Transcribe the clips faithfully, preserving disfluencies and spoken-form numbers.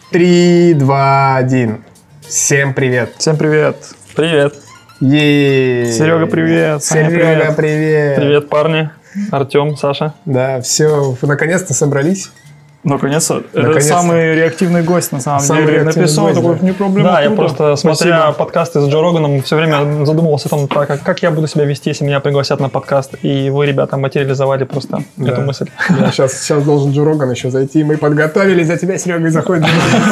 Три, два, один. Всем привет. Всем привет. Привет. Е-е-е. Серега, привет. Серега, привет. привет. Привет, парни. Артем, Саша. Да, все, вы наконец-то собрались. Наконец-то. Наконец-то. Это самый реактивный гость, на самом самый деле. Написал гость, такой, да. не проблема. Да, я круто. просто, Спасибо. смотря подкасты с Джо Роганом, все время задумывался о том, так, а как я буду себя вести, если меня пригласят на подкаст. И вы, ребята, материализовали просто Да. эту мысль. Да, сейчас, сейчас должен Джо Роган еще зайти. Мы подготовились за тебя, Серега, и заходит.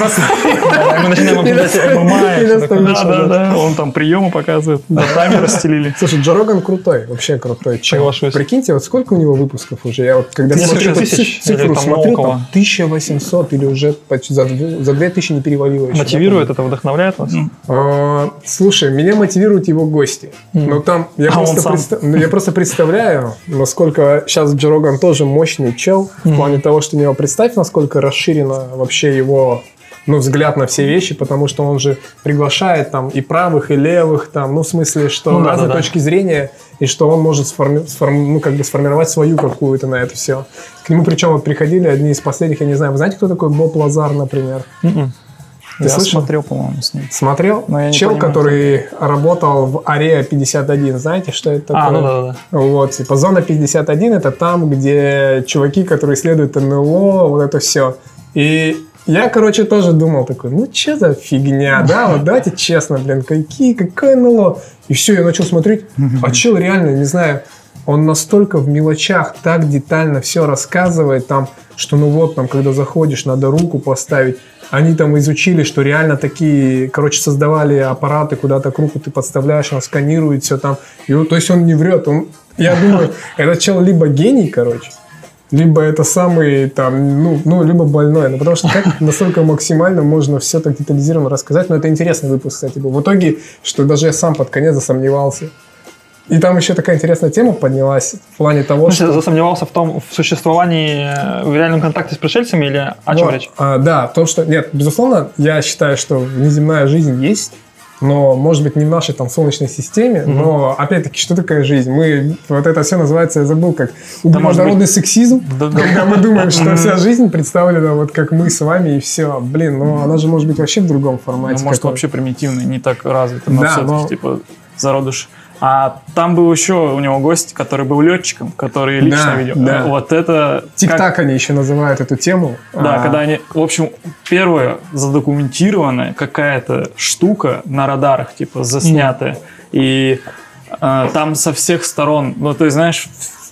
Мы начинаем обсуждать эм эм а. И и всё такое. достаешь, Да, да, да. Он там приемы показывает. Да, таймер расстелили. Слушай, Джо Роган крутой, вообще крутой чел. Соглашусь. Прикиньте, вот сколько у него выпусков уже? Я вот когда Тысяча смотрю эту тысяч цифру, или там смотрю, около. там тысяча восемьсот или уже почти за, две- за две тысячи не перевалило еще. Мотивирует это, вдохновляет вас? А, слушай, меня мотивируют его гости. Но там я, А просто он сам? представ- ну, я просто представляю, насколько сейчас Джо Роган тоже мощный чел. В плане того, что у него представь, насколько расширено вообще его ну, взгляд на все вещи, потому что он же приглашает там и правых, и левых, там, ну, в смысле, что Ну да, разные да, да. точки зрения, и что он может сформи- сформи- ну, как бы сформировать свою какую-то на это все. К нему причем вот приходили одни из последних, я не знаю, вы знаете, кто такой Боб Лазар, например? М-м. Ты Я слышал? смотрел, по-моему, с ним. Смотрел? Но я не Чел, понимаю, который работал в Ареа пятьдесят один, знаете, что это такое? А, ну да, да, да. Вот, типа зона пятьдесят один это там, где чуваки, которые исследуют эн эл о, вот это все. И я, короче, тоже думал такой, ну что за фигня, да, вот давайте честно, блин, какие, какое эн эл о? И все, я начал смотреть, а чел реально, не знаю, он настолько в мелочах так детально все рассказывает, там, что ну вот, там, когда заходишь, надо руку поставить. Они там изучили, что реально такие, короче, создавали аппараты, куда так руку ты подставляешь, он сканирует все там. И, вот, то есть он не врет. Он, я думаю, этот чел либо гений, короче, либо это самый там, ну, ну либо больной. Ну, потому что как настолько максимально можно все так детализированно рассказать. Но это интересный выпуск, кстати, был. В итоге, что даже я сам под конец засомневался. И там еще такая интересная тема поднялась в плане того, Ну, что... ты засомневался в том, в существовании, э, в реальном контакте с пришельцами или о чем Вот, речь? а, да, то, что... Нет, безусловно, я считаю, что внеземная жизнь есть, но, может быть, не в нашей там солнечной системе, Мгм. но, опять-таки, что такое жизнь? Мы... Вот это все называется, я забыл, как может углеводородный сексизм, Да, да. когда мы думаем, что вся жизнь представлена вот как мы с вами, и все. Блин, ну она же может быть вообще в другом формате. Ну, может, каком- вообще примитивный, не так развитый, но Да, все-таки, но- типа, зародыш. А там был еще у него гость, который был летчиком, который лично Да, видел. да. Вот это... как- Тик-так они еще называют эту тему. Да, А, когда они... В общем, первая задокументированная какая-то штука на радарах, типа, заснятая. И э, там со всех сторон, ну, ты знаешь,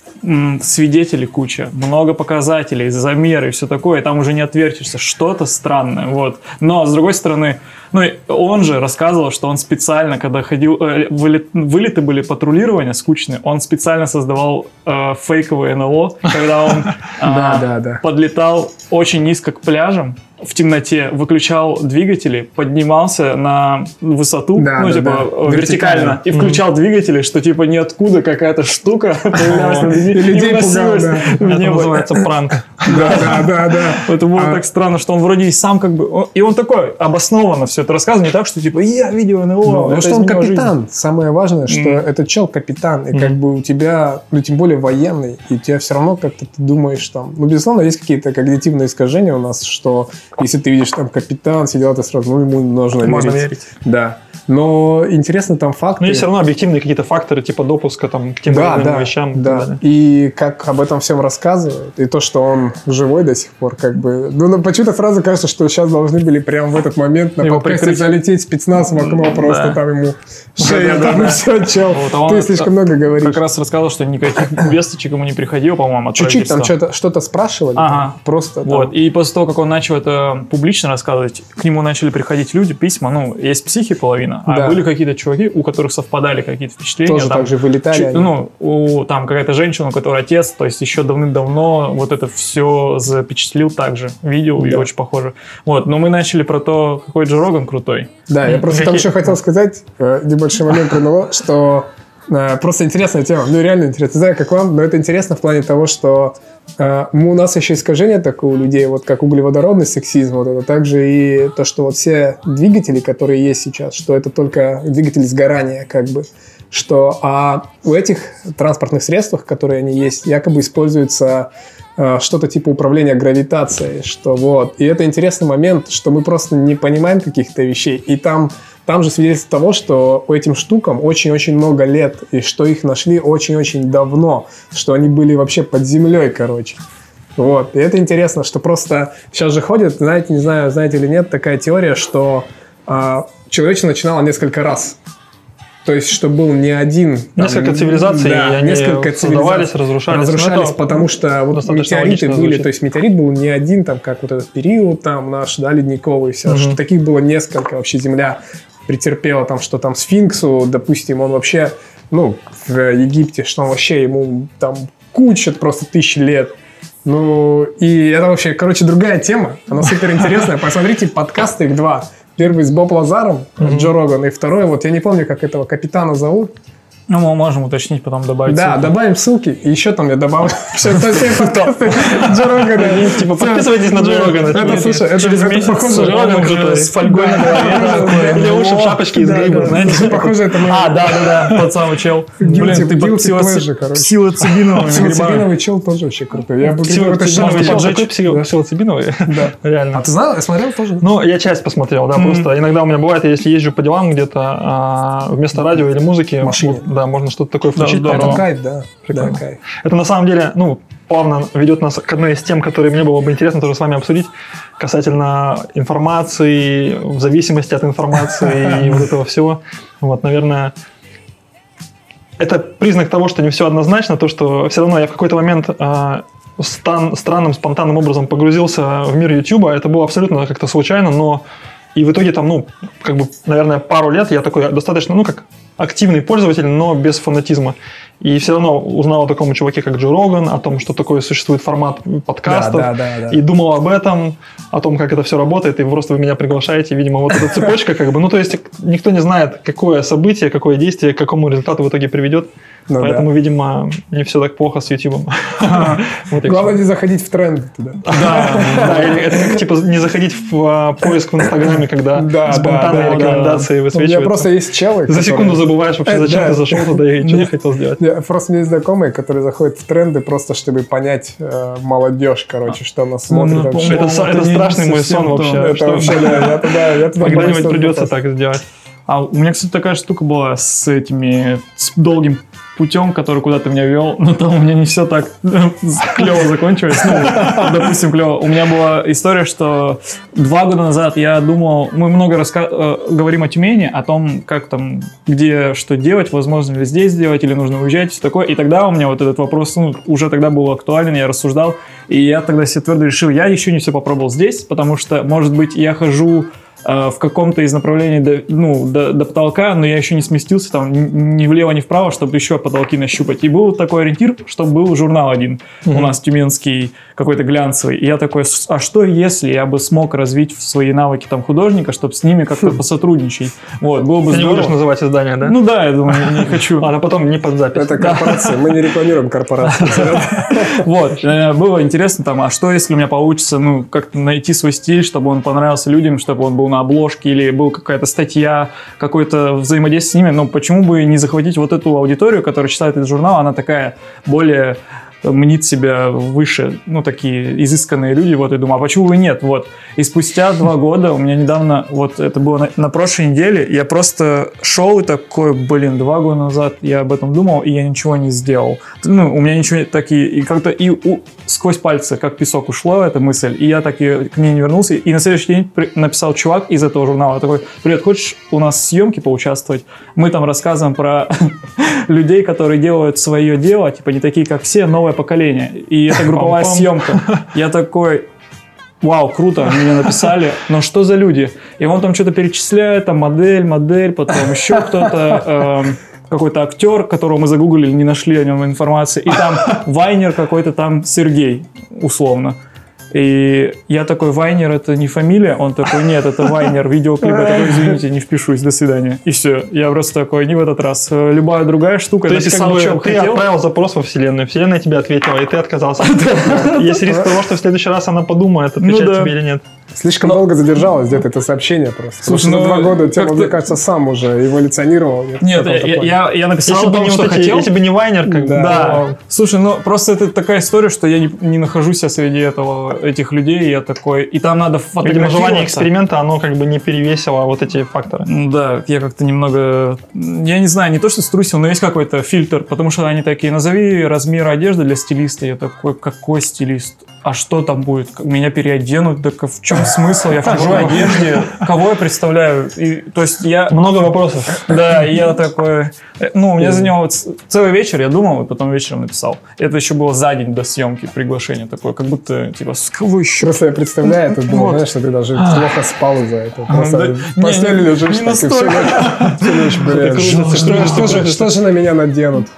м, свидетелей куча, много показателей, замеры и все такое, и там уже не отвертишься, что-то странное, вот. Но, с другой стороны, ну, и он же рассказывал, что он специально, когда ходил, э, вылет- вылеты были, патрулирования скучные, он специально создавал э, фейковое эн эл о, когда он э, Да, да, да. подлетал очень низко к пляжам, в темноте, выключал двигатели, поднимался на высоту, Да, ну, да, типа, да. вертикально, Вертикально. и включал двигатели, что, типа, ниоткуда какая-то штука появлялась над людьми, И людей и уносилась пугал, в Это небо. называется пранк. Да, да, да, да. Это было А- так странно, что он вроде и сам как бы... он- И он такой обоснованно все это рассказывает, не так, что, типа, я видел эн эл о, Ну, это что он изменило жизнь. капитан. Самое важное, что Мгм. этот чел капитан. И как бы у тебя, ну, тем более военный, и у тебя все равно как-то ты думаешь там... Ну, безусловно, есть какие-то когнитивные искажения у нас, что если ты видишь там капитан, сидел, ты сразу, ну, ему нужно Можно верить. верить. Да. Но интересно там факты. Но есть все равно объективные какие-то факторы, типа допуска там, к тем или Да, иным да, вещам. и так да. далее. И как об этом всем рассказывают, и то, что он живой до сих пор, как бы... Ну, ну, почему-то сразу кажется, что сейчас должны были прям в этот момент на Его подкасте прикрыть. залететь спецназ в окно, просто Да. там ему шею, Да-да-да. там, и все, чел. Вот, а он Ты это- слишком много говоришь. Как раз рассказывал, что никаких весточек ему не приходило, по-моему, от Чуть-чуть там правительства. что-то, что-то спрашивали, Ага. там, просто там. Вот. И после того, как он начал это публично рассказывать, к нему начали приходить люди, письма, ну, есть психи половина, а Да. были какие-то чуваки, у которых совпадали какие-то впечатления. Тоже там, так же вылетали чуть- они. ну, у там какая-то женщина, у которой отец, то есть еще давным-давно вот это все запечатлил также, видео, и Да. очень похоже. Вот, но мы начали про то, какой Джо Роган крутой. Да, я просто там Какие- еще хотел сказать, э, небольшой момент про него, что э, просто интересная тема, ну реально интересно, не знаю, как вам, но это интересно в плане того, что э, у нас еще искажение такое у людей, вот как углеводородный сексизм, вот это также и то, что вот все двигатели, которые есть сейчас, что это только двигатели сгорания, как бы, что а у этих транспортных средствах, которые они есть, якобы используется э, что-то типа управления гравитацией, что вот. И это интересный момент, что мы просто не понимаем каких-то вещей. И там, там же свидетельство того, что у этим штукам очень-очень много лет, и что их нашли очень-очень давно, что они были вообще под землей, короче. Вот. И это интересно, что просто сейчас же ходит, знаете, не знаю, знаете или нет, такая теория, что э, человечество начинало несколько раз. То есть, что был не один... Несколько там, цивилизаций, да, и они несколько создавались, разрушались. Разрушались, потому что вот метеориты были, звучит. то есть метеорит был не один, там, как вот этот период там наш, да, ледниковый, все, угу. что таких было несколько, вообще Земля претерпела там, что там сфинксу, допустим, он вообще, ну, в Египте, что он вообще, ему там куча просто тысяч лет. Ну, и это вообще, короче, другая тема, она супер интересная. Посмотрите, подкасты их два. Первый с Боб Лазаром, mm-hmm. Джо Роган, и второй, вот я не помню, как этого капитана зовут. Ну, мы можем уточнить, потом добавить Да, ссылки. добавим ссылки, и еще там я добавлю все подкасты Джо Рогана. Типа, подписывайтесь на Джо Рогана. Это, слушай, это через месяц похоже... Джо Роган уже с фольгой на голове. Для уши в шапочке из гриба, знаете. Похоже, это мы... А, да-да-да, тот самый чел. Блин, ты под псилоцибиновыми грибами. Псилоцибиновый чел тоже вообще крутой. Я бы Псилоцибиновый чел такой псилоцибиновый? Да. Реально. А ты знал? Я смотрел тоже? Ну, я часть посмотрел, да, просто иногда у меня бывает, если езжу по делам где-то, вместо радио или музыки, да, можно что-то такое включить. Да, это кайф, да. Прикольно. Да, кайф. Это на самом деле, ну, плавно ведет нас к одной из тем, которые мне было бы интересно тоже с вами обсудить, касательно информации, в зависимости от информации и вот этого всего. Вот, наверное, это признак того, что не все однозначно, то, что все равно я в какой-то момент э, стан, странным, спонтанным образом погрузился в мир YouTube. Это было абсолютно как-то случайно, но и в итоге там, ну, как бы, наверное, пару лет я такой достаточно, ну, как активный пользователь, но без фанатизма. И все равно узнал о таком чуваке, как Джо Роган, о том, что такое существует формат подкастов, да, да, да, да. и думал об этом, о том, как это все работает, и просто вы меня приглашаете, видимо, вот эта цепочка, как бы, ну, то есть никто не знает, какое событие, какое действие, к какому результату в итоге приведет. Ну, поэтому, да. видимо, не все так плохо с YouTube. Главное не заходить в тренды туда. Да, это как, типа, не заходить в поиск в Инстаграме, когда спонтанные рекомендации высвечиваются. У меня просто есть челы. За секунду забываешь вообще, зачем ты зашел туда и что ты хотел сделать. Просто у меня есть знакомые, которые заходят в тренды просто, чтобы понять молодежь, короче, что она смотрит. Это страшный мой сон вообще. Это вообще, да, я туда... Когда-нибудь придется так сделать. А у меня, кстати, такая штука была с этими, с долгим путем, который куда-то меня вел, но там у меня не все так клево закончилось. Ну, допустим, клево. У меня была история, что два года назад я думал, мы много раска- э, говорим о Тюмени, о том, как там, где что делать, возможно ли здесь сделать, или нужно уезжать, все такое. И тогда у меня вот этот вопрос, ну, уже тогда был актуален, я рассуждал, и я тогда себе твердо решил, я еще не все попробовал здесь, потому что, может быть, я хожу в каком-то из направлений до, ну, до, до потолка, но я еще не сместился там ни влево, ни вправо, чтобы еще потолки нащупать. И был такой ориентир, что был журнал один mm-hmm. у нас тюменский, какой-то глянцевый. И я такой, а что если я бы смог развить свои навыки там художника, чтобы с ними как-то посотрудничать? Вот, было бы Ты здорово. не будешь называть издание, да? Ну да, я думаю, не хочу. Ладно, потом не под запись. Это корпорация, мы не рекламируем корпорацию. Вот, было интересно там, а что если у меня получится, ну, как-то найти свой стиль, чтобы он понравился людям, чтобы он был на обложке или был какая-то статья, какое-то взаимодействие с ними, но почему бы не захватить вот эту аудиторию, которая читает этот журнал, она такая более мнит себя выше, ну, такие изысканные люди, вот, и думаю, а почему бы нет, вот. И спустя два года, у меня недавно, вот, это было на, на прошлой неделе, я просто шел и такой, блин, два года назад я об этом думал, и я ничего не сделал. Ну, у меня ничего такие, и как-то и у, сквозь пальцы, как песок, ушло эта мысль, и я так и к ней не вернулся, и на следующий день при, написал чувак из этого журнала, такой, привет, хочешь у нас съемки поучаствовать? Мы там рассказываем про людей, которые делают свое дело, типа, не такие, как все, новые поколение. И это групповая съемка. Я такой, вау, круто, они мне написали, но что за люди? И он там что-то перечисляет, там модель, модель, потом еще кто-то, э, какой-то актер, которого мы загуглили, не нашли о нем информации, и там вайнер какой-то там Сергей, условно. И я такой, Вайнер это не фамилия? Он такой, нет, это Вайнер, видеоклип. Я такой, извините, не впишусь, до свидания. И все, я просто такой, не в этот раз. Любая другая штука, то есть, написал, как бы, чем ты хотел. Отправил запрос во Вселенную, Вселенная тебе ответила, и ты отказался. Есть риск того, что в следующий раз она подумает, отвечать тебе или нет. Слишком Но- долго задержалось где-то это сообщение просто. Слушай, Потому что за ну, два года Тёма, как-то- мне кажется, сам уже эволюционировал. Нет, в каком-то я, плане. я, я написал Если бы то, не что вот эти, хотел. если бы не Вайнер, как бы, Да. то- Слушай, ну просто это такая история, что я не, не нахожусь я среди этого, этих людей, и я такой, и там надо видимо, фотографироваться. желание эксперимента, оно как бы не перевесило вот эти факторы. Ну да, я как-то немного, я не знаю, не то что струсил, но есть какой-то фильтр, потому что они такие, назови размер одежды для стилиста. Я такой, какой стилист? А что там будет? Меня переоденут? Так в чем смысл? Я в чужой одежде. Кого я представляю? И, то есть я... Много вопросов. Да, и я такой... э, Ну, у меня за него ц- целый вечер я думал, и потом вечером написал. Это еще было за день до съемки приглашение такое, как будто, типа, с кого еще? Просто я представляю, ты думал, Вот. знаешь, что ты даже плохо спал из-за этого. Просто да, в постели не, лежишь, не так и всю настолько. ночь, всю ночь, блин, крутится, что- крутится, что- что же- крутится. Что же на меня наденут?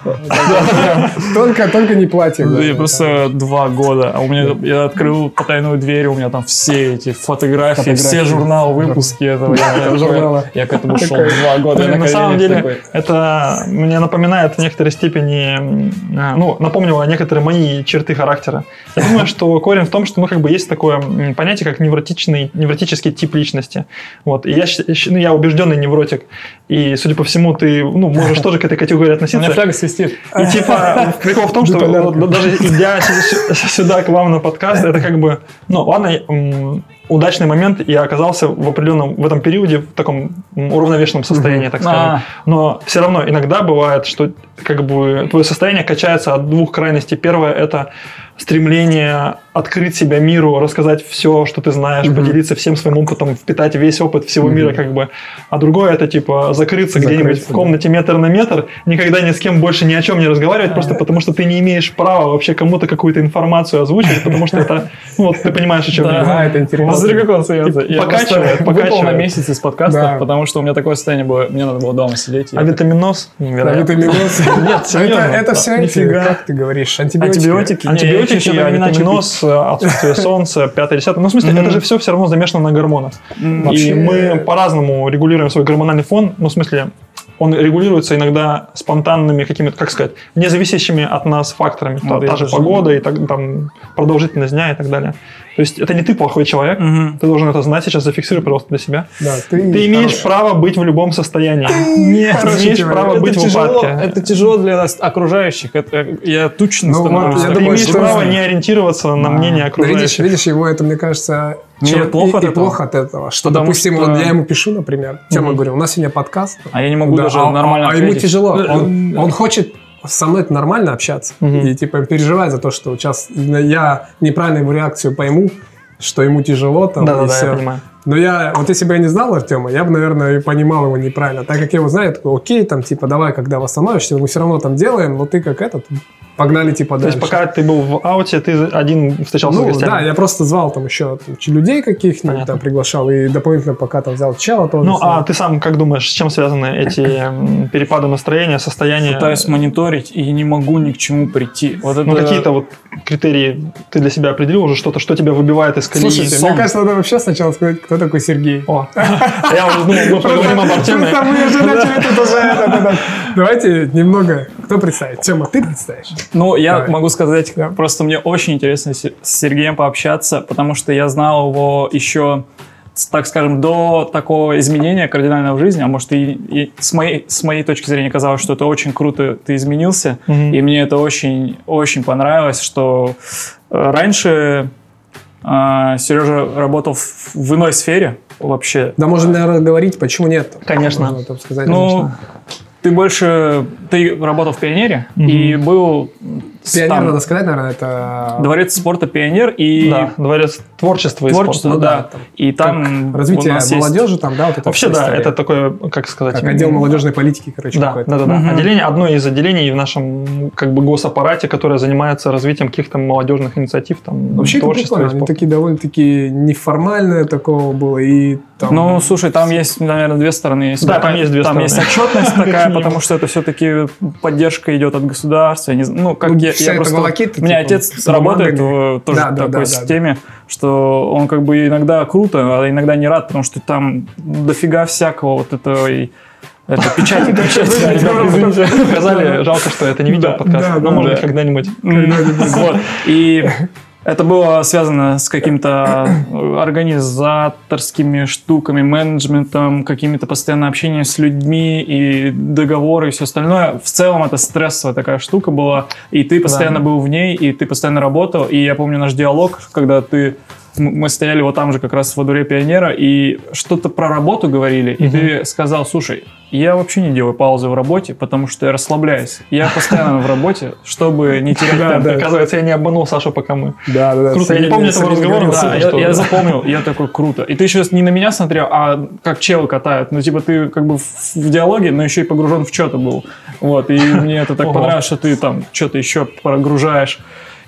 Только только не платье. Я главное. просто два года, а у меня я открыл потайную дверь, у меня там все эти фотографии, Фотографии. все журналы, выпуски этого. Я, я уже- Журнала. я к этому шел Такой. два года. Блин, на на самом коленях деле, такой. это мне напоминает в некоторой степени, м, а, ну, напомнило некоторые мои черты характера. Я думаю, что корень в том, что, ну, как бы есть такое м, понятие, как невротичный, невротический тип личности. Вот. И я, щ- щ- ну, я убежденный невротик. И, судя по всему, ты, ну, можешь тоже к этой категории У меня относиться. фляга свистит. И типа прикол в том, что Биполярка. вот даже идя с- с- сюда к вам на подкаст, это как бы, ну ладно, м, удачный момент, я оказался в определенном, в этом периоде в таком м, уравновешенном состоянии, так скажем. А. Но все равно иногда бывает, что как бы твое состояние качается от двух крайностей. Первое – это стремление открыть себя миру, рассказать все, что ты знаешь, Мгм. поделиться всем своим опытом, впитать весь опыт всего Мгм. мира, как бы. А другое это типа закрыться, где-нибудь Закрыться, в да. комнате метр на метр, никогда ни с кем больше ни о чем не разговаривать, просто потому что ты не имеешь права вообще кому-то какую-то информацию озвучить, потому что это, ну вот ты понимаешь, о чем Да. я. Да, это интересно. Смотри, как он смеется. Я покачивает, просто выпал покачивает. на месяц из подкастов, Да. потому что у меня такое состояние было, мне надо было дома сидеть. и А я витаминоз? Вероятно. Витаминоз. Нет, серьезно. Это, это все эти, Нифига. как ты говоришь, антибиотики. Антибиотики? Не, Антибиотики, я да, не начал витаминоз, отсутствие солнца, пятое, десятое. Ну, в смысле, Мгм. это же все все равно замешано на гормонах. М, И Вообще- мы по-разному регулируем свой гормональный фон. Ну, в смысле, он регулируется иногда спонтанными какими-то, как сказать, независящими от нас факторами. Вот та, я та же даже- погода, и так, там, продолжительность дня и так далее. То есть это не ты плохой человек, Мгм. ты должен это знать. Сейчас зафиксируй, пожалуйста, для себя. Да, ты, Ты имеешь хороший. право быть в любом состоянии. Нет, Ты хороший имеешь человек. право это быть в тяжело, упадке. это тяжело для нас, окружающих. Это, я тучно Ну, вот становлюсь. я Ты думаю, имеешь что- право не ориентироваться на Да. мнение Но окружающих. видишь, видишь, его это, мне кажется, Мне чё- плохо и, от и этого. плохо от этого. Что, Потому допустим, что- вот я ему пишу, например, Тёма, Мгм. говорю, у нас сегодня подкаст. А я не могу Да, даже а, нормально а, а ему ответить. тяжело. Э, Он, э, он хочет со мной нормально общаться. Мгм. И типа переживает за то, что сейчас я неправильно его реакцию пойму, что ему тяжело там. и Да-да-да, всё. я понимаю. Но я, вот если бы я не знал Артема, я бы, наверное, и понимал его неправильно. Так как я его знаю, я такой, окей, там, типа, давай, когда восстановишься, мы все равно там делаем, но ты как этот, погнали, типа, То дальше. есть пока ты был в ауте, ты один встречался с Ну, гостями? да, я просто звал там еще там, ч- людей каких-нибудь, Понятно. там, приглашал, и дополнительно пока там взял чела тоже. Ну, с ним. а ты сам как думаешь, с чем связаны эти м, перепады настроения, состояния? Пытаюсь мониторить и не могу ни к чему прийти. Вот это... Ну, какие-то вот критерии ты для себя определил уже, что-то, что тебя выбивает из колеи? Слушайте, сон. мне кажется, надо вообще сначала сказать, кто такой Сергей. О, я уже думал, мы поговорим об Артеме. Просто мы уже начали тут уже это, это. Давайте немного, кто представит? Тема, ты представишь? Ну, я Давай. могу сказать, Да. просто мне очень интересно с с Сергеем пообщаться, потому что я знал его еще, с- так скажем, до такого изменения кардинального в жизни, а может и, и с, моей, с моей точки зрения казалось, что это очень круто, ты изменился, Мгм. и мне это очень, очень понравилось, что э, раньше э, Сережа работал в, в иной сфере вообще. Да, можно, наверное, говорить, почему нет. Конечно. Можно так сказать. Ну, конечно. ты больше, ты работал в «Пионере» Мгм. и был с- Пионер, там, надо сказать, наверное, это... дворец спорта «Пионер» и Да, дворец творчества и творчество, спорта. да. Ну да, там И там Развитие у нас есть- молодежи там, да, вот это Вообще, вся да, история. это такое, как сказать... Как отдел молодежной политики, короче, Да, какой-то. да, да, да. Мгм. Отделение, одно из отделений в нашем как бы госаппарате, которое занимается развитием каких-то молодежных инициатив, там, Вообще, это творчества и прикольно. Они спорта. такие довольно-таки неформальные такого было, и там... Ну, слушай, там есть, наверное, две стороны. Если Да, бы там так- есть две Там стороны. есть отчетность такая, Как минимум. потому что это все-таки поддержка идет от государства. Я не знаю, ну, как Ну, я, вся я эта просто... волокита, У меня типа, отец с работает бумагами. в тоже Да, да, такой да, да, системе, что он как бы иногда круто, а иногда не рад, потому что там дофига всякого вот этого и... Это печать, печать. Да, ребята, извините, сказали, жалко, что это не видео Да, подкаст, да, но да, может да. быть когда-нибудь. М, Вот. И Это было связано с какими-то организаторскими штуками, менеджментом, какими-то постоянно общением с людьми и договоры и все остальное. В целом это стрессовая такая штука была, и ты постоянно да. был в ней, и ты постоянно работал. И я помню наш диалог, когда ты... Мы стояли вот там же как раз во дворе Пионера и что-то про работу говорили, и угу. ты сказал, слушай, я вообще не делаю паузы в работе, потому что я расслабляюсь. Я постоянно в работе, чтобы не терять темп. Да, оказывается, я не обманул Сашу, пока мы... Да, да, да. Круто, я не помню этого разговора. Да, я запомнил, я такой, круто. И ты еще не на меня смотрел, а как челы катают. Ну, типа, ты как бы в диалоге, но еще и погружен в что-то был. Вот, и мне это так понравилось, что ты там что-то еще прогружаешь.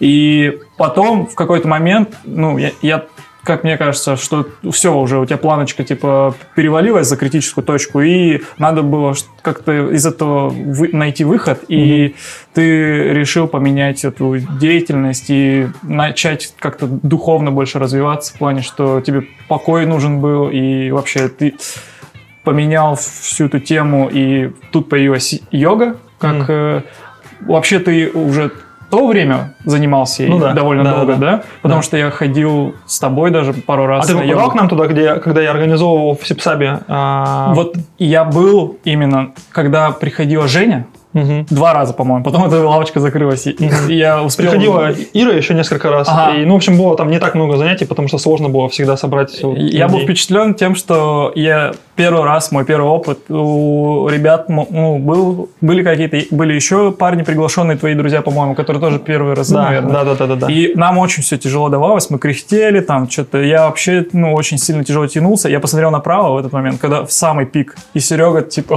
И потом в какой-то момент, ну, я, я, как мне кажется, что все, уже у тебя планочка, типа, перевалилась за критическую точку, и надо было как-то из этого вы, найти выход, mm-hmm. и ты решил поменять эту деятельность и начать как-то духовно больше развиваться в плане, что тебе покой нужен был, и вообще ты поменял всю эту тему, и тут появилась йога, как mm-hmm. э, вообще ты уже... В то время занимался ну, да, довольно да, долго, да? да? Потому да. что я ходил с тобой даже пару раз. А ты попадал к нам туда, где, когда я организовывал в Сипсабе? А... Вот я был именно, когда приходила Женя, угу. два раза, по-моему. Потом эта лавочка закрылась, и, и я успел... Приходила Ира еще несколько раз. Ага. И, ну, в общем, было там не так много занятий, потому что сложно было всегда собрать... Я людей. Был впечатлен тем, что я первый раз, мой первый опыт, у ребят ну, был, были какие-то... Были еще парни, приглашенные твои друзья, по-моему, которые тоже первый раз, да, наверное. Да, да, да, да, да. И нам очень все тяжело давалось, мы кряхтели, там что-то... Я вообще, ну, очень сильно тяжело тянулся. Я посмотрел направо в этот момент, когда в самый пик. И Серега, типа,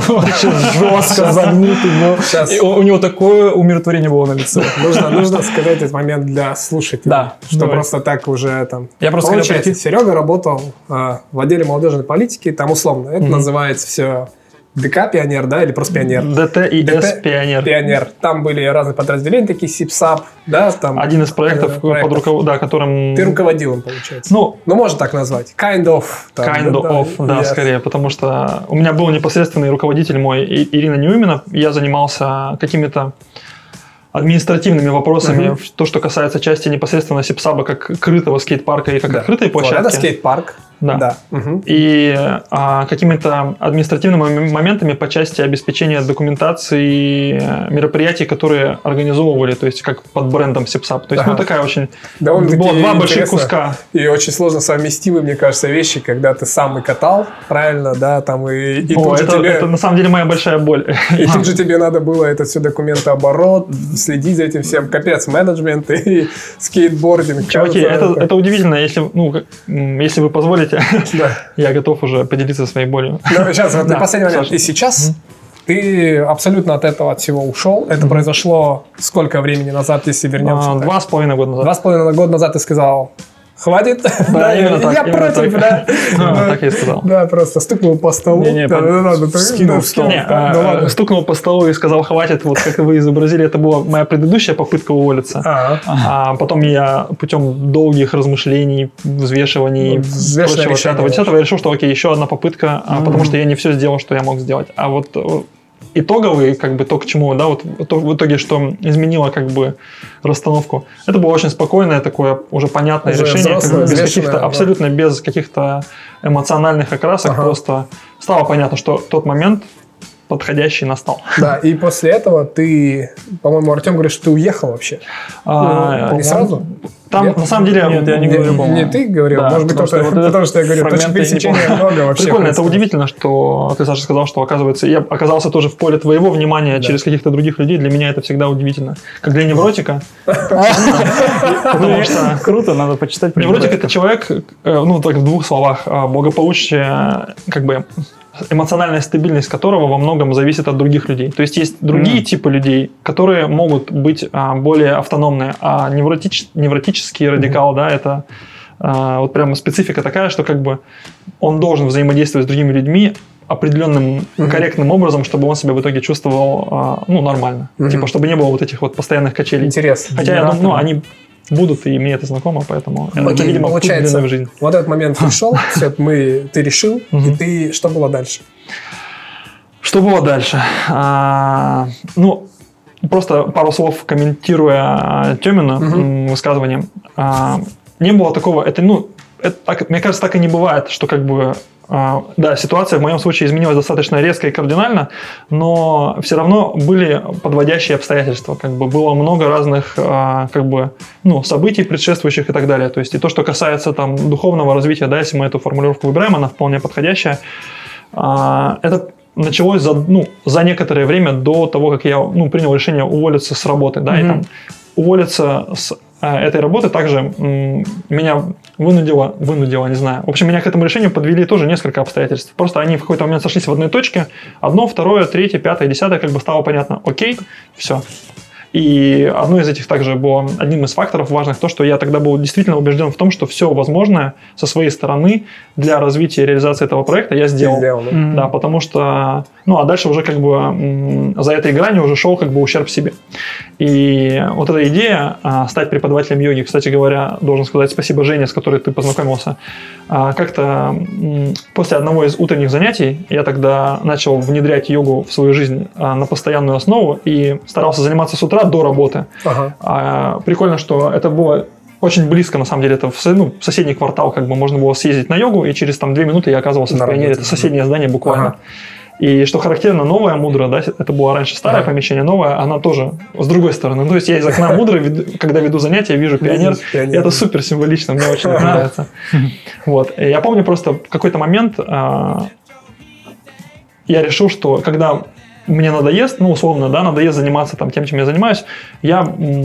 жестко загнутый был. И у него такое умиротворение было на лице. Нужно, нужно сказать этот момент для слушателей. Да. Что давай. Просто так уже там... Я просто Получается, Серега работал э, в отделе молодежной политики, там условно. Это mm-hmm. называется все ДК «Пионер», да, или просто «Пионер». ДТ и С «Пионер». «Пионер». Там были разные подразделения, такие СИПСАП, да, там... Один из проектов, проектов. Под руков... да, которым... Ты руководил им, получается. Ну, ну, можно так назвать. Kind of. Там, kind да, of, да, да yes. скорее, потому что у меня был непосредственный руководитель мой, Ирина Ньюмина. Я занимался какими-то административными вопросами, uh-huh. то, что касается части непосредственно Сипсаба, как крытого скейт-парка и как да. открытой площадки. Вот это скейт-парк. Да. да. Uh-huh. И а, какими-то административными моментами по части обеспечения документации мероприятий, которые организовывали, то есть как под брендом Сипсаб. То есть, uh-huh. ну, такая очень... Довольно-таки было два больших куска. И очень сложно совместимые, мне кажется, вещи, когда ты сам и катал, правильно, да, там и, и О, тут это, же тебе... это на самом деле моя большая боль. И тут же тебе надо было этот все документооборот, следить за этим всем, капец, менеджмент и скейтбординг. Чуваки, это, это... это удивительно, если, ну, если вы позволите, да. я готов уже поделиться своей болью. Ну, сейчас, вот да. последний момент. Саша. И сейчас mm-hmm. ты абсолютно от этого от всего ушел. Это mm-hmm. произошло сколько времени назад, если вернемся? А, два с половиной года назад. Два с половиной года назад ты сказал... Хватит? Да, именно так. Я против, да. Так я и сказал. Да, просто стукнул по столу. Не-не, скинул стол. Стукнул по столу и сказал, хватит, вот как вы изобразили, это была моя предыдущая попытка уволиться. А потом я путем долгих размышлений, взвешиваний, прочего пятого-десятого, я решил, что окей, еще одна попытка, потому что я не все сделал, что я мог сделать. А вот... итоговый, как бы то, к чему, да, вот то, в итоге, что изменило как бы расстановку. Это было очень спокойное, такое уже понятное уже решение, как бы без каких-то, да. абсолютно без каких-то эмоциональных окрасок, ага. просто стало понятно, что тот момент подходящий настал. Да, и после этого ты, по-моему, Артем говорит, что ты уехал вообще. А, ну, не сразу? Там, нет? на самом деле... Нет, я не не, говорю, по-моему. Не ты говорил, да, может быть, кто-то, что вот потому что я говорю, точно пересечения много вообще. Прикольно, это удивительно, что ты, Саша, сказал, что, оказывается, я оказался тоже в поле твоего внимания да. через каких-то других людей. Для меня это всегда удивительно. Как для невротика. Потому что круто, надо почитать. Невротик – это человек, ну, так в двух словах, благополучие, как бы, эмоциональная стабильность которого во многом зависит от других людей. То есть есть другие mm. типы людей, которые могут быть а, более автономные, а невротич, невротический радикал, mm. да, это а, вот прямо специфика такая, что как бы он должен взаимодействовать с другими людьми определенным mm-hmm. корректным образом, чтобы он себя в итоге чувствовал а, ну, нормально. Mm-hmm. Типа, чтобы не было вот этих вот постоянных качелей. Интересно. Хотя я думаю, ну, они будут, и мне это знакомо, поэтому Окей, это, видимо, получается, в жизнь. Вот этот момент пришел, все, мы, ты решил, и ты, что было дальше? Что было дальше? А, ну, просто пару слов комментируя Тёмина угу. высказывание. Не было такого, это, ну, это, так, мне кажется, так и не бывает, что как бы, да, ситуация в моем случае изменилась достаточно резко и кардинально, но все равно были подводящие обстоятельства, как бы было много разных, как бы, ну, событий предшествующих и так далее. То есть и то, что касается там духовного развития, да, если мы эту формулировку выбираем, она вполне подходящая. Это началось за, ну, за некоторое время до того, как я, ну, принял решение уволиться с работы, да, mm-hmm. и там уволиться с этой работы также м, меня вынудило, вынудило, не знаю. В общем, меня к этому решению подвели тоже несколько обстоятельств. Просто они в какой-то момент сошлись в одной точке. Одно, второе, третье, пятое, десятое, как бы стало понятно. Окей, все. И одно из этих также было одним из факторов важных, то, что я тогда был действительно убежден в том, что все возможное со своей стороны для развития и реализации этого проекта я сделал. сделал да? Mm-hmm. да, потому что, ну, а дальше уже как бы м- за этой гранью уже шел как бы ущерб себе. И вот эта идея а, стать преподавателем йоги, кстати говоря, должен сказать спасибо Жене, с которой ты познакомился. А, как-то м- после одного из утренних занятий я тогда начал внедрять йогу в свою жизнь а, на постоянную основу и старался заниматься с утра до работы. Ага. А, прикольно, что это было очень близко, на самом деле, это в, ну, в соседний квартал, как бы можно было съездить на йогу, и через там две минуты я оказывался на в пионере. Это соседнее здание буквально. Ага. И что характерно, новая Мудра, да, это было раньше старое ага. помещение, новое, она тоже с другой стороны. Ну, то есть я из окна Мудры, когда веду занятия, вижу пионер, и это супер символично, мне очень нравится. Вот. Я помню просто в какой-то момент я решил, что когда мне надоест, ну, условно, да, надоест заниматься там тем, чем я занимаюсь, я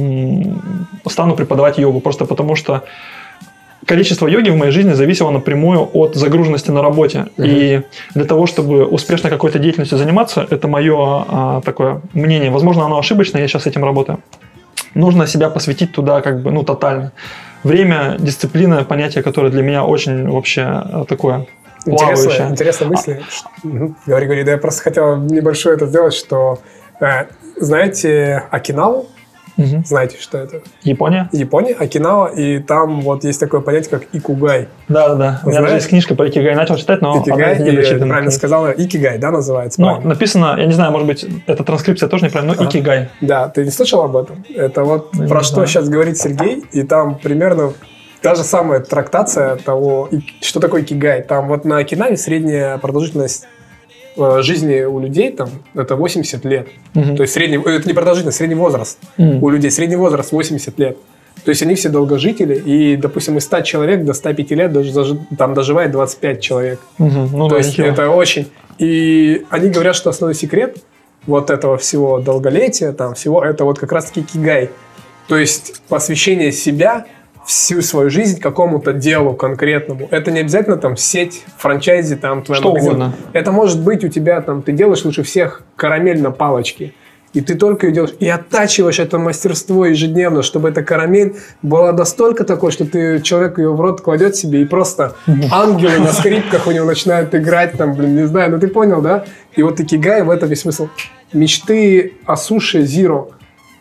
м- стану преподавать йогу, просто потому что количество йоги в моей жизни зависело напрямую от загруженности на работе. Uh-huh. И для того, чтобы успешно какой-то деятельностью заниматься, это мое а, такое мнение, возможно, оно ошибочное, я сейчас с этим работаю, нужно себя посвятить туда как бы, ну, тотально. Время, дисциплина, понятие, которое для меня очень вообще такое... Интересная, интересная мысль. А. Говори, говори, да я просто хотел небольшое это сделать, что э, знаете Окинаву? Угу. Знаете, что это? Япония. Япония, Окинава, и там вот есть такое понятие, как икугай. Да-да-да, у меня даже есть книжка по икигай, начал читать, но икигай, она не дочитана. Правильно книга. Сказала, икигай, да, называется? Ну, написано, я не знаю, может быть, эта транскрипция тоже неправильно, но а. икигай. Да, ты не слышал об этом? Это вот я про что знаю. Сейчас говорит Сергей, и там примерно... Та же самая трактация того, что такое икигай. Там вот на Окинаве средняя продолжительность жизни у людей там это восемьдесят лет. Uh-huh. То есть средний, это не продолжительность, средний возраст uh-huh. у людей. Средний возраст восемьдесят лет. То есть они все долгожители. И, допустим, из ста человек до ста пяти лет даже, там доживает двадцать пять человек. Uh-huh. Ну, То да, есть ничего. Это очень... И они говорят, что основной секрет вот этого всего долголетия, там всего, это вот как раз-таки икигай. То есть посвящение себя всю свою жизнь какому-то делу конкретному. Это не обязательно там сеть, франчайзи, там твоя что угодно. Это может быть у тебя там, ты делаешь лучше всех карамель на палочке. И ты только ее делаешь, и оттачиваешь это мастерство ежедневно, чтобы эта карамель была настолько такой, что ты, человек ее в рот кладет себе, и просто ангелы на скрипках у него начинают играть, там, блин, не знаю, ну ты понял, да? И вот икигай, в этом весь смысл. Мечты о суши Zero.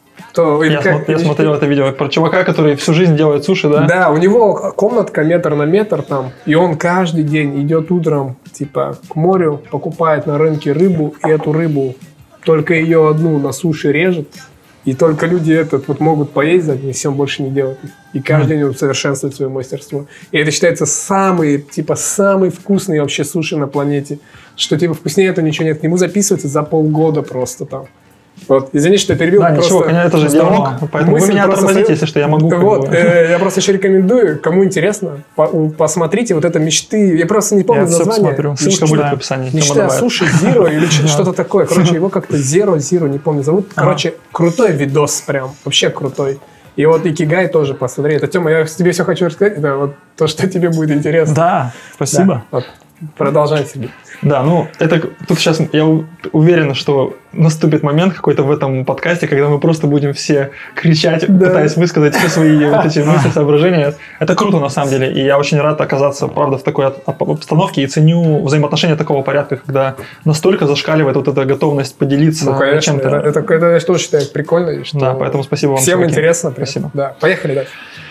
То, я, как, смо- я смотрел это видео про чувака, который всю жизнь делает суши, да? Да, у него комнатка метр на метр там, и он каждый день идет утром, типа, к морю, покупает на рынке рыбу, и эту рыбу, только ее одну на суше режет, и только люди этот вот могут поесть за день, все, он больше не делает. И каждый mm. день он совершенствует свое мастерство. И это считается самый, типа, самый вкусный вообще суши на планете, что, типа, вкуснее этого ничего нет. К нему записывается за полгода просто там. Вот, извини, что я перебил. Да, ничего, конечно, это же диалог, поэтому вы меня тормозите, если что, я могу. Вот, э, я просто еще рекомендую, кому интересно, по, посмотрите вот это мечты, я просто не помню я название. Я все посмотрю, ссылка будет в описании. Мечты о суши Zero или что-то такое, короче, его как-то Zero, Zero, не помню, зовут. Короче, крутой видос прям, вообще крутой. И вот икигай тоже посмотри. Это, Тёма, я тебе все хочу рассказать, это вот то, что тебе будет интересно. Да, спасибо. Да, вот. Продолжай, Сергей. Да, ну, это тут сейчас я уверен, что наступит момент какой-то в этом подкасте, когда мы просто будем все кричать, да. пытаясь высказать все свои вот эти мысли, соображения. Это круто, на самом деле, и я очень рад оказаться, правда, в такой обстановке и ценю взаимоотношения такого порядка, когда настолько зашкаливает вот эта готовность поделиться ну, конечно, чем-то. Это, это, это я тоже считаю прикольно. Что да, поэтому спасибо вам. Всем чуваки. Интересно. Спасибо. Да, поехали дальше.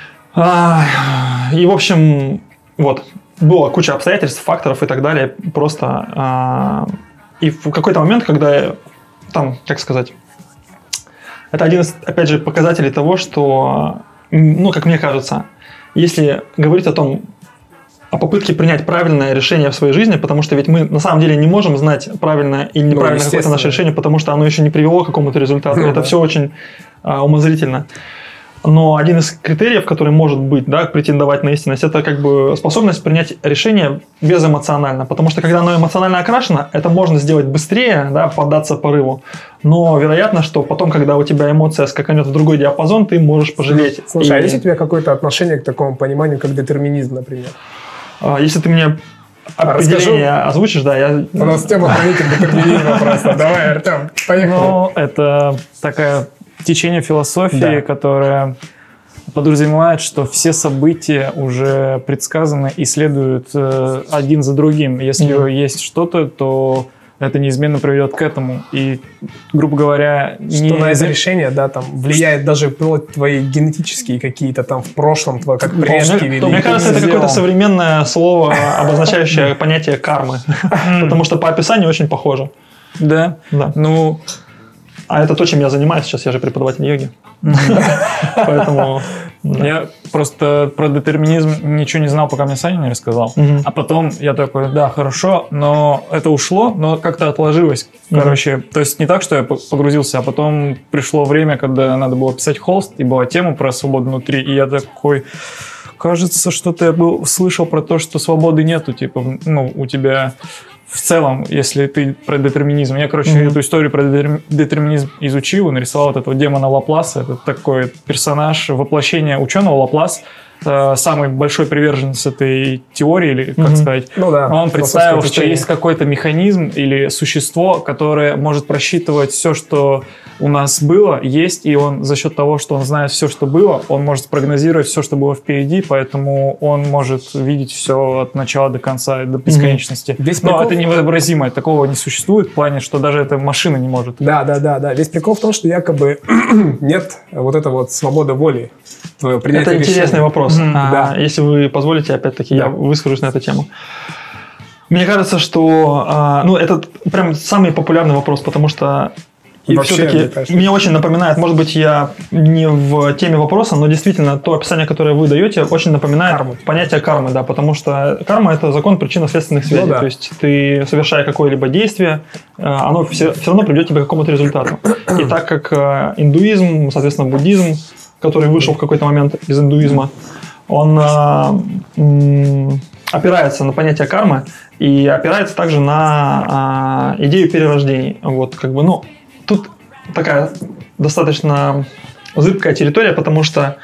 А, и, в общем, вот. Была куча обстоятельств, факторов и так далее. Просто... А, и в какой-то момент, когда я, там, как сказать... это один из, опять же, показателей того, что, ну, как мне кажется, если говорить о том, о попытке принять правильное решение в своей жизни, потому что ведь мы на самом деле не можем знать правильное или неправильное ну, какое-то наше решение, потому что оно еще не привело к какому-то результату. Ну, это да. все очень а, умозрительно. Но один из критериев, который может быть, да, претендовать на истинность, это как бы способность принять решение безэмоционально. Потому что когда оно эмоционально окрашено, это можно сделать быстрее, да, поддаться порыву. Но вероятно, что потом, когда у тебя эмоция скаканет в другой диапазон, ты можешь пожалеть. Слушай, И... а есть у тебя какое-то отношение к такому пониманию, как детерминизм, например? Если ты мне определение Расскажу. озвучишь, да, я... У нас тема хранитель детерминизма просто. Давай, Артем, поехали. Ну, это такая... течение философии, да. которое подразумевает, что все события уже предсказаны и следуют э, один за другим. Если mm-hmm. есть что-то, то это неизменно приведет к этому. И, грубо говоря... Что не... на это решение, да, там, влияет даже вплоть твои генетические какие-то там в прошлом, твои, как предки вели. Мне кажется, это какое-то современное слово, обозначающее понятие кармы. Потому что по описанию очень похоже. Да? Да. Ну... А это то, чем я занимаюсь сейчас, я же преподаватель йоги. Поэтому... Я просто про детерминизм ничего не знал, пока мне Саня не рассказал. А потом я такой, да, хорошо, но это ушло, но как-то отложилось. Короче, то есть не так, что я погрузился, а потом пришло время, когда надо было писать холст, и была тема про свободу внутри, и я такой... Кажется, что-то я был, слышал про то, что свободы нету, типа, ну, у тебя... В целом, если ты про детерминизм, я, короче, mm-hmm. эту историю про детерминизм изучил и нарисовал вот этого демона Лапласа. Это такой персонаж, воплощение ученого Лаплас, самый большой приверженец этой теории, или как mm-hmm. сказать. Ну, да, он представил, что есть какой-то механизм или существо, которое может просчитывать все, что у нас было, есть, и он за счет того, что он знает все, что было, он может спрогнозировать все, что было впереди, поэтому он может видеть все от начала до конца, до бесконечности. Mm-hmm. Весь прикол... Но это невообразимо, такого не существует в плане, что даже эта машина не может. Да, да, да, да. Весь прикол в том, что якобы нет вот этой вот свободы воли. Это интересный решения. вопрос. Mm-hmm. А, да. Если вы позволите, опять-таки, да. я выскажусь на эту тему. Мне кажется, что а, ну, это прям самый популярный вопрос, потому что и вообще, все-таки мне, мне очень напоминает, может быть, я не в теме вопроса, но действительно то описание, которое вы даете, очень напоминает карму. Понятие кармы, да, потому что карма – это закон причинно-следственных связей. Ну, да. То есть ты, совершая какое-либо действие, оно все, все равно приведет тебя к какому-то результату. И так как индуизм, соответственно, буддизм, который вышел в какой-то момент из индуизма, он а, м, опирается на понятие кармы и опирается также на а, идею перерождений. Вот, как бы, ну, тут такая достаточно зыбкая территория, потому что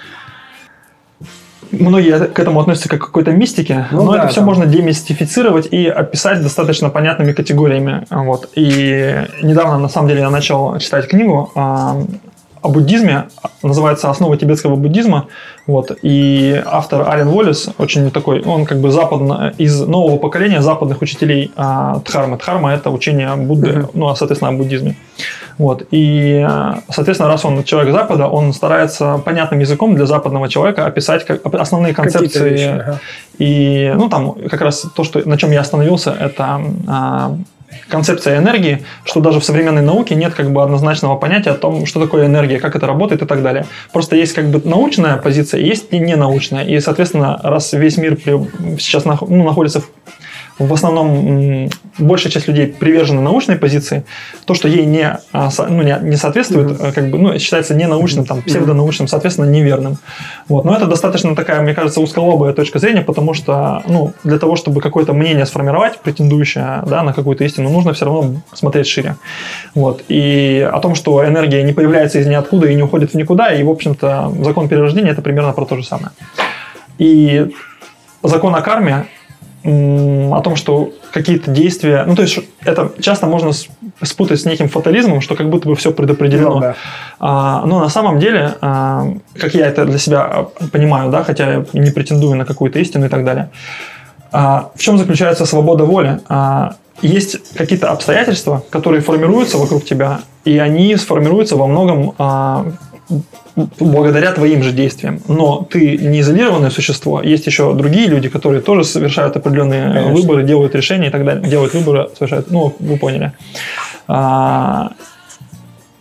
многие к этому относятся как к какой-то мистике, ну, но да, это все да. можно демистифицировать и описать достаточно понятными категориями. Вот. И недавно, на самом деле, я начал читать книгу а, о буддизме, называется «Основы тибетского буддизма». Вот. И автор Ален Уоллес, очень такой, он как бы западно, из нового поколения западных учителей а, Дхармы. Дхарма – это учение Будды, mm-hmm. ну, соответственно, о буддизме. Вот. И, соответственно, раз он человек Запада, он старается понятным языком для западного человека описать как, основные концепции. Вещи, ага. И, ну, там как раз то, что, на чем я остановился, это... А, концепция энергии, что даже в современной науке нет как бы однозначного понятия о том, что такое энергия, как это работает и так далее. Просто есть как бы научная позиция, есть и ненаучная. И, соответственно, раз весь мир сейчас ну, находится в в основном большая часть людей привержена научной позиции, то, что ей не, ну, не, не соответствует, mm-hmm. как бы, ну, считается ненаучным, там, псевдонаучным, соответственно, неверным. Вот. Но это достаточно такая, мне кажется, узколобая точка зрения, потому что ну, для того, чтобы какое-то мнение сформировать, претендующее да, на какую-то истину, нужно все равно смотреть шире. Вот. И о том, что энергия не появляется из ниоткуда и не уходит в никуда, и, в общем-то, закон перерождения – это примерно про то же самое. И закон о карме о том, что какие-то действия... Ну, то есть, это часто можно спутать с неким фатализмом, что как будто бы все предопределено. Ну, да. а, но на самом деле, а, как я это для себя понимаю, да, хотя я не претендую на какую-то истину и так далее, а, в чем заключается свобода воли? А, есть какие-то обстоятельства, которые формируются вокруг тебя, и они сформируются во многом... А, благодаря твоим же действиям. Но ты не изолированное существо. Есть еще другие люди, которые тоже совершают определенные Конечно. выборы, делают решения и так далее. Делают выборы, совершают... Ну, вы поняли. А,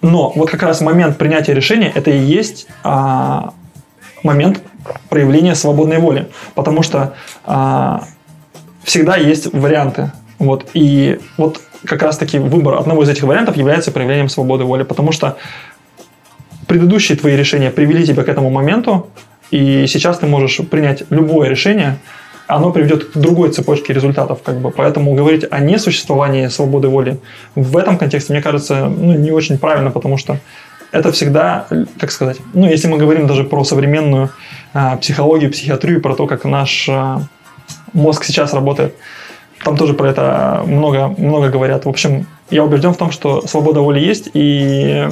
Но вот как раз момент принятия решения, это и есть а, момент проявления свободной воли. Потому что а, всегда есть варианты. Вот, и вот как раз-таки выбор одного из этих вариантов является проявлением свободы воли. Потому что предыдущие твои решения привели тебя к этому моменту, и сейчас ты можешь принять любое решение, оно приведет к другой цепочке результатов. Как бы. Поэтому говорить о несуществовании свободы воли в этом контексте, мне кажется, ну, не очень правильно, потому что это всегда, как сказать, ну, если мы говорим даже про современную а, психологию, психиатрию, про то, как наш а, мозг сейчас работает, там тоже про это много, много говорят. В общем, я убежден в том, что свобода воли есть, и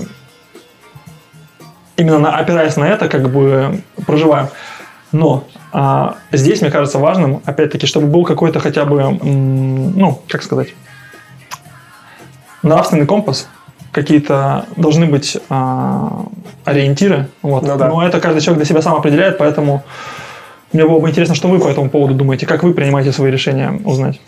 именно на, опираясь на это, как бы проживаем. Но а, здесь, мне кажется, важным, опять-таки, чтобы был какой-то хотя бы, м, ну, как сказать, нравственный компас, какие-то должны быть а, ориентиры. Вот. Ну, да. Но это каждый человек для себя сам определяет, поэтому мне было бы интересно, что вы по этому поводу думаете, как вы принимаете свои решения, узнать.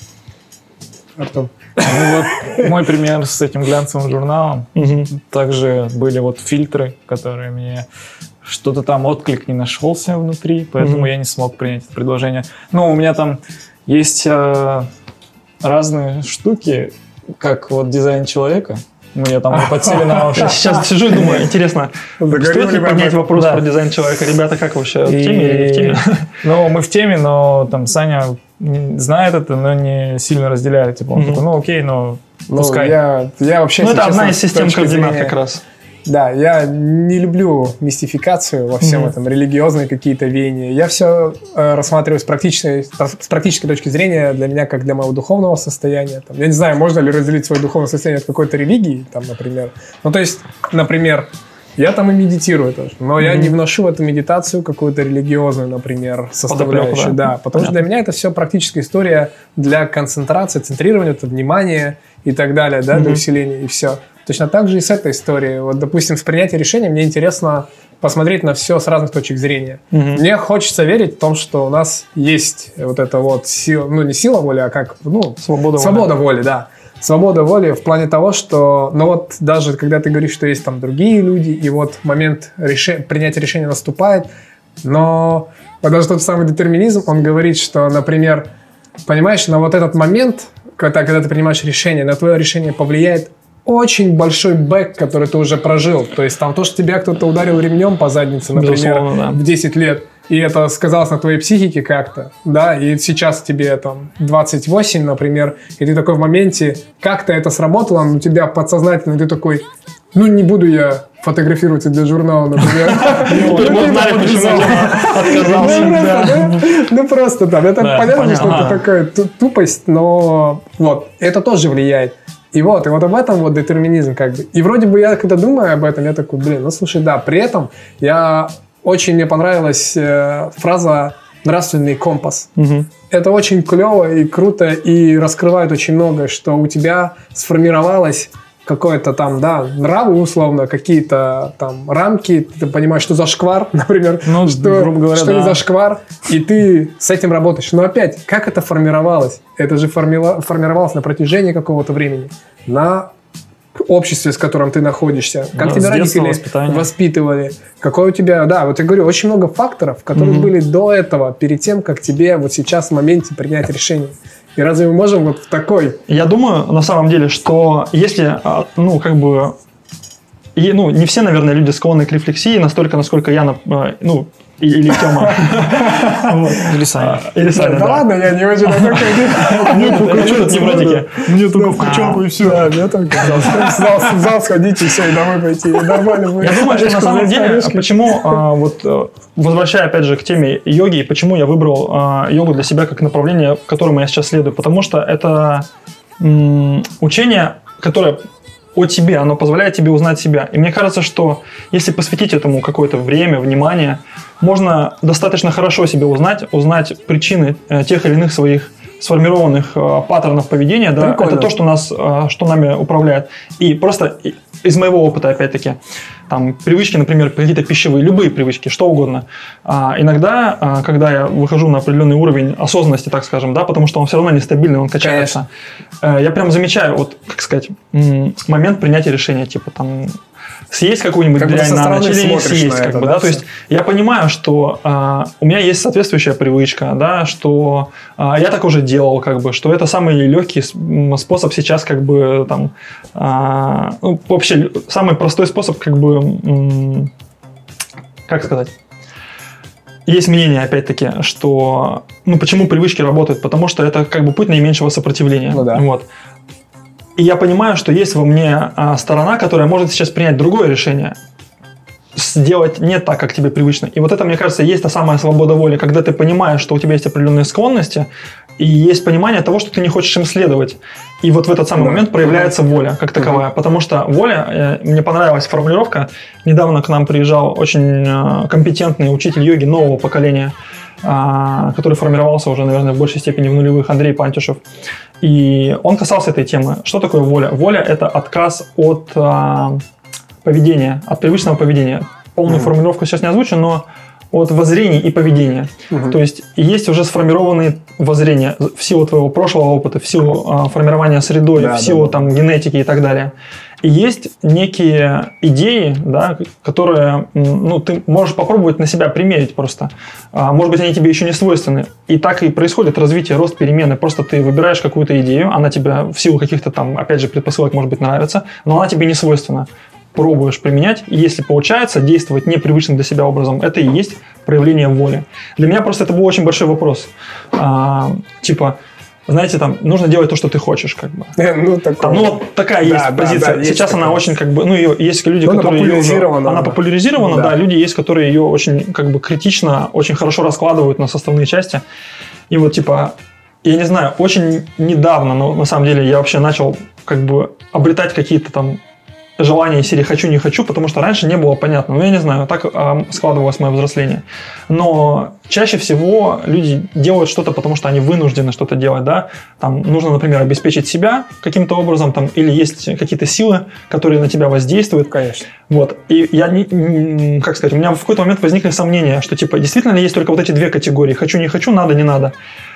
Артем. Ну, вот мой пример с этим глянцевым журналом. Угу. Также были вот фильтры, которые мне что-то там отклик не нашелся внутри, поэтому угу. я не смог принять это предложение. Но у меня там есть э, разные штуки, как вот дизайн человека. Мне там подсели на уши. Сейчас сижу и думаю, интересно, стоит ли поднять вопрос да. про дизайн человека? Ребята, как вообще, в теме или не в теме? Ну, мы в теме, но там Саня знает это, но не сильно разделяет. Типа, он mm-hmm. такой, ну окей, но ну, пускай. Я, я вообще, ну, это честно, одна из систем координат зрения, как раз. Да, я не люблю мистификацию во всем mm-hmm. этом, религиозные какие-то веяния. Я все э, рассматриваю с практической, с практической точки зрения, для меня, как для моего духовного состояния. Там, я не знаю, можно ли разделить свое духовное состояние от какой-то религии, там, например. Ну, то есть, например, я там и медитирую тоже, но mm-hmm. я не вношу в эту медитацию какую-то религиозную, например, составляющую. Да. Да, потому Понятно. Что для меня это все практическая история для концентрации, центрирования, это внимания и так далее, да, mm-hmm. для усиления, и все. Точно так же и с этой историей. Вот, допустим, в принятии решения мне интересно посмотреть на все с разных точек зрения. Mm-hmm. Мне хочется верить в том, что у нас есть вот эта вот сила, ну, не сила воли, а как, ну, свобода, свобода воли. воли, да. Свобода воли в плане того, что, ну вот даже когда ты говоришь, что есть там другие люди, и вот момент реши- принятия решения наступает, но вот даже тот самый детерминизм, он говорит, что, например, понимаешь, на вот этот момент, когда, когда ты принимаешь решение, на твое решение повлияет очень большой бэк, который ты уже прожил. То есть там то, что тебя кто-то ударил ремнем по заднице, например, да. в десять лет, и это сказалось на твоей психике как-то, да, и сейчас тебе там двадцать восемь, например, и ты такой в моменте, как-то это сработало, но у тебя подсознательно, ты такой, ну не буду я фотографироваться для журнала, например. Ну просто там, это понятно, что это такая тупость, но вот, это тоже влияет. И вот, и вот об этом вот детерминизм как бы. И вроде бы я, когда думаю об этом, я такой, блин, ну слушай, да, при этом я очень мне понравилась э, фраза «нравственный компас». Угу. Это очень клево и круто, и раскрывает очень многое, что у тебя сформировалось какое-то там, да, нравы условно, какие-то там рамки, ты понимаешь, что за шквар, например, ну, что, грубо говоря, что да. не за шквар, и ты с этим работаешь. Но опять, как это формировалось? Это же форми- формировалось на протяжении какого-то времени, на обществе, с которым ты находишься, как да, тебя родители воспитывали, какой у тебя, да, вот я говорю, очень много факторов, которые mm-hmm. были до этого, перед тем, как тебе вот сейчас в моменте принять решение. И разве мы можем вот в такой... Я думаю, на самом деле, что если, ну, как бы... И, ну, не все, наверное, люди склонны к рефлексии настолько, насколько я, ну, или Тёма. Или Саня. Или Саня, да. ладно, я не очень Мне только в качалку и все. Да, мне только в зал сходить и все, и домой пойти. Нормально будет. Я думаю, что на самом деле, почему, вот, возвращая опять же к теме йоги, почему я выбрал йогу для себя как направление, которому я сейчас следую, потому что это учение, которое о тебе, оно позволяет тебе узнать себя. И мне кажется, что если посвятить этому какое-то время, внимание, можно достаточно хорошо себя узнать, узнать причины э, тех или иных своих сформированных э, паттернов поведения. Да, это то, что, нас, э, что нами управляет. И просто из моего опыта, опять-таки, там, привычки, например, какие-то пищевые, любые привычки, что угодно. А, иногда, а, когда я выхожу на определенный уровень осознанности, так скажем, да, потому что он все равно нестабильный, он качается, а, я прям замечаю, вот, как сказать, момент принятия решения, типа, там, съесть какую-нибудь Как будто дрянь со на ночь стороны или не смотришь съесть. на Как это, бы, да, да? То всё? есть я понимаю, что а, у меня есть соответствующая привычка, да, что а, я так уже делал, как бы, что это самый легкий с- м, способ сейчас, как бы, там, а, ну, вообще самый простой способ, как бы, м, как сказать. Есть мнение, опять-таки, что, ну, почему привычки работают, потому что это как бы путь наименьшего сопротивления. Ну да. Вот. И я понимаю, что есть во мне а, сторона, которая может сейчас принять другое решение, сделать не так, как тебе привычно. И вот это, мне кажется, есть та самая свобода воли, когда ты понимаешь, что у тебя есть определенные склонности, и есть понимание того, что ты не хочешь им следовать. И вот в этот самый Да. момент проявляется воля как таковая. Потому что воля, э, мне понравилась формулировка, недавно к нам приезжал очень э, компетентный учитель йоги нового поколения, а, который формировался уже, наверное, в большей степени в нулевых, Андрей Пантюшев. И он касался этой темы. Что такое воля? Воля – это отказ от а, поведения, от привычного поведения. Полную Мгм. формулировку сейчас не озвучу, но от воззрений и поведения. Мгм. То есть есть уже сформированные воззрения в силу твоего прошлого опыта, в силу а, формирования средой, Да, в силу да, да. там, генетики и так далее. И есть некие идеи, да, которые м, ну, ты можешь попробовать на себя примерить просто. А, может быть, они тебе еще не свойственны. И так и происходит развитие, рост, перемены. Просто ты выбираешь какую-то идею, она тебе в силу каких-то там, опять же, предпосылок, может быть, нравится, но она тебе не свойственна. Пробуешь применять, и если получается действовать непривычным для себя образом, это и есть проявление воли. Для меня просто это был очень большой вопрос. А, типа, знаете, там, нужно делать то, что ты хочешь, как бы. Ну, такое. Там, ну, вот такая Да, есть да, позиция. да, есть Сейчас она такое. очень, как бы, ну, ее, есть люди, Ну, она которые... её уже- популяризирована, она да. популяризирована, да. Да. Люди есть, которые ее очень, как бы, критично, очень хорошо раскладывают на составные части. И вот, типа, я не знаю, очень недавно, но на самом деле я вообще начал, как бы, обретать какие-то там желание серии «хочу, не хочу», потому что раньше не было понятно. Ну, я не знаю, так а, складывалось мое взросление. Но чаще всего люди делают что-то, потому что они вынуждены что-то делать, да. Там нужно, например, обеспечить себя каким-то образом, там, или есть какие-то силы, которые на тебя воздействуют. Конечно. Вот. И я, не, м, как сказать, у меня в какой-то момент возникли сомнения, что, типа, действительно ли есть только вот эти две категории «хочу, не хочу», «надо, не надо».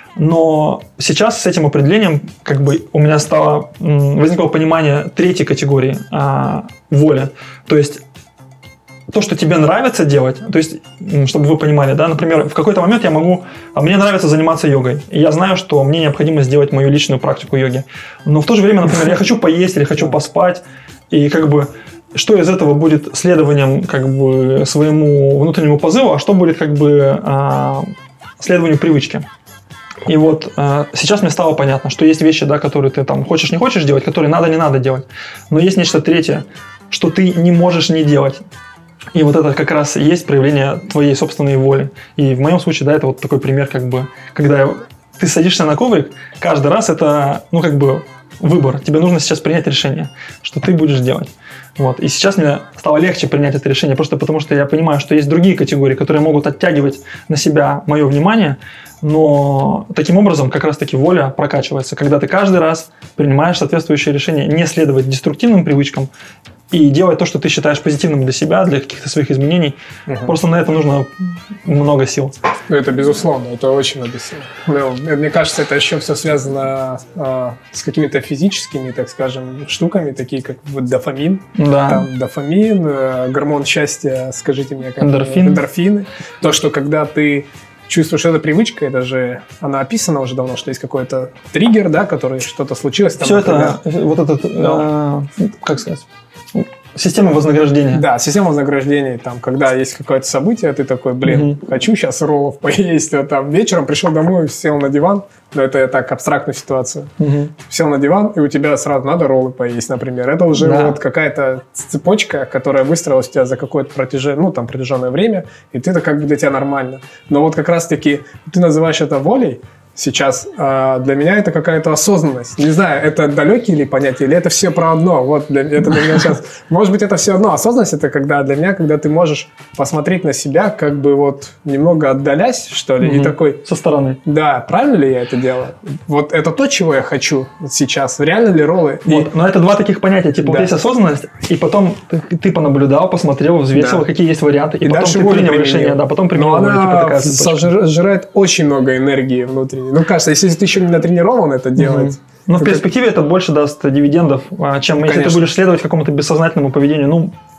Но сейчас с этим определением как бы у меня стало, м, возникло понимание третьей категории а, воли. То есть то, что тебе нравится делать, то есть, м, чтобы вы понимали, да, например, в какой-то момент я могу, а мне нравится заниматься йогой, и я знаю, что мне необходимо сделать мою личную практику йоги. Но в то же время, например, я хочу поесть или хочу поспать, и как бы что из этого будет следованием как бы своему внутреннему позыву, а что будет как бы а, следованию привычке. И вот э, сейчас мне стало понятно, что есть вещи, да, которые ты там хочешь, не хочешь делать, которые надо, не надо делать. Но есть нечто третье, что ты не можешь не делать. И вот это как раз и есть проявление твоей собственной воли. И в моем случае, да, это вот такой пример, как бы, когда ты садишься на коврик, каждый раз это, ну, как бы, выбор. Тебе нужно сейчас принять решение, что ты будешь делать. Вот. И сейчас мне стало легче принять это решение, просто потому что я понимаю, что есть другие категории, которые могут оттягивать на себя мое внимание, но таким образом как раз-таки воля прокачивается, когда ты каждый раз принимаешь соответствующее решение не следовать деструктивным привычкам и делать то, что ты считаешь позитивным для себя, для каких-то своих изменений. Мгм. Просто на это нужно много сил. Ну, это безусловно, это очень много сил. Ну, мне кажется, это еще все связано а, с какими-то физическими, так скажем, штуками, такие как вот дофамин. Да. Там дофамин, э, гормон счастья, скажите мне, как Эндорфин. эндорфины. То, что когда ты чувствуешь эту привычку, это же, она описана уже давно, что есть какой-то триггер, да, который что-то случилось. Там, Все например. это, вот этот, Да. э, как сказать, система вознаграждения. Да, система вознаграждений, там, когда есть какое-то событие, ты такой, блин, Мгм. хочу сейчас роллов поесть, а там вечером пришел домой, сел на диван, но это я так, абстрактную ситуацию, Мгм. сел на диван, и у тебя сразу надо роллы поесть, например. Это уже Да. вот какая-то цепочка, которая выстроилась у тебя за какое-то протяженное, ну, там, протяженное время, и ты это как бы для тебя нормально. Но вот как раз-таки ты называешь это волей, сейчас а, для меня это какая-то осознанность. Не знаю, это далекие ли понятия, или это все про одно. Вот для, это для меня сейчас. Может быть, это все одно. Осознанность это когда для меня, когда ты можешь посмотреть на себя, как бы вот немного отдалясь, что ли, и Мгм. такой, Со стороны. да, правильно ли я это делаю? Вот это то, чего я хочу вот сейчас. Реально ли роллы? И- Вот. Но это два таких понятия. Типа, Да. вот есть осознанность, и потом ты, ты понаблюдал, посмотрел, взвесил, Да. какие есть варианты, и, И потом дальше ты волю принял применил. решение, да, потом применил Но волю, типа она такая цепочка. сожр- сжирает очень много энергии внутренней. Ну, кажется, если ты еще не натренирован это делать. Мгм. Но в то перспективе это больше даст дивидендов, а, чем если ты Конечно. будешь следовать какому-то бессознательному поведению. Ну,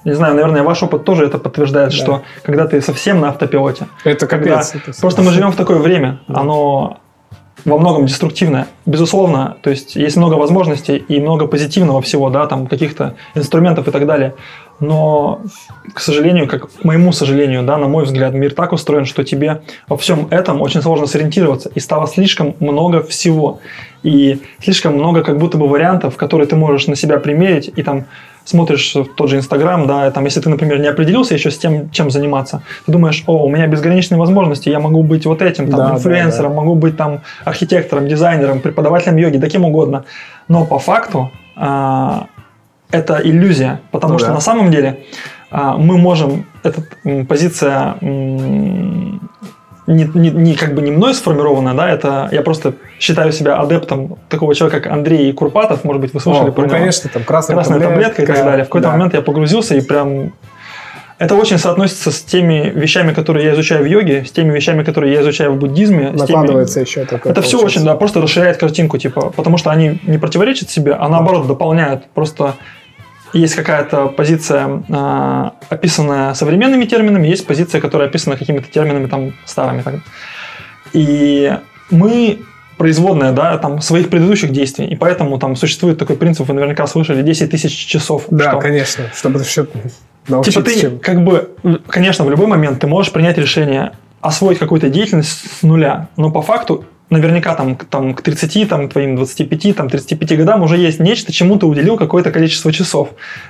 не знаю, наверное, ваш опыт тоже это подтверждает, да. что когда ты совсем на автопилоте. Это капец. Это просто мы живем в такое время, да. оно во многом деструктивное. Безусловно, то есть есть много возможностей и много позитивного всего, да, там каких-то инструментов и так далее. Но, к сожалению, как к моему сожалению, да, на мой взгляд, мир так устроен, что тебе во всем этом очень сложно сориентироваться. И стало слишком много всего. И слишком много как будто бы вариантов, которые ты можешь на себя примерить. И там смотришь в тот же Инстаграм, да, там, если ты, например, не определился еще с тем, чем заниматься, ты думаешь, о, у меня безграничные возможности, я могу быть вот этим, там, да, инфлюенсером, да, да. могу быть там архитектором, дизайнером, преподавателем йоги, да кем угодно. Но по факту а, это иллюзия, потому ну, что да. на самом деле а, мы можем, эта м, позиция м, не, не, не, как бы не мной сформированная, да, это я просто считаю себя адептом такого человека, как Андрей Курпатов, может быть, вы слышали О, про ну, него. конечно, там красная, красная таблетка, таблетка и так далее. В какой-то да. момент я погрузился и прям... Это очень соотносится с теми вещами, которые я изучаю в йоге, с теми вещами, которые я изучаю в буддизме. Накладывается теми... еще такое. Это все очень, да, просто расширяет картинку, типа, потому что они не противоречат себе, а наоборот дополняют. Просто есть какая-то позиция, э, описанная современными терминами, есть позиция, которая описана какими-то терминами там старыми. Так. И мы производная, да, там, своих предыдущих действий, и поэтому там существует такой принцип, вы наверняка слышали, десять тысяч часов. Да, что... конечно, чтобы все научиться. Типа ты, чем. как бы, конечно, в любой момент ты можешь принять решение освоить какую-то деятельность с нуля, но по факту наверняка там, там, к тридцати, там, твоим двадцати пяти, там, тридцати пяти годам уже есть нечто, чему ты уделил какое-то количество часов.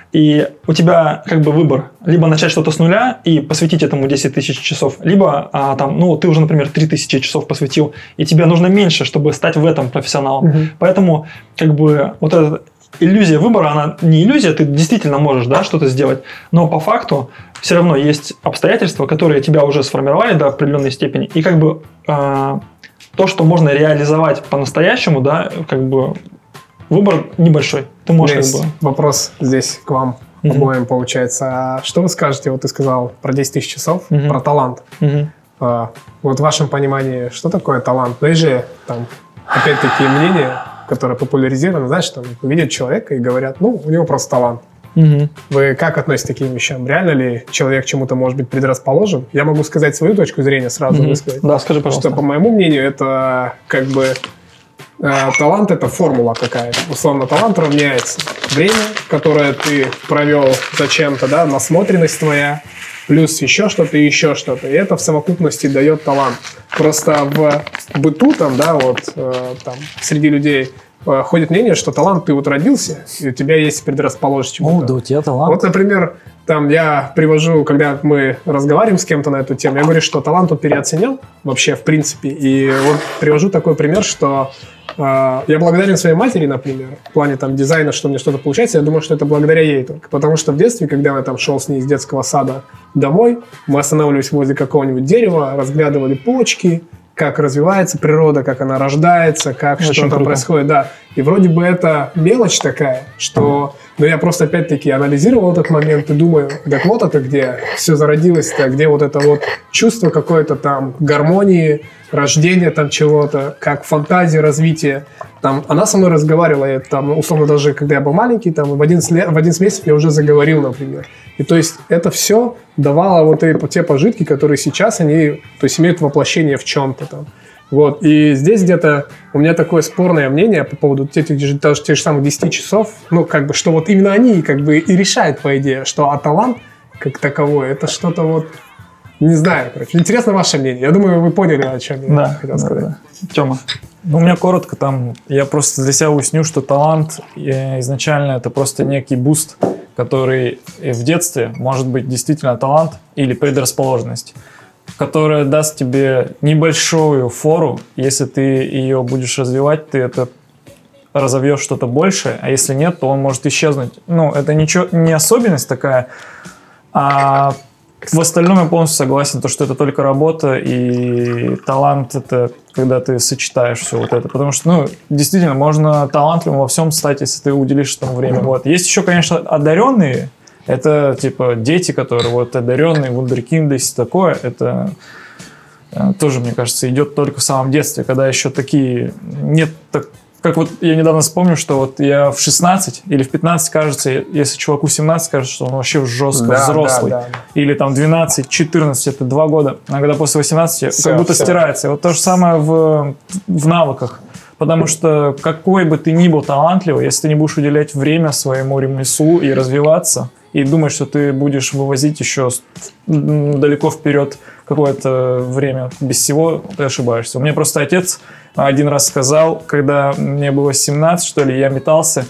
И у тебя как бы выбор. Либо начать что-то с нуля и посвятить этому десять тысяч часов, либо а, там, ну, ты уже, например, три тысячи часов посвятил, и тебе нужно меньше, чтобы стать в этом профессионалом. Угу. Поэтому как бы вот эта иллюзия выбора, она не иллюзия, ты действительно можешь, да, что-то сделать, но по факту все равно есть обстоятельства, которые тебя уже сформировали до определенной степени, и как бы... А, то, что можно реализовать по-настоящему, да, как бы выбор небольшой. Ты можешь Есть как бы... вопрос здесь к вам uh-huh. обоим получается. А что вы скажете? Вот ты сказал про десять тысяч часов, uh-huh. про талант. Uh-huh. А, вот в вашем понимании, что такое талант? Ну, есть же там опять-таки мнения, которые популяризированы, знаешь, там видят человека и говорят, ну, у него просто талант. Угу. Вы как относитесь к таким вещам? Реально ли человек чему-то может быть предрасположен? Я могу сказать свою точку зрения, сразу угу. высказать. Да, скажи, пожалуйста. Что, по моему мнению, это как бы э, талант – это формула какая-то. Условно, талант равняется время, которое ты провел зачем-то, да, насмотренность твоя, плюс еще что-то и еще что-то. И это в совокупности дает талант. Просто в быту там, да, вот э, там среди людей ходит мнение, что талант, ты вот родился, и у тебя есть предрасположенность чему-то. О, да у тебя талант. Вот, например, там я привожу, когда мы разговариваем с кем-то на эту тему, я говорю, что талант он переоценен вообще в принципе. И вот привожу такой пример, что э, я благодарен своей матери, например, в плане там дизайна, что у меня что-то получается, я думаю, что это благодаря ей только. Потому что в детстве, когда я там шел с ней из детского сада домой, мы останавливались возле какого-нибудь дерева, разглядывали почки, как развивается природа, как она рождается, как Очень что там круто. происходит, да. И вроде бы это мелочь такая, что... Но я просто опять-таки анализировал этот момент и думаю, так вот это где все зародилось-то, где вот это вот чувство какой-то там гармонии, рождения там чего-то, как фантазии, развития. Там, она со мной разговаривала, я, там, условно, даже когда я был маленький, там, в одиннадцать лет, в одиннадцать месяцев я уже заговорил, например. И то есть это все давало вот эти, те пожитки, которые сейчас они, то есть имеют воплощение в чем-то там. Вот. И здесь где-то у меня такое спорное мнение по поводу этих же, даже тех же самых десяти часов, ну, как бы, что вот именно они как бы и решают, по идее, что а талант как таковой, это что-то вот, не знаю, короче. Интересно ваше мнение. Я думаю, вы поняли, о чем я да, хотел да, сказать. Да. Тёма. Ну, у меня коротко там, я просто для себя уясню, что талант изначально это просто некий буст, который в детстве может быть действительно талант или предрасположенность, которая даст тебе небольшую фору, если ты ее будешь развивать, ты это разовьешь что-то большее, а если нет, то он может исчезнуть. Ну, это ничего, не особенность такая, а в остальном я полностью согласен, то, что это только работа, и талант – это когда ты сочетаешь все вот это. Потому что, ну, действительно, можно талантливым во всем стать, если ты уделишь этому время. Mm-hmm. Вот. Есть еще, конечно, одаренные. Это, типа, дети, которые вот одаренные, вундеркинды, если такое. Это тоже, мне кажется, идет только в самом детстве, когда еще такие... Нет так, как вот я недавно вспомнил, что вот я в шестнадцать или в пятнадцать, кажется, если чуваку семнадцать, кажется, что он вообще жестко да, взрослый. Да, да. Или там двенадцать четырнадцать, это два года. А когда после восемнадцати все, как будто все. стирается. И вот то же самое в, в навыках. Потому что какой бы ты ни был талантливый, если ты не будешь уделять время своему ремеслу и развиваться, и думаешь, что ты будешь вывозить еще далеко вперед какое-то время без всего, ты ошибаешься. У меня просто отец один раз сказал, когда мне было семнадцать, что ли, я метался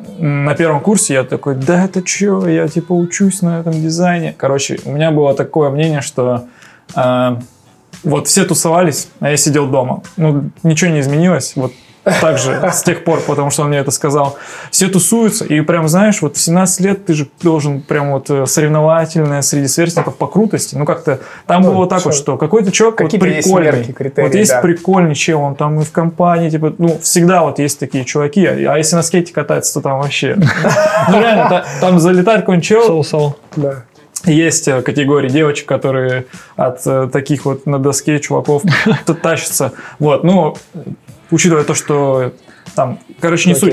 на первом курсе, я такой, да это что, я типа учусь на этом дизайне. Короче, у меня было такое мнение, что э, вот все тусовались, а я сидел дома. Ну, ничего не изменилось, вот так же с тех пор, потому что он мне это сказал. Все тусуются, и прям, знаешь, вот в семнадцать лет ты же должен прям вот соревновательная среди сверстников по крутости. Ну, как-то там ну, было так вот, что какой-то чувак вот прикольный. Есть критерии, вот есть да. прикольный чел, он там и в компании, типа, ну, всегда вот есть такие чуваки. А если на скейте катается, то там вообще... Ну, реально, там залетает какой-нибудь чел. Да. Есть категории девочек, которые от таких вот на доске чуваков тащатся. Вот, ну... Учитывая то, что там, короче, не okay. суть.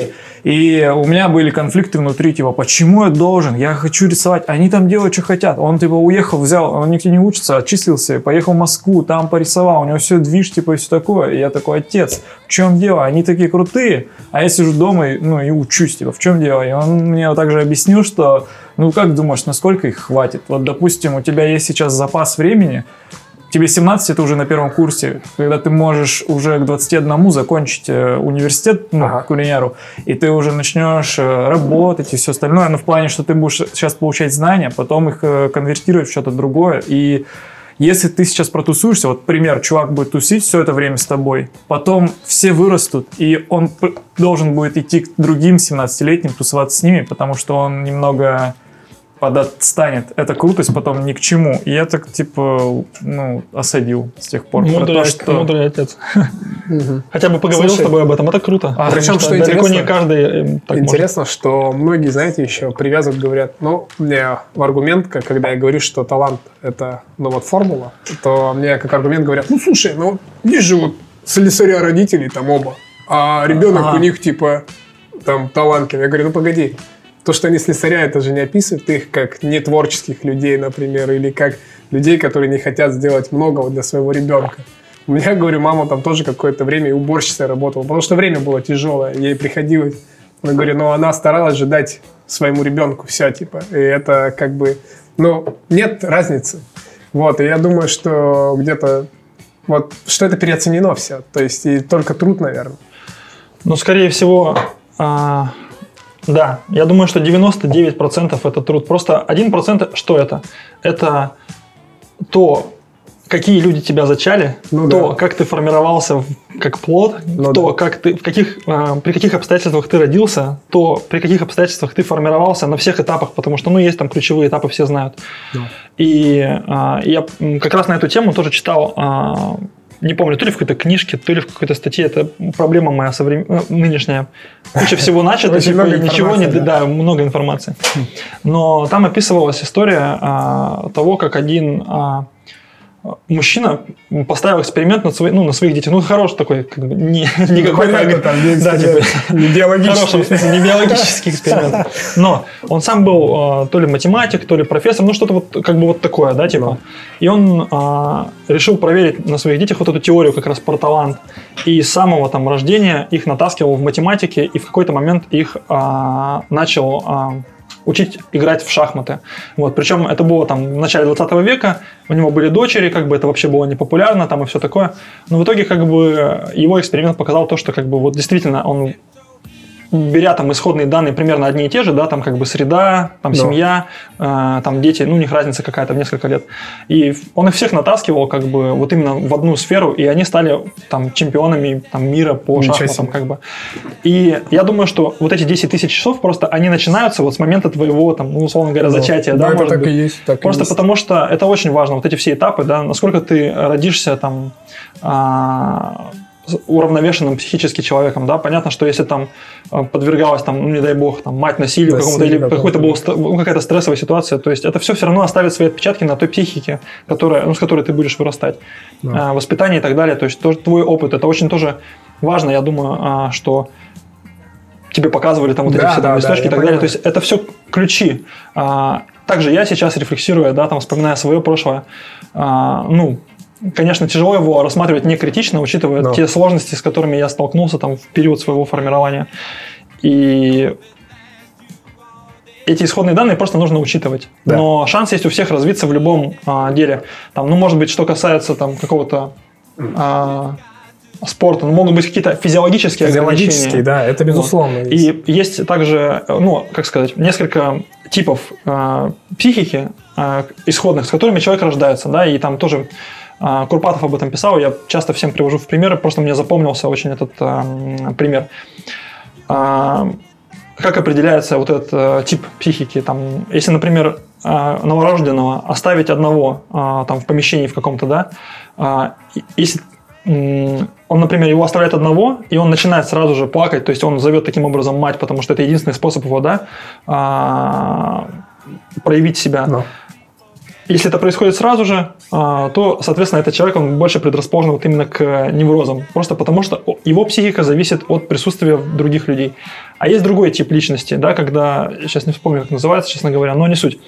И у меня были конфликты внутри, типа, почему я должен? Я хочу рисовать. Они там делают, что хотят. Он, типа, уехал, взял, он нигде не учится, отчислился, поехал в Москву, там порисовал, у него все движ, типа, и все такое. И я такой, отец, в чем дело? Они такие крутые, а я сижу дома и, ну, и учусь, типа, в чем дело? И он мне также объяснил, что, ну, как думаешь, насколько их хватит? Вот, допустим, у тебя есть сейчас запас времени, тебе семнадцать, это уже на первом курсе, когда ты можешь уже к двадцати одному закончить университет, ну, ага. кулинару, и ты уже начнешь работать и все остальное, но в плане, что ты будешь сейчас получать знания, потом их конвертировать в что-то другое. И если ты сейчас протусуешься, вот пример, чувак будет тусить все это время с тобой, потом все вырастут, и он должен будет идти к другим семнадцатилетним, тусоваться с ними, потому что он немного... подотстанет. Эта крутость потом ни к чему. И я так, типа, ну, осадил с тех пор. Мудрый, то, что... мудрый отец. Хотя бы поговорил Слушай, с тобой об этом. Это круто. А причем, что далеко не каждый так интересно, может. Что многие, знаете, еще привязывают, говорят, ну, мне в аргумент, когда я говорю, что талант – это, ну, вот формула, то мне как аргумент говорят, ну, слушай, ну, здесь же вот слесаря родителей там оба, а ребенок ага. у них, типа, там, талантлив. Я говорю, ну, погоди. То, что они слесаря, это же не описывает их как нетворческих людей, например, или как людей, которые не хотят сделать многого для своего ребенка. У меня, говорю, мама там тоже какое-то время и уборщицей работала, потому что время было тяжелое, ей приходилось. Я говорю, ну, она старалась же дать своему ребенку все, типа, и это как бы, ну, нет разницы. Вот, и я думаю, что где-то, вот, что это переоценено все, то есть и только труд, наверное. Ну, скорее всего... А... Да, я думаю, что девяносто девять процентов это труд. Просто один процент что это? Это то, какие люди тебя зачали, ну, то, да. как ты формировался как плод, ну, то, да. как ты, в каких, э, при каких обстоятельствах ты родился, то, при каких обстоятельствах ты формировался на всех этапах, потому что, ну, есть там ключевые этапы, все знают. Да. И э, я как раз на эту тему тоже читал... Э, не помню, то ли в какой-то книжке, то ли в какой-то статье, это проблема моя соврем... нынешняя. Куча всего начато, типа, ничего не... Да. да, много информации. Но там описывалась история а, того, как один а, мужчина поставил эксперимент над свои, ну, на своих детей. Ну, хороший такой, как бы, не, не какой-то... Там, да, типа, не биологический. Хороший, не биологический эксперимент. Но он сам был а, то ли математик, то ли профессор, ну, что-то вот, как бы вот такое, да, типа. И он а, решил проверить на своих детях вот эту теорию как раз про талант. И с самого там рождения их натаскивал в математике, и в какой-то момент их а, начал... А, учить играть в шахматы. Вот. Причем это было там в начале двадцатого века, у него были дочери, как бы это вообще было непопулярно там и все такое. Но в итоге как бы его эксперимент показал то, что как бы вот действительно он, беря там исходные данные примерно одни и те же, да, там как бы среда, там да. семья, э, там дети, ну у них разница какая-то в несколько лет. И он их всех натаскивал как бы вот именно в одну сферу, и они стали там чемпионами там, мира по Ничего шахматам себе. Как бы. И я думаю, что вот эти десять тысяч часов просто они начинаются вот с момента твоего там, ну, условно говоря, да. зачатия, да, да может так быть. И есть, так просто и есть. Потому что это очень важно, вот эти все этапы, да, насколько ты родишься там а- уравновешенным психически человеком, да, понятно, что если там подвергалась, там, ну, не дай бог, там, мать насилию, какому-то, или какой-то был, ну, какая-то стрессовая ситуация, то есть это все все равно оставит свои отпечатки на той психике, которая, ну, с которой ты будешь вырастать, да. Воспитание и так далее, то есть тоже твой опыт, это очень тоже важно, я думаю, что тебе показывали там вот да, эти все да, там листочки да, и так далее. То есть это все ключи. А, также я сейчас рефлексируя, да, там, вспоминая свое прошлое, а, ну, конечно, тяжело его рассматривать не критично, учитывая Но. те сложности, с которыми я столкнулся там в период своего формирования. И эти исходные данные просто нужно учитывать. Да. Но шанс есть у всех развиться в любом а, деле. Там, ну, может быть, что касается там какого-то а, спорта, ну, могут быть какие-то физиологические ограничения. Физиологические, да, это безусловно. Вот. И есть также, ну, как сказать, несколько типов а, психики а, исходных, с которыми человек рождается, да, и там тоже а, Курпатов об этом писал, я часто всем привожу в примеры, просто мне запомнился очень этот а, пример. А, как определяется вот этот а, тип психики? Там, если, например, а, новорожденного оставить одного а, там, в помещении в каком-то, да, а, если он, например, его оставляет одного, и он начинает сразу же плакать, то есть он зовет таким образом мать, потому что это единственный способ его, да, а, проявить себя. Но. Если это происходит сразу же, а, то, соответственно, этот человек, он больше предрасположен вот именно к неврозам, просто потому что его психика зависит от присутствия других людей. А есть другой тип личности, да, когда, сейчас не вспомню, как называется, честно говоря, но не суть.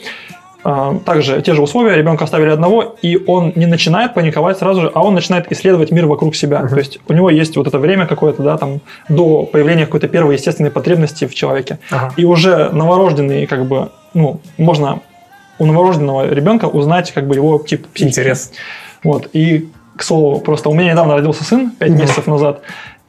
Также те же условия, ребенка оставили одного, и он не начинает паниковать сразу же, а он начинает исследовать мир вокруг себя. Uh-huh. То есть у него есть вот это время какое-то, да, там, до появления какой-то первой естественной потребности в человеке. Uh-huh. И уже новорожденный, как бы, ну, можно у новорожденного ребенка узнать, как бы, его тип психики. Интересно. Вот. И, к слову, просто у меня недавно родился сын, пять uh-huh. месяцев назад,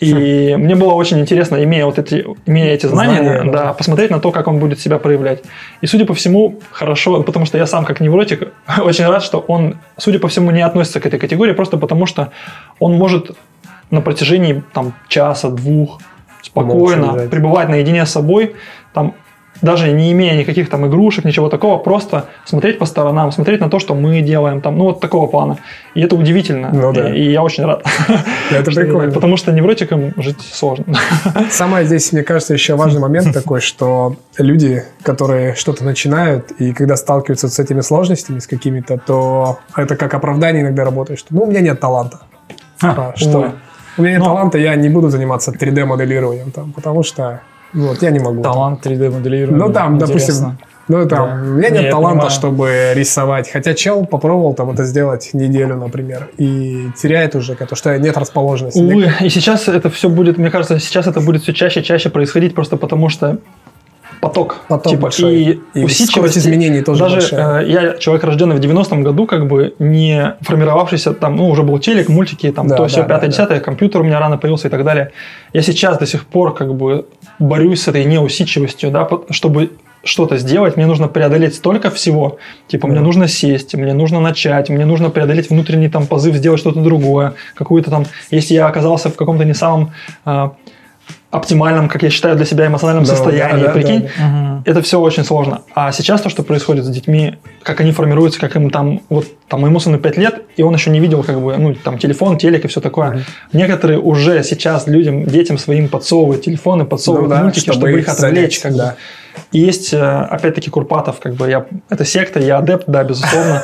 и мне было очень интересно, имея вот эти, имея эти знания, знания да, да, посмотреть на то, как он будет себя проявлять. И, судя по всему, хорошо, потому что я сам как невротик очень рад, что он, судя по всему, не относится к этой категории, просто потому что он может на протяжении там, часа, двух спокойно пребывать наедине с собой, там, даже не имея никаких там игрушек, ничего такого, просто смотреть по сторонам, смотреть на то, что мы делаем, там, ну вот такого плана. И это удивительно. Ну, да. и, и я очень рад. Это прикольно. Потому что невротикам жить сложно. Самое здесь, мне кажется, еще важный момент такой, что люди, которые что-то начинают, и когда сталкиваются с этими сложностями, с какими-то, то это как оправдание иногда работает, что ну, у меня нет таланта. А, что у меня нет Но... таланта, я не буду заниматься три дэ-моделированием, там, потому что вот, я не могу. Талант три дэ-моделирования. Ну, там, интересно. допустим, ну, там, да. у меня нет не, таланта, чтобы рисовать. Хотя чел попробовал там это сделать неделю, например, и теряет уже, потому что нет расположенности. Увы, и сейчас это все будет, мне кажется, сейчас это будет все чаще и чаще происходить, просто потому что поток, поток типа, большой. И, и усидчивость изменений тоже даже большая. Э, я человек, рожденный в девяностом году, как бы не формировавшийся, там, ну, уже был телек, мультики, там, да, то, все, да, пятое, десятое, да. компьютер у меня рано появился и так далее. Я сейчас до сих пор, как бы, борюсь с этой неусидчивостью, да, чтобы что-то сделать, мне нужно преодолеть столько всего. Типа, да. мне нужно сесть, мне нужно начать, мне нужно преодолеть внутренний там позыв, сделать что-то другое, какую-то там, если я оказался в каком-то не самом... Э, оптимальном, как я считаю, для себя эмоциональном да, состоянии. Да, прикинь, да, да. это все очень сложно. А сейчас то, что происходит с детьми, как они формируются, как им там, вот там моему сыну пять лет, и он еще не видел, как бы, ну, там, телефон, телек и все такое. Mm-hmm. Некоторые уже сейчас людям, детям своим подсовывают телефоны, подсовывают ну, да, мультики, чтобы, чтобы их отвлечь. Как да. бы. И есть, опять-таки, Курпатов, как бы, я, это секта, я адепт, да, безусловно.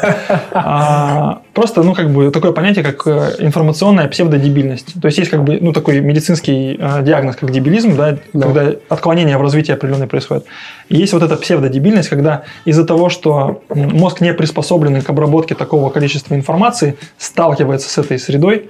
а, просто, ну, как бы, такое понятие, как информационная псевдодебильность. То есть, есть, как бы, ну, такой медицинский а, диагноз, как дебилизм, да, да, когда отклонение в развитии определенное происходит. И есть вот эта псевдодебильность, когда из-за того, что мозг не приспособленный к обработке такого количества информации, сталкивается с этой средой,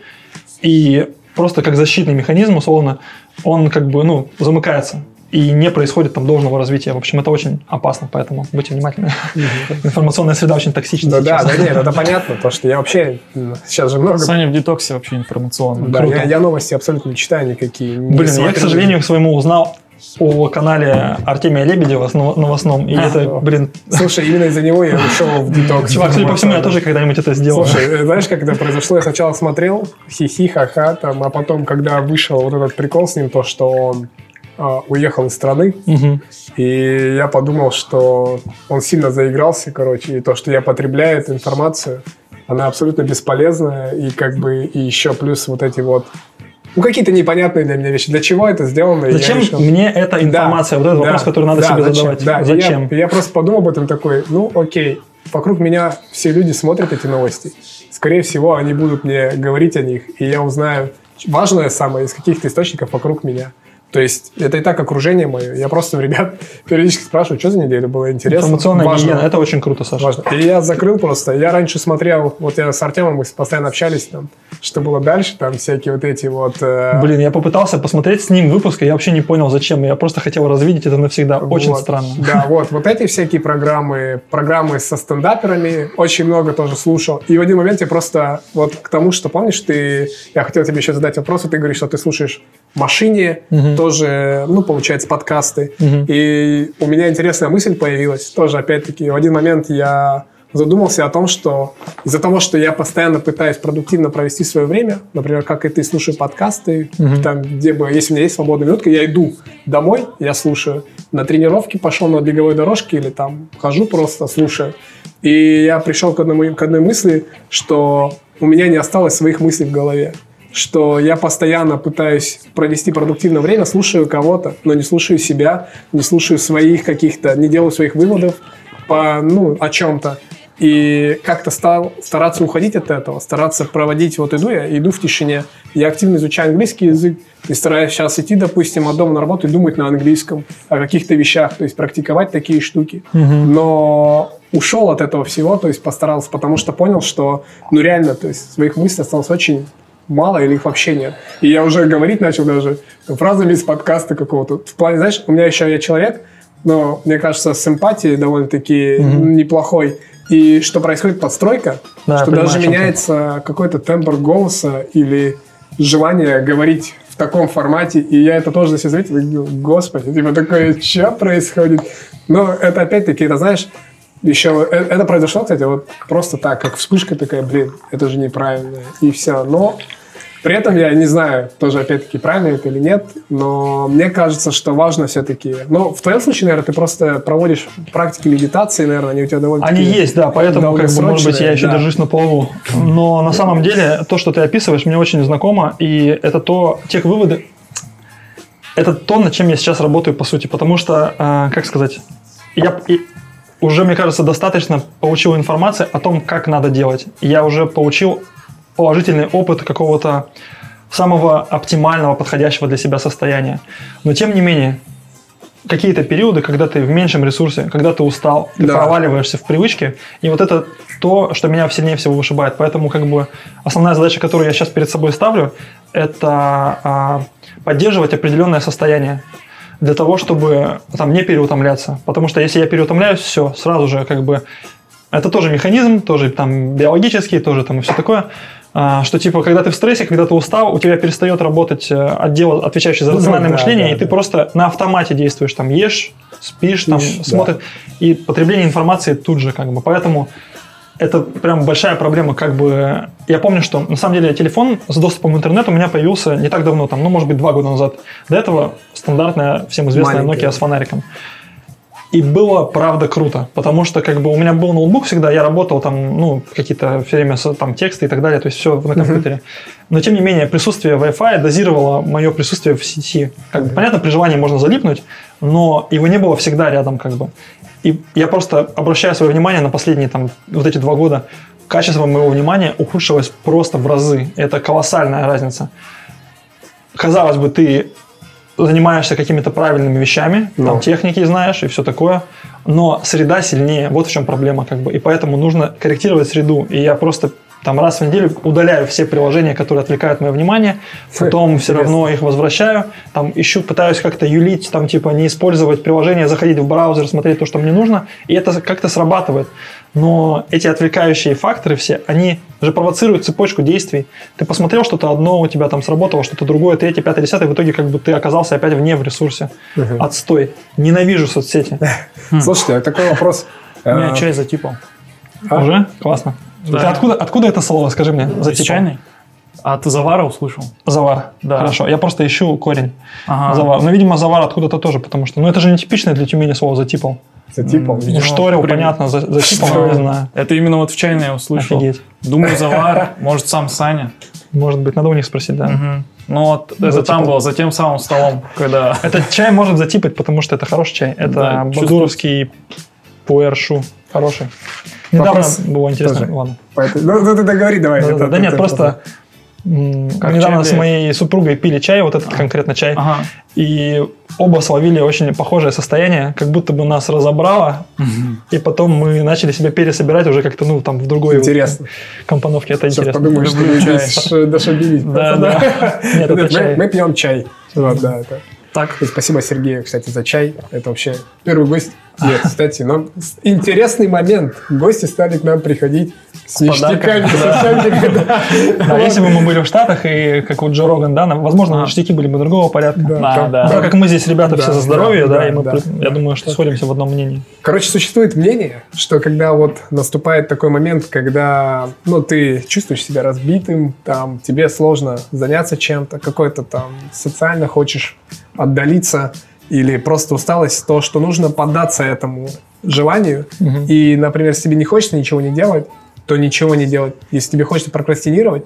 и просто как защитный механизм, условно, он, как бы, ну, замыкается. И не происходит там должного развития. В общем, это очень опасно, поэтому будьте внимательны. Информационная среда очень токсична. Да, да, да, нет, это понятно, то что я вообще сейчас же много... Саня в детоксе вообще информационно. Да, я, я новости абсолютно не читаю никакие. Не Блин, я, к сожалению, к своему узнал о канале Артемия Лебедева новостном, и а, это, о. блин... Слушай, именно из-за него я ушел в детокс. Чувак, судя по всему, я тоже когда-нибудь это сделал. Слушай, знаешь, как это произошло? Я сначала смотрел, хихи, ха-ха, там, а потом, когда вышел вот этот прикол с ним, то, что он уехал из страны, угу. и я подумал, что он сильно заигрался, короче, и то, что я потребляю эту информацию, она абсолютно бесполезная, и как бы и еще плюс вот эти вот, ну, какие-то непонятные для меня вещи. Для чего это сделано? Зачем решил... мне эта информация? Да, вот этот да, вопрос, который надо да, себе зачем, задавать. Да, зачем? Я, я просто подумал об этом такой, ну, окей, вокруг меня все люди смотрят эти новости. Скорее всего, они будут мне говорить о них, и я узнаю важное самое из каких-то источников вокруг меня. То есть это и так окружение мое. Я просто, ребят, периодически спрашиваю, что за неделю было интересно. Информационная гигиена, это очень круто, Саша. Важно. И я закрыл просто. Я раньше смотрел, вот я с Артемом, мы постоянно общались, там, что было дальше, там всякие вот эти вот... Э... Блин, я попытался посмотреть с ним выпуск, и я вообще не понял, зачем. Я просто хотел развидеть это навсегда. Очень вот. Странно. Да, вот, вот эти всякие программы, программы со стендаперами, очень много тоже слушал. И в один момент я просто, вот к тому, что, помнишь, ты... Я хотел тебе еще задать вопрос, и ты говоришь, что ты слушаешь в машине, угу. тоже, ну, получается, подкасты. Угу. И у меня интересная мысль появилась. Тоже, опять-таки, в один момент я задумался о том, что из-за того, что я постоянно пытаюсь продуктивно провести свое время, например, как и ты, слушаю подкасты, угу. там, где бы, если у меня есть свободная минутка, я иду домой, я слушаю. На тренировке пошел на беговой дорожке или там хожу просто, слушаю. И я пришел к одной, к одной мысли, что у меня не осталось своих мыслей в голове. Что я постоянно пытаюсь провести продуктивное время, слушаю кого-то, но не слушаю себя, не слушаю своих каких-то, не делаю своих выводов по, ну, о чем-то. И как-то стал стараться уходить от этого, стараться проводить, вот иду я, иду в тишине, я активно изучаю английский язык, и стараюсь сейчас идти, допустим, от дома на работу и думать на английском о каких-то вещах, то есть практиковать такие штуки. Угу. Но ушел от этого всего, то есть постарался, потому что понял, что, ну реально, то есть своих мыслей осталось очень мало или их вообще нет. И я уже говорить начал даже фразами из подкаста какого-то. В плане, знаешь, у меня еще я человек, но, мне кажется, с эмпатией довольно-таки mm-hmm. неплохой. И что происходит подстройка, да, что даже меняется какой-то тембр голоса или желание говорить в таком формате. И я это тоже за себя заметил. И говорю, господи, типа такое, что происходит? Но это опять-таки, это знаешь, еще это произошло, кстати, вот просто так, как вспышка такая, блин, это же неправильно, и все. Но при этом я не знаю, тоже опять-таки, правильно это или нет, но мне кажется, что важно все-таки... Ну, в твоем случае, наверное, ты просто проводишь практики медитации, наверное, они у тебя довольно-таки... Они есть, да, поэтому, как бы, может быть, я еще да. держусь на плаву. Но на самом деле, то, что ты описываешь, мне очень знакомо, и это то, те выводы, это то, над чем я сейчас работаю, по сути, потому что, э, как сказать, я... уже, мне кажется, достаточно получил информации о том, как надо делать. Я уже получил положительный опыт какого-то самого оптимального, подходящего для себя состояния. Но, тем не менее, какие-то периоды, когда ты в меньшем ресурсе, когда ты устал, ты да. проваливаешься в привычки, и вот это то, что меня сильнее всего вышибает. Поэтому, как бы, основная задача, которую я сейчас перед собой ставлю, это а, поддерживать определенное состояние. Для того, чтобы там, не переутомляться. Потому что если я переутомляюсь, все, сразу же как бы... Это тоже механизм, тоже там биологический, тоже там и все такое. А, что типа, когда ты в стрессе, когда ты устал, у тебя перестает работать отдел, отвечающий за рациональное ну, да, мышление, да, и ты да. просто на автомате действуешь. Там ешь, спишь, там, Ишь, смотришь. Да. И потребление информации тут же как бы. Поэтому это прям большая проблема, как бы... Я помню, что на самом деле телефон с доступом в интернет у меня появился не так давно, там, ну, может быть, два года назад. До этого стандартная, всем известная Маленькая. Nokia с фонариком. И было, правда, круто, потому что, как бы, у меня был ноутбук всегда, я работал там, ну, какие-то все время там тексты и так далее, то есть все на компьютере. Uh-huh. Но, тем не менее, присутствие Wi-Fi дозировало мое присутствие в сети. Как бы, понятно, при желании можно залипнуть, но его не было всегда рядом, как бы. И я просто обращаю свое внимание на последние там вот эти два года. Качество моего внимания ухудшилось просто в разы. Это колоссальная разница. Казалось бы, ты занимаешься какими-то правильными вещами, но. там техники знаешь и все такое, но среда сильнее. Вот в чем проблема, как бы. И поэтому нужно корректировать среду. И я просто там раз в неделю удаляю все приложения, которые отвлекают мое внимание, потом все равно их возвращаю, там ищу, пытаюсь как-то юлить, там типа не использовать приложение, заходить в браузер, смотреть то, что мне нужно, и это как-то срабатывает. Но эти отвлекающие факторы все, они же провоцируют цепочку действий. Ты посмотрел что-то одно, у тебя там сработало, что-то другое, третье, пятое, десятое, в итоге как бы ты оказался опять вне в ресурсе. Угу. Отстой. Ненавижу соцсети. Слушайте, такой вопрос. У меня чай затипал. Уже? Классно. Да. Откуда, откуда это слово, скажи мне? Чайный? А ты завара услышал? Завар. Да. Хорошо. Я просто ищу корень. Ага. Завар. Но, видимо, завар откуда-то тоже, потому что... Ну, это же не типичное для Тюмени слово «затипал». Затипал? Ну, шторил, при... понятно. За, затипал, не знаю. Это именно вот в чайной я услышал. Офигеть. Думаю, завар. Может, сам Саня. Может быть, надо у них спросить, да. Угу. Ну, вот это затипал. Там было, за тем самым столом, когда... Этот чай может затипать, потому что это хороший чай. Это да, бадуровский пуэршу. Хороший. Недавно вопрос было интересно. Тоже. Ладно. Поэтому, ну, ну, ты договори, давай. Да, это, да, это, да нет, это просто... Как недавно с моей супругой пили чай, вот этот а. конкретно чай, ага. и оба словили очень похожее состояние, как будто бы нас разобрало, угу. и потом мы начали себя пересобирать уже как-то, ну, там, в другой интересно. компоновке. Это Сейчас интересно. Подумаешь, что вы здесь дошабились. Да, да. Нет, это чай. Мы пьем чай. Вот, да, это. Так. Спасибо Сергею, кстати, за чай. Это вообще первый гость. Нет, кстати, но интересный момент. Гости стали к нам приходить с, с ништяками. Да, если бы мы были в Штатах, и как вот Джо Роган, да, возможно, ништяки были бы другого порядка. Да, да. Но как мы здесь, ребята, все за здоровье, да, и мы, я думаю, что сходимся в одном мнении. Короче, существует мнение, что когда вот наступает такой момент, когда, ну, ты чувствуешь себя разбитым, там, тебе сложно заняться чем-то, какой-то там социально хочешь отдалиться, или просто усталость, то, что нужно поддаться этому желанию, угу. и, например, если тебе не хочется ничего не делать, то ничего не делать. Если тебе хочется прокрастинировать,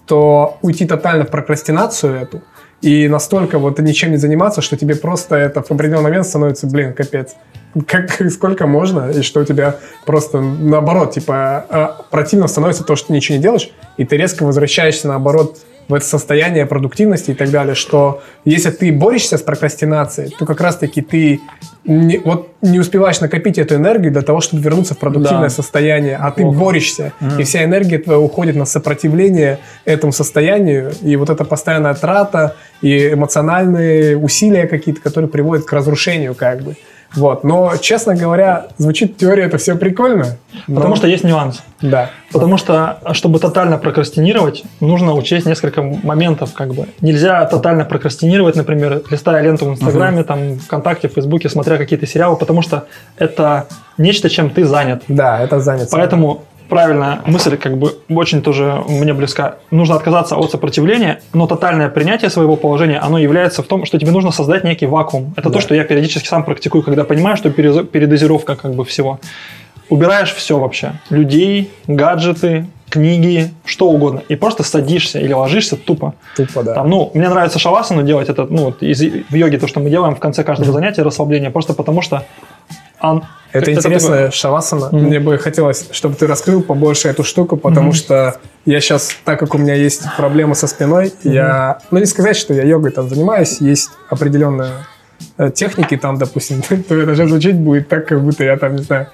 то уйти тотально в прокрастинацию эту, и настолько вот ничем не заниматься, что тебе просто это в определенный момент становится, блин, капец. Как, сколько можно, и что у тебя просто наоборот, типа, противно становится то, что ты ничего не делаешь, и ты резко возвращаешься наоборот в это состояние продуктивности и так далее, что если ты борешься с прокрастинацией, то как раз-таки ты не, вот не успеваешь накопить эту энергию для того, чтобы вернуться в продуктивное да. состояние, а ты Ох. борешься, mm. и вся энергия твоя уходит на сопротивление этому состоянию, и вот эта постоянная трата, и эмоциональные усилия какие-то, которые приводят к разрушению как бы. Вот. Но, честно говоря, звучит теория, это все прикольно. Но... Потому что есть нюанс. Да. Потому что, чтобы тотально прокрастинировать, нужно учесть несколько моментов. Как бы. Нельзя тотально прокрастинировать, например, листая ленту в Инстаграме, uh-huh. там, ВКонтакте, в Фейсбуке, смотря какие-то сериалы, потому что это нечто, чем ты занят. Да, это занят. Поэтому... Правильная мысль, как бы очень тоже мне близка. Нужно отказаться от сопротивления, но тотальное принятие своего положения, оно является в том, что тебе нужно создать некий вакуум. Это да. то, что я периодически сам практикую, когда понимаю, что передозировка как бы всего. Убираешь все вообще. Людей, гаджеты, книги, что угодно. И просто садишься или ложишься тупо. Тупо, да. Там, ну, мне нравится шавасану делать. Это, ну, из, в йоге то, что мы делаем в конце каждого mm-hmm. занятия, расслабление. Просто потому что... Он, это интересная такое... шавасана. Mm-hmm. Мне бы хотелось, чтобы ты раскрыл побольше эту штуку, потому mm-hmm. что я сейчас, так как у меня есть проблемы со спиной, mm-hmm. я... Ну, не сказать, что я йогой там занимаюсь, есть определенные техники там, допустим, то это же звучить будет так, как будто я там, не знаю...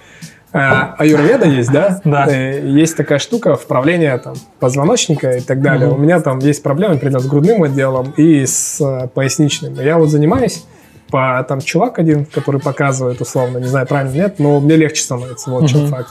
Аюрведа есть, да? Да. Есть такая штука, вправление там, позвоночника и так далее. Mm-hmm. У меня там есть проблемы, например, с грудным отделом и с поясничным. Я вот занимаюсь, по, там чувак один, который показывает условно, не знаю, правильно нет, но мне легче становится, вот mm-hmm. чем факт.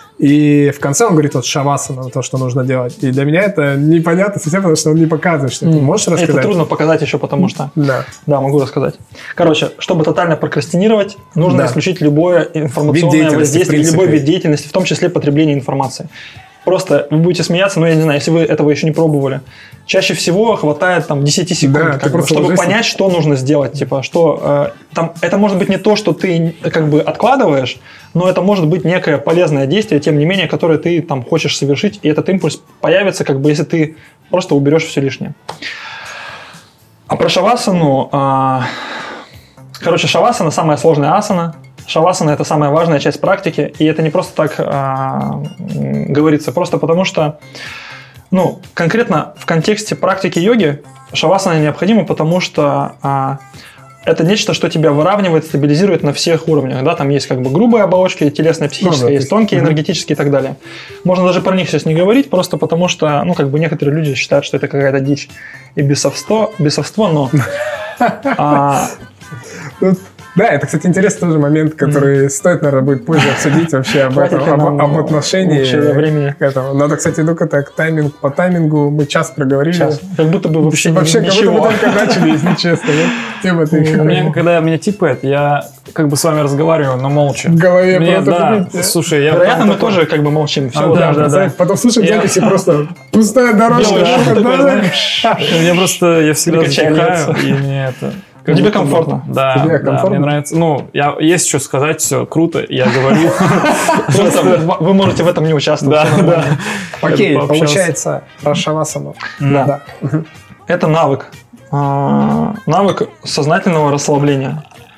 И в конце он говорит, вот шавасана, то, что нужно делать. И для меня это непонятно совсем, потому что он не показывает, что mm. ты можешь рассказать. Это трудно показать еще, потому что... Да. Да, могу рассказать. Короче, чтобы тотально прокрастинировать, нужно да. исключить любое информационное воздействие, любой вид деятельности, в том числе потребление информации. Просто вы будете смеяться, но я не знаю, если вы этого еще не пробовали. Чаще всего хватает там десять секунд, да, как бы, чтобы ложишься. Понять, что нужно сделать. Типа, что э, там, это может быть не то, что ты как бы откладываешь, но это может быть некое полезное действие, тем не менее, которое ты там хочешь совершить, и этот импульс появится, как бы, если ты просто уберешь все лишнее. А про шавасану... Э, короче, шавасана самая сложная асана. Шавасана – это самая важная часть практики, и это не просто так а, говорится, просто потому что, ну, конкретно в контексте практики йоги шавасана необходима, потому что а, это нечто, что тебя выравнивает, стабилизирует на всех уровнях, да, там есть как бы грубые оболочки, телесная, психическая, ну, да, есть тонкие, угу. энергетические и так далее. Можно даже про них сейчас не говорить, просто потому что, ну, как бы некоторые люди считают, что это какая-то дичь и бесовство, бесовство, но... Да, это, кстати, интересный тоже момент, который mm. стоит, наверное, будет позже обсудить вообще об этом, об, об отношении времени. К этому. Надо, кстати, ну-ка так, тайминг по таймингу, мы час проговорили. Час. Как будто бы вообще Вообще, ничего. как будто бы только начали, если честно. Тема ты мне, когда меня типает, я как бы с вами разговариваю, но молча. В голове мне, да, слушай, я... Вероятно, мы тоже как бы молчим. Все, а, да, да, да. Потом слушаем записи, просто пустая дорожка. Я просто, я всегда затихаю, и мне это... Как тебе комфортно? Да, тебе да, комфортно? Мне нравится. Ну, я, есть что сказать, все круто, я говорю. Вы можете в этом не участвовать. Да, да. Окей, получается, про шавасану. Да. Это навык. Навык сознательного расслабления.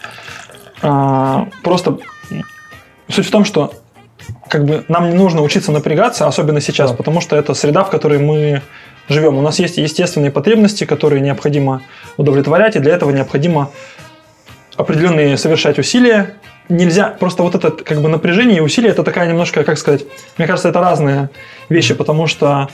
Просто суть в том, что как бы нам не нужно учиться напрягаться, особенно сейчас, потому что это среда, в которой мы живем. У нас есть естественные потребности, которые необходимо удовлетворять, и для этого необходимо определенные совершать усилия. Нельзя, просто вот это как бы напряжение и усилия, это такая немножко, как сказать, мне кажется, это разные вещи, потому что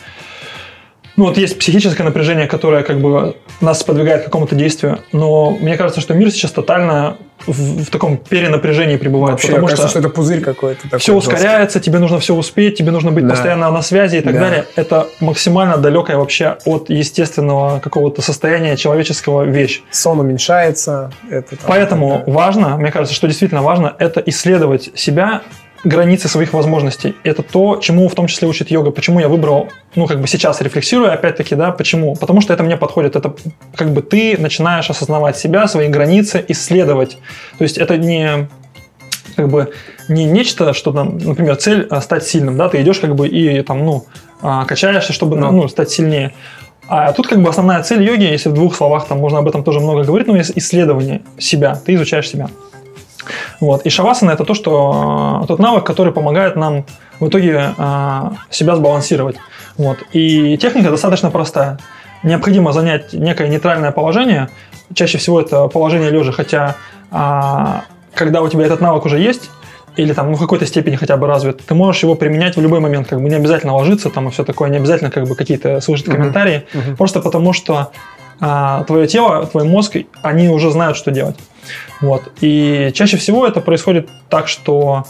ну вот есть психическое напряжение, которое как бы нас сподвигает к какому-то действию, но мне кажется, что мир сейчас тотально в, в таком перенапряжении пребывает. Вообще, потому кажется, что, что это пузырь какой-то. Такой все ускоряется, тебе нужно все успеть, тебе нужно быть да. постоянно на связи и так да. далее. Это максимально далекая вообще от естественного какого-то состояния человеческого вещь. Сон уменьшается. Это, там, Поэтому это... важно, мне кажется, что действительно важно, это исследовать себя, границы своих возможностей. Это то, чему в том числе учит йога. Почему я выбрал, ну, как бы сейчас рефлексируя, опять-таки, да, почему? Потому что это мне подходит. Это как бы ты начинаешь осознавать себя, свои границы, исследовать. То есть это не как бы не нечто, что там, например, цель стать сильным, да, ты идешь как бы и там, ну, качаешься, чтобы, ну, ну стать сильнее. А тут как бы основная цель йоги, если в двух словах, там можно об этом тоже много говорить, но есть исследование себя, ты изучаешь себя. Вот. И шавасана – это то, что, тот навык, который помогает нам в итоге а, себя сбалансировать. Вот. И техника достаточно простая. Необходимо занять некое нейтральное положение. Чаще всего это положение лежа, хотя а, когда у тебя этот навык уже есть, или там ну, в какой-то степени хотя бы развит, ты можешь его применять в любой момент, как бы не обязательно ложиться там и все такое, не обязательно как бы какие-то слушать uh-huh. комментарии, uh-huh. просто потому что а, твое тело, твой мозг, они уже знают, что делать. Вот. И чаще всего это происходит так, что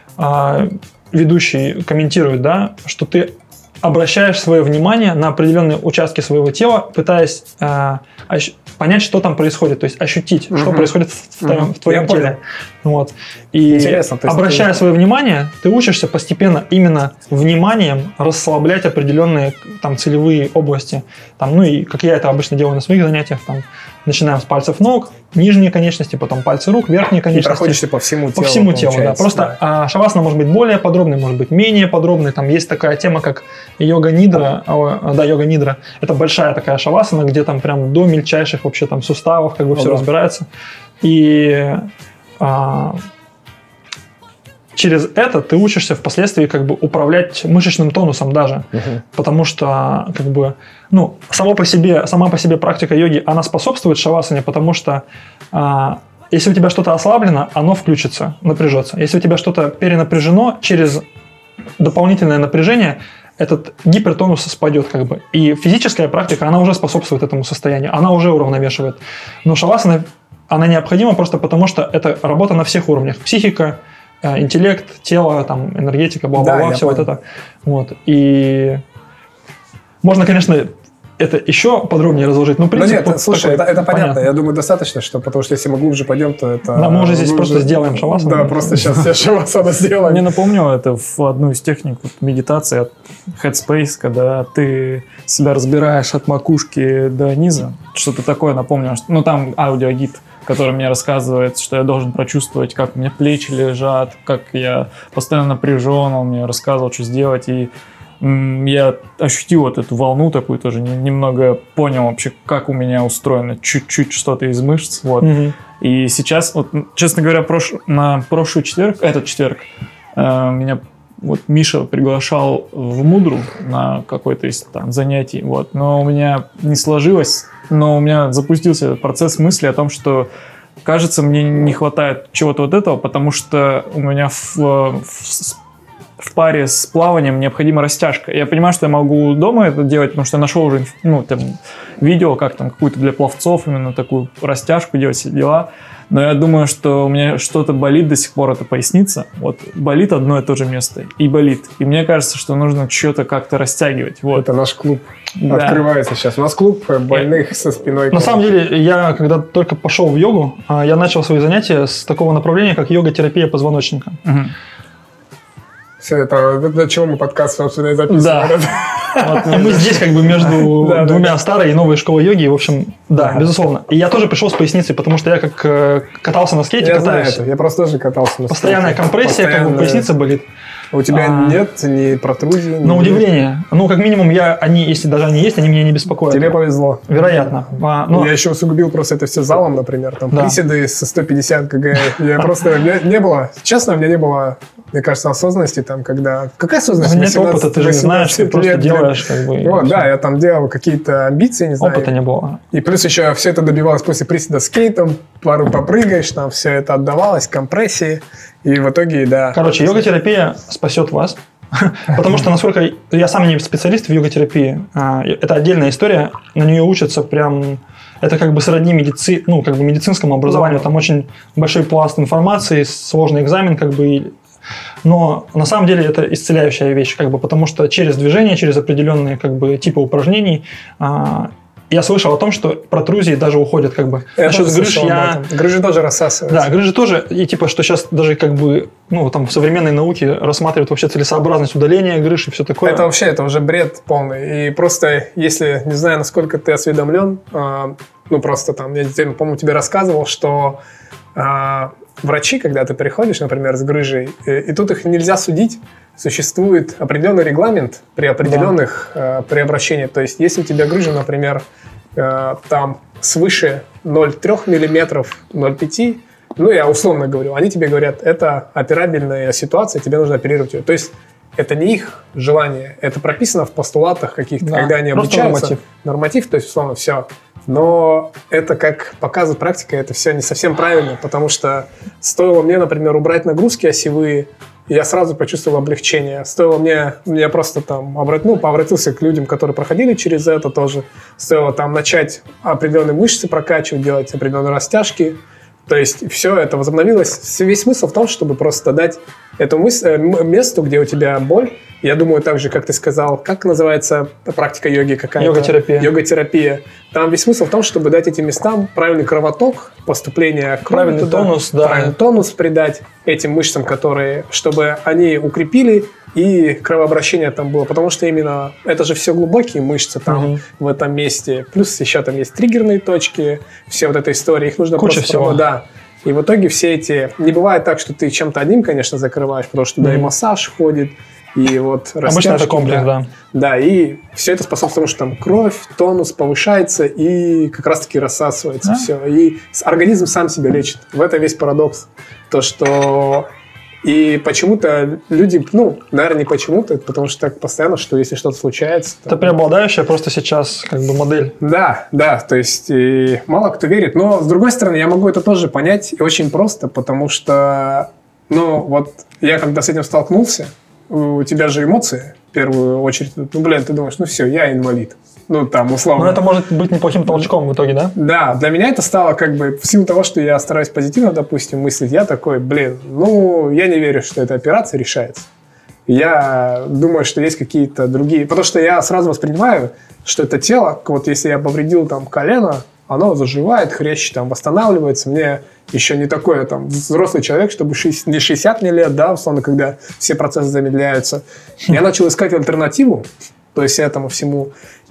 а, ведущий комментирует, да, что ты обращаешь свое внимание на определенные участки своего тела, пытаясь а, ощ- понять, что там происходит, то есть ощутить, uh-huh. что происходит в, в, uh-huh. в твоем теле. Вот. И интересно, обращая ты... свое внимание, ты учишься постепенно именно вниманием расслаблять определенные там, целевые области. Там, ну и как я это обычно делаю на своих занятиях, там, начинаем с пальцев ног, нижние конечности, потом пальцы рук, верхние конечности. И проходишь ты по всему телу. По всему телу, да. Просто да. А, шавасана может быть более подробной, может быть менее подробной. Там есть такая тема, как йога-нидра. А, да, йога-нидра. Это большая такая шавасана, где там прям до мельчайших вообще там суставов как бы О, все да. разбирается. И а, через это ты учишься впоследствии как бы управлять мышечным тонусом даже. Uh-huh. Потому что как бы, ну, само по себе, сама по себе практика йоги, она способствует шавасане, потому что а, если у тебя что-то ослаблено, оно включится, напряжется. Если у тебя что-то перенапряжено, через дополнительное напряжение этот гипертонус спадет как бы. И физическая практика, она уже способствует этому состоянию, она уже уравновешивает. Но шавасана, она необходима просто потому, что это работа на всех уровнях. Психика, интеллект, тело, там, энергетика, бла-бла-бла, да, все понял. Вот это. Вот. И можно, конечно, это еще подробнее разложить. Ну, принцип, нет, вот слушай, это, это понятно. понятно. Я думаю, достаточно, что, потому что если мы глубже пойдем, то это... Да, мы уже здесь глубже... просто сделаем шавасану. Да, просто сейчас все шавасану сделаем. Мне напомнило это в одну из техник медитации от Headspace, когда ты себя разбираешь от макушки до низа. Что-то такое напомнило. Ну, там аудиогид, который мне рассказывает, что я должен прочувствовать, как у меня плечи лежат, как я постоянно напряжен, он мне рассказывал, что сделать, и м- я ощутил вот эту волну такую тоже, не- немного понял вообще, как у меня устроено чуть-чуть что-то из мышц, вот. Mm-hmm. И сейчас, вот, честно говоря, прош... на прошлый четверг, этот четверг, э, меня вот Миша приглашал в Мудру на какое-то из там занятий, вот, но у меня не сложилось. Но у меня запустился процесс мысли о том, что, кажется, мне не хватает чего-то вот этого, потому что у меня в, в, в паре с плаванием необходима растяжка. Я понимаю, что я могу дома это делать, потому что я нашел уже ну, там, видео, как там какую-то для пловцов именно такую растяжку делать, все дела. Но я думаю, что у меня что-то болит до сих пор, это поясница. Вот болит одно и то же место. И болит. И мне кажется, что нужно что-то как-то растягивать. Вот. Это наш клуб да. открывается сейчас. У нас клуб больных со спиной. На самом деле, я когда только пошел в йогу, я начал свои занятия с такого направления, как йога-терапия позвоночника. Угу. Все, это для чего мы подкаст, собственно, и записываем. Да. Вот, мы здесь как бы между да, двумя да. старой и новой школой йоги, в общем, да, да, безусловно. И я тоже пришел с поясницей, потому что я как катался на скейте, я катаюсь. Знаю это. Я просто тоже катался на скейте. Постоянная компрессия, Постоянная... как бы поясница болит. У тебя А, нет ни протрузий? На ни- удивление. Ну, как минимум, я, они, если даже они есть, они меня не беспокоят. Тебе повезло. Вероятно. А, но- Я еще усугубил просто это все залом, например, там Да. приседы со сто пятьдесят кг. Я просто, у меня не было, честно, у меня не было, мне кажется, осознанности там, когда... Какая осознанность? Нет восемнадцать, опыта, ты же не знаешь, ты восемнадцать просто лет, делаешь, как бы. и Вот, всё. да, я там делал какие-то амбиции, не знаю. Опыта не было. И плюс еще все это добивалось после приседа скейтом, пару попрыгаешь, там все это отдавалось, компрессии. И в итоге, да. Короче, йога-терапия спасет вас. Потому что, насколько я сам не специалист в йога-терапии, а, это отдельная история, на нее учатся прям... Это как бы сродни медици... ну, как бы медицинскому образованию. Там очень большой пласт информации, сложный экзамен, как бы. и- Но на самом деле это исцеляющая вещь, как бы, потому что через движение, через определенные как бы, типы упражнений а, я слышал о том, что протрузии даже уходят как бы. Я Насчет тоже грыж слышал об я... этом. Грыжи тоже рассасываются. Да, грыжи тоже, и типа, что сейчас даже как бы, ну, там в современной науке рассматривают вообще целесообразность удаления грыж и все такое. Это вообще, это уже бред полный. И просто, если, не знаю, насколько ты осведомлен, а, ну, просто там, я, по-моему, тебе рассказывал, что а, врачи, когда ты приходишь, например, с грыжей, и, и тут их нельзя судить, существует определенный регламент при определенных э, при обращении. То есть, если у тебя грыжа, например, э, там свыше ноль целых три десятых миллиметров, ноль целых пять десятых, ну, я условно говорю, они тебе говорят, это операбельная ситуация, тебе нужно оперировать ее. То есть, это не их желание, это прописано в постулатах каких-то, Да, когда они просто обучаются. норматив. Норматив, то есть, условно, все. Но это, как показывает практика, это все не совсем правильно, потому что стоило мне, например, убрать нагрузки осевые, и я сразу почувствовал облегчение. Стоило мне, я просто там обрат, ну, обратился к людям, которые проходили через это тоже. Стоило там начать определенные мышцы прокачивать, делать определенные растяжки. То есть все это возобновилось. Весь смысл в том, чтобы просто дать этому мыс- э, м- месту, где у тебя боль. Я думаю, так же, как ты сказал, как называется практика йоги какая-то? Йога-терапия. Йога-терапия. Там весь смысл в том, чтобы дать этим местам правильный кровоток, поступление крови Правильный туда, тонус, да. правильный тонус придать этим мышцам, которые, чтобы они укрепили и кровообращение там было. Потому что именно это же все глубокие мышцы там Мгм. в этом месте. Плюс еще там есть триггерные точки, все вот эта история. Их нужно Куча просто... всего. Да. И в итоге все эти... Не бывает так, что ты чем-то одним, конечно, закрываешь, потому что туда и Мгм. массаж ходит, и вот Обычно это растяжки, комплекс, да. Да, и все это способствует тому, что там кровь, тонус повышается и как раз-таки рассасывается Да. все. И с- организм сам себя лечит. В этом весь парадокс. То, что... И почему-то люди, ну, наверное, не почему-то, это потому что так постоянно, что если что-то случается... Это то- преобладающая просто сейчас как бы модель. Да, да, то есть и мало кто верит. Но, с другой стороны, я могу это тоже понять и очень просто, потому что, ну, вот я когда с этим столкнулся, у тебя же эмоции, в первую очередь, ну, блин, ты думаешь, ну, все, я инвалид. Ну, там, условно. Но это может быть неплохим толчком в итоге, да? Да, для меня это стало как бы, в силу того, что я стараюсь позитивно, допустим, мыслить, я такой, блин, ну, я не верю, что эта операция решается. Я думаю, что есть какие-то другие... Потому что я сразу воспринимаю, что это тело, вот если я повредил там колено, оно заживает, хрящ там восстанавливается. Мне еще не такой, там, взрослый человек, чтобы шесть- не шестьдесят мне лет, да, условно, когда все процессы замедляются. Я начал искать альтернативу, то есть этому всему.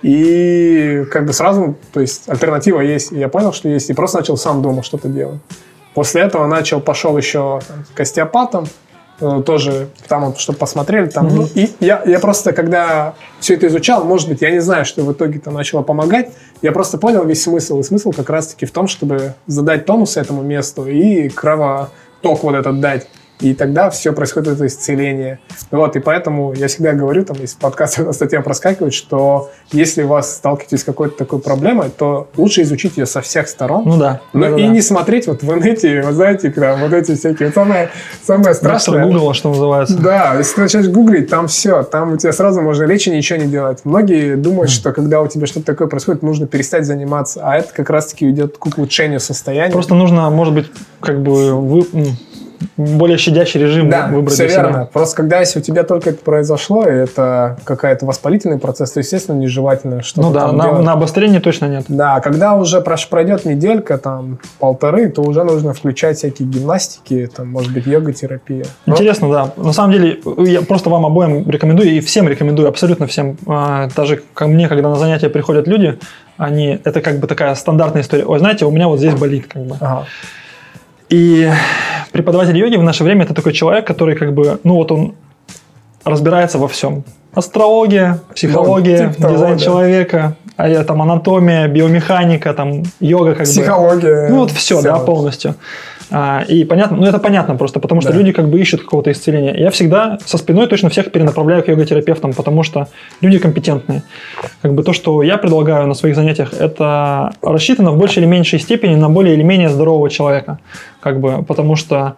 И как бы сразу, то есть альтернатива есть. И я понял, что есть. И просто начал сам дома что-то делать. После этого начал, пошел еще там, к остеопатам. э, Тоже там, вот, чтобы посмотрели. Там. Мгм. Ну, и я, я просто, когда все это изучал, может быть, я не знаю, что в итоге-то начало помогать. Я просто понял весь смысл. И смысл как раз-таки в том, чтобы задать тонус этому месту и кровоток вот этот дать. И тогда все происходит это исцеление. Вот, и поэтому я всегда говорю, там, если в подкасте статья проскакивает, что если у вас сталкиваетесь с какой-то такой проблемой, то лучше изучить ее со всех сторон. Ну да. Ну Да-да-да. и не смотреть вот в инете, вы знаете, когда вот эти всякие... Вот самое, самое Доктор страшное... Гугла, что называется. Да, если ты начнешь гуглить, там все, там у тебя сразу можно лечь и ничего не делать. Многие думают, что когда у тебя что-то такое происходит, нужно перестать заниматься, а это как раз-таки идет к улучшению состояния. Просто нужно, может быть, как бы вы, м, более щадящий режим Да, выбрать все для себя. верно. Просто когда, если у тебя только это произошло, и это какой-то воспалительный процесс, то, естественно, нежелательно что-то Ну да, там на, делать. на обострение точно нет. Да, когда уже прош- пройдет неделька, там, полторы, то уже нужно включать всякие гимнастики, там, может быть, йога-терапия. Но- Интересно, да. На самом деле, я просто вам обоим рекомендую, и всем рекомендую, абсолютно всем. А, Даже ко мне, когда на занятия приходят люди, они, это как бы такая стандартная история. Ой, знаете, у меня вот здесь болит, как бы. Ага. И преподаватель йоги в наше время это такой человек, который как бы, ну вот он разбирается во всем. Астрология, психология, Ну, типа того, дизайн да. человека, а я, там анатомия, биомеханика, там йога, как Психология. бы. Ну вот все, да, вот. полностью. А, и понятно, ну это понятно просто, потому что Да. люди как бы ищут какого-то исцеления. Я всегда со спиной точно всех перенаправляю к йога-терапевтам, потому что люди компетентные. Как бы то, что я предлагаю на своих занятиях, это рассчитано в большей или меньшей степени на более или менее здорового человека. Как бы, потому что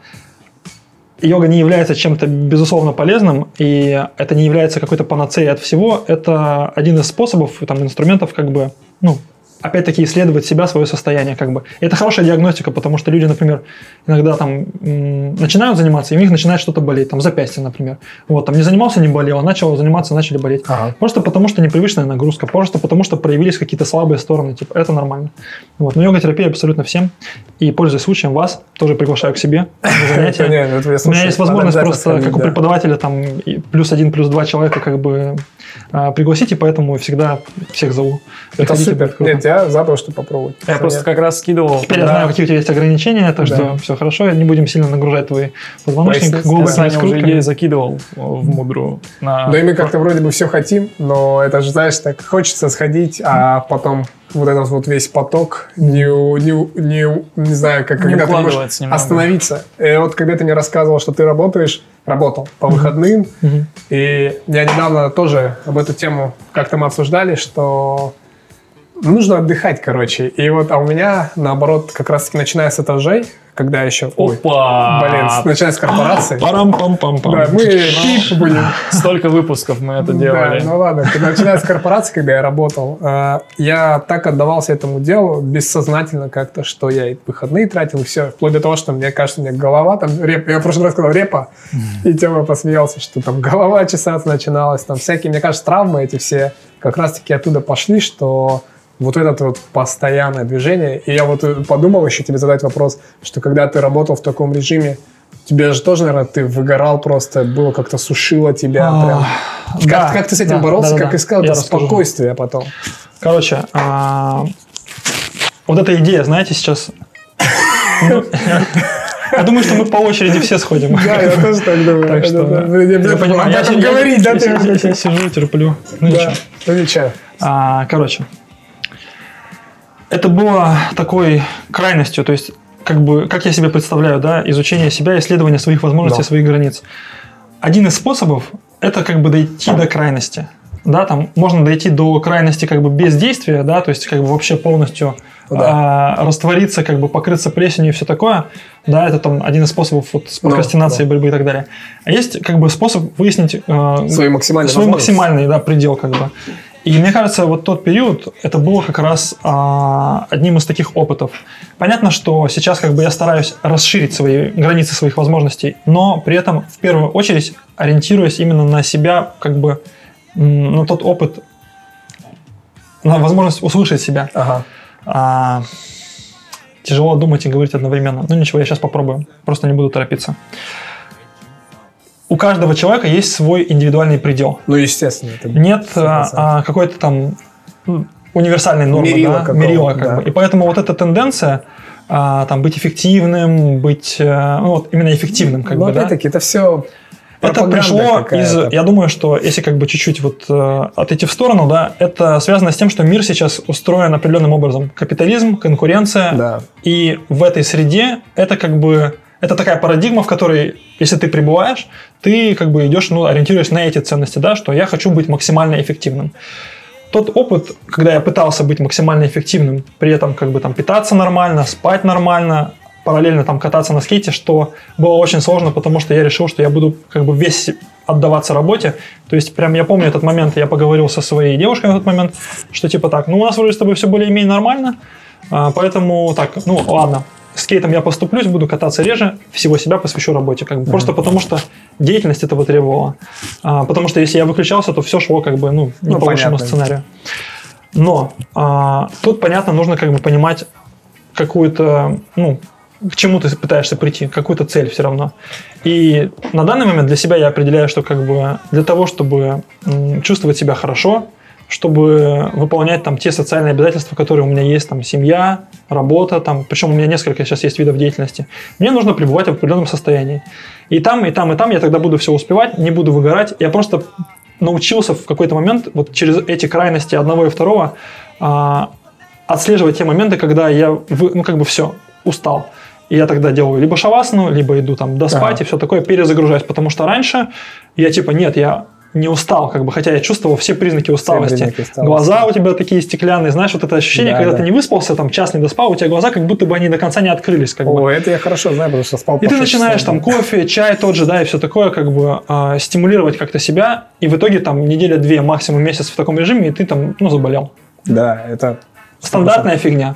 йога не является чем-то безусловно полезным, и это не является какой-то панацеей от всего. Это один из способов, там, инструментов, как бы, ну, опять-таки исследовать себя, свое состояние, как бы. И это хорошая диагностика, потому что люди, например, иногда там м, начинают заниматься, и у них начинает что-то болеть, там запястье, например. Вот, там не занимался, не болел, начал заниматься, начали болеть. Ага. Просто потому что непривычная нагрузка, просто потому что проявились какие-то слабые стороны, типа, это нормально. Вот, но йога-терапия абсолютно всем. И, пользуясь случаем, вас тоже приглашаю к себе на занятия. Понятно, вот я У меня слушаю, есть надо возможность обязательно просто, сходить, как у да. преподавателя, там, и плюс один, плюс два человека, как бы, а, пригласить, и поэтому всегда всех зову. Это Приходите, супер. будет круто. Нет, я за то, чтобы попробовать. Я просто как раз скидывал. Теперь я когда- знаю, какие у тебя есть ограничения, так Да. что все хорошо, не будем сильно нагружать твои позвоночник, Поясница. голову Я Саня уже скрутками. идею закидывал в мудру. На... Да и мы как-то вроде бы все хотим, но это же, знаешь, так хочется сходить, а потом вот этот вот весь поток, не, у- не, у- не, у- не знаю, как Не когда ты можешь укладывается немного. остановиться. И вот когда ты мне рассказывал, что ты работаешь, работал по выходным, Мгм. и я недавно тоже об эту тему как-то мы обсуждали, что нужно отдыхать, короче. И вот, а у меня, наоборот, как раз-таки начиная с этажей, когда еще... Ой, Опа! блин, начиная с корпорации. Парам-пам-пам-пам. Да, мы пип будем. Столько выпусков мы это делали. Да, ну ладно, когда начиная с корпорации, когда я работал, э, я так отдавался этому делу бессознательно как-то, что я и выходные тратил, и все, вплоть до того, что мне кажется, у меня голова там, реп, я в прошлый раз сказал репа, и Тёма посмеялся, что там голова чесаться начиналась, там всякие, мне кажется, травмы эти все как раз-таки оттуда пошли, что вот это вот постоянное движение. И я вот подумал еще тебе задать вопрос, что когда ты работал в таком режиме, тебе же тоже, наверное, ты выгорал просто, было как-то сушило тебя А, прям. да, Как, как ты с этим да, боролся, да, да, как да. искал Я это расскажу. спокойствие потом? Короче, а, вот эта идея, знаете, сейчас... Ну, Я думаю, что мы по очереди все сходим. Да, я тоже так думаю. Так что, да. Я Я понимаю, я об этом я- говорить, да, я- ты? я- я сижу, терплю. Ну, Да, ничего. ну ничего. А, Короче, это было такой крайностью, то есть, как бы, как я себе представляю, да, изучение себя, исследование своих возможностей, Да. своих границ. Один из способов – это как бы дойти до крайности. Да, там можно дойти до крайности как бы бездействия, да, то есть как бы вообще полностью Да. а, раствориться, как бы покрыться плесенью и все такое. Да, это там один из способов вот, с Ну, прокрастинацией, да. борьбы и так далее. А есть как бы способ выяснить а, Свои максимальные свой возможности. максимальный, да, предел как бы. И мне кажется, вот тот период, это было как раз а, одним из таких опытов. Понятно, что сейчас как бы я стараюсь расширить свои границы своих возможностей, но при этом в первую очередь ориентируясь именно на себя, как бы м, на тот опыт, на возможность услышать себя. Ага. А, тяжело думать и говорить одновременно. Ну ничего, я сейчас попробую. Просто не буду торопиться. У каждого человека есть свой индивидуальный предел. Ну, естественно. Это Нет сто процентов. а, какой-то там м, универсальной нормы, Мерила да, какого-то, мерила как да. бы. И поэтому вот эта тенденция а, там быть эффективным, быть э, ну, вот именно эффективным, как Но бы, да. опять-таки, это все Это пришло из, я думаю, что если как бы чуть-чуть вот э, отойти в сторону, да, это связано с тем, что мир сейчас устроен определенным образом. Капитализм, конкуренция, Да. и в этой среде это как бы это такая парадигма, в которой, если ты пребываешь, ты как бы идешь, ну, ориентируясь на эти ценности, да, что я хочу быть максимально эффективным. Тот опыт, когда я пытался быть максимально эффективным, при этом как бы там питаться нормально, спать нормально, параллельно там кататься на скейте, что было очень сложно, потому что я решил, что я буду как бы весь отдаваться работе. То есть прям я помню этот момент, я поговорил со своей девушкой на тот момент, что типа так, ну у нас вроде с тобой все более-менее нормально, а, поэтому так, ну ладно, скейтом я поступлюсь, буду кататься реже, всего себя посвящу работе, как бы, mm-hmm. просто потому что деятельность этого требовала. А, потому что если я выключался, то все шло как бы, ну, не Ну, по лучшему понятно. сценарию. Но а, тут, понятно, нужно как бы понимать какую-то, ну, к чему ты пытаешься прийти, какую-то цель все равно. И на данный момент для себя я определяю, что как бы для того, чтобы м, чувствовать себя хорошо, чтобы выполнять там те социальные обязательства, которые у меня есть, там семья, работа, там, причем у меня несколько сейчас есть видов деятельности, мне нужно пребывать в определенном состоянии. И там, и там, и там я тогда буду все успевать, не буду выгорать. Я просто научился в какой-то момент вот через эти крайности одного и второго а, отслеживать те моменты, когда я, вы, ну, как бы все, устал. И я тогда делаю либо шавасану, либо иду там доспать, ага. и все такое, перезагружаюсь. Потому что раньше я типа, нет, я не устал, как бы, хотя я чувствовал все признаки усталости. Все признаки усталости. Глаза у тебя такие стеклянные, знаешь, вот это ощущение, да, когда да. ты не выспался, там, час не доспал, у тебя глаза как будто бы они до конца не открылись. Как О, бы. это я хорошо знаю, потому что спал. И ты начинаешь часов, там да. кофе, чай тот же, да, и все такое, как бы, э, стимулировать как-то себя, и в итоге там неделя-две, максимум месяц в таком режиме, и ты там, ну, заболел. Да, это... Стандартная фигня.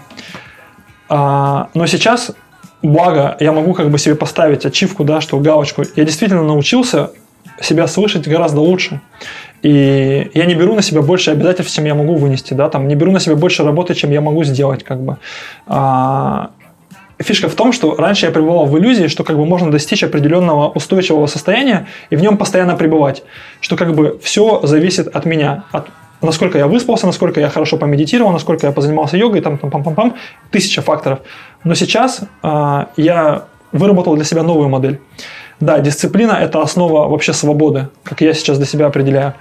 А, но сейчас, благо, я могу как бы себе поставить ачивку, да, что галочку. Я действительно научился себя слышать гораздо лучше. И я не беру на себя больше обязательств, чем я могу вынести, да, там, не беру на себя больше работы, чем я могу сделать, как бы. А, фишка в том, что раньше я пребывал в иллюзии, что как бы можно достичь определенного устойчивого состояния и в нем постоянно пребывать, что как бы все зависит от меня, от насколько я выспался, насколько я хорошо помедитировал, насколько я позанимался йогой, там, там, пам, пам, пам, тысяча факторов. Но сейчас э, я выработал для себя новую модель. Да, дисциплина – это основа вообще свободы, как я сейчас для себя определяю.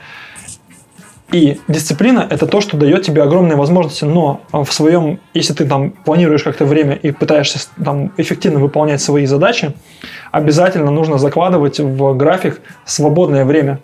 И дисциплина – это то, что дает тебе огромные возможности, но в своем, если ты там планируешь как-то время и пытаешься там эффективно выполнять свои задачи, обязательно нужно закладывать в график свободное время.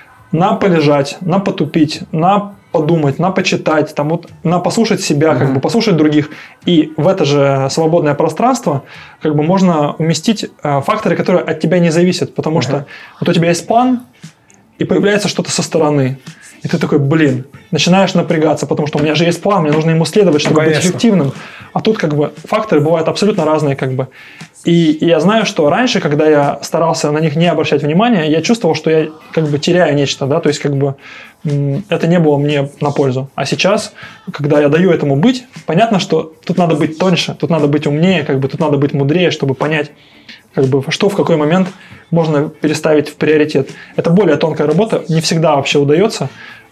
На полежать, на потупить, на подумать, на почитать, там вот, на послушать себя, mm-hmm. как бы послушать других. И в это же свободное пространство как бы можно уместить э, факторы, которые от тебя не зависят. Потому mm-hmm. что вот у тебя есть план, и появляется что-то со стороны. И ты такой, блин, начинаешь напрягаться, потому что у меня же есть план, мне нужно ему следовать, чтобы ну, быть эффективным. А тут как бы факторы бывают абсолютно разные. Как бы. И, и я знаю, что раньше, когда я старался на них не обращать внимания, я чувствовал, что я как бы теряю нечто, да, то есть как бы м- это не было мне на пользу. А сейчас, когда я даю этому быть, понятно, что тут надо быть тоньше, тут надо быть умнее, как бы тут надо быть мудрее, чтобы понять, как бы, что в какой момент можно переставить в приоритет. Это более тонкая работа, не всегда вообще удается,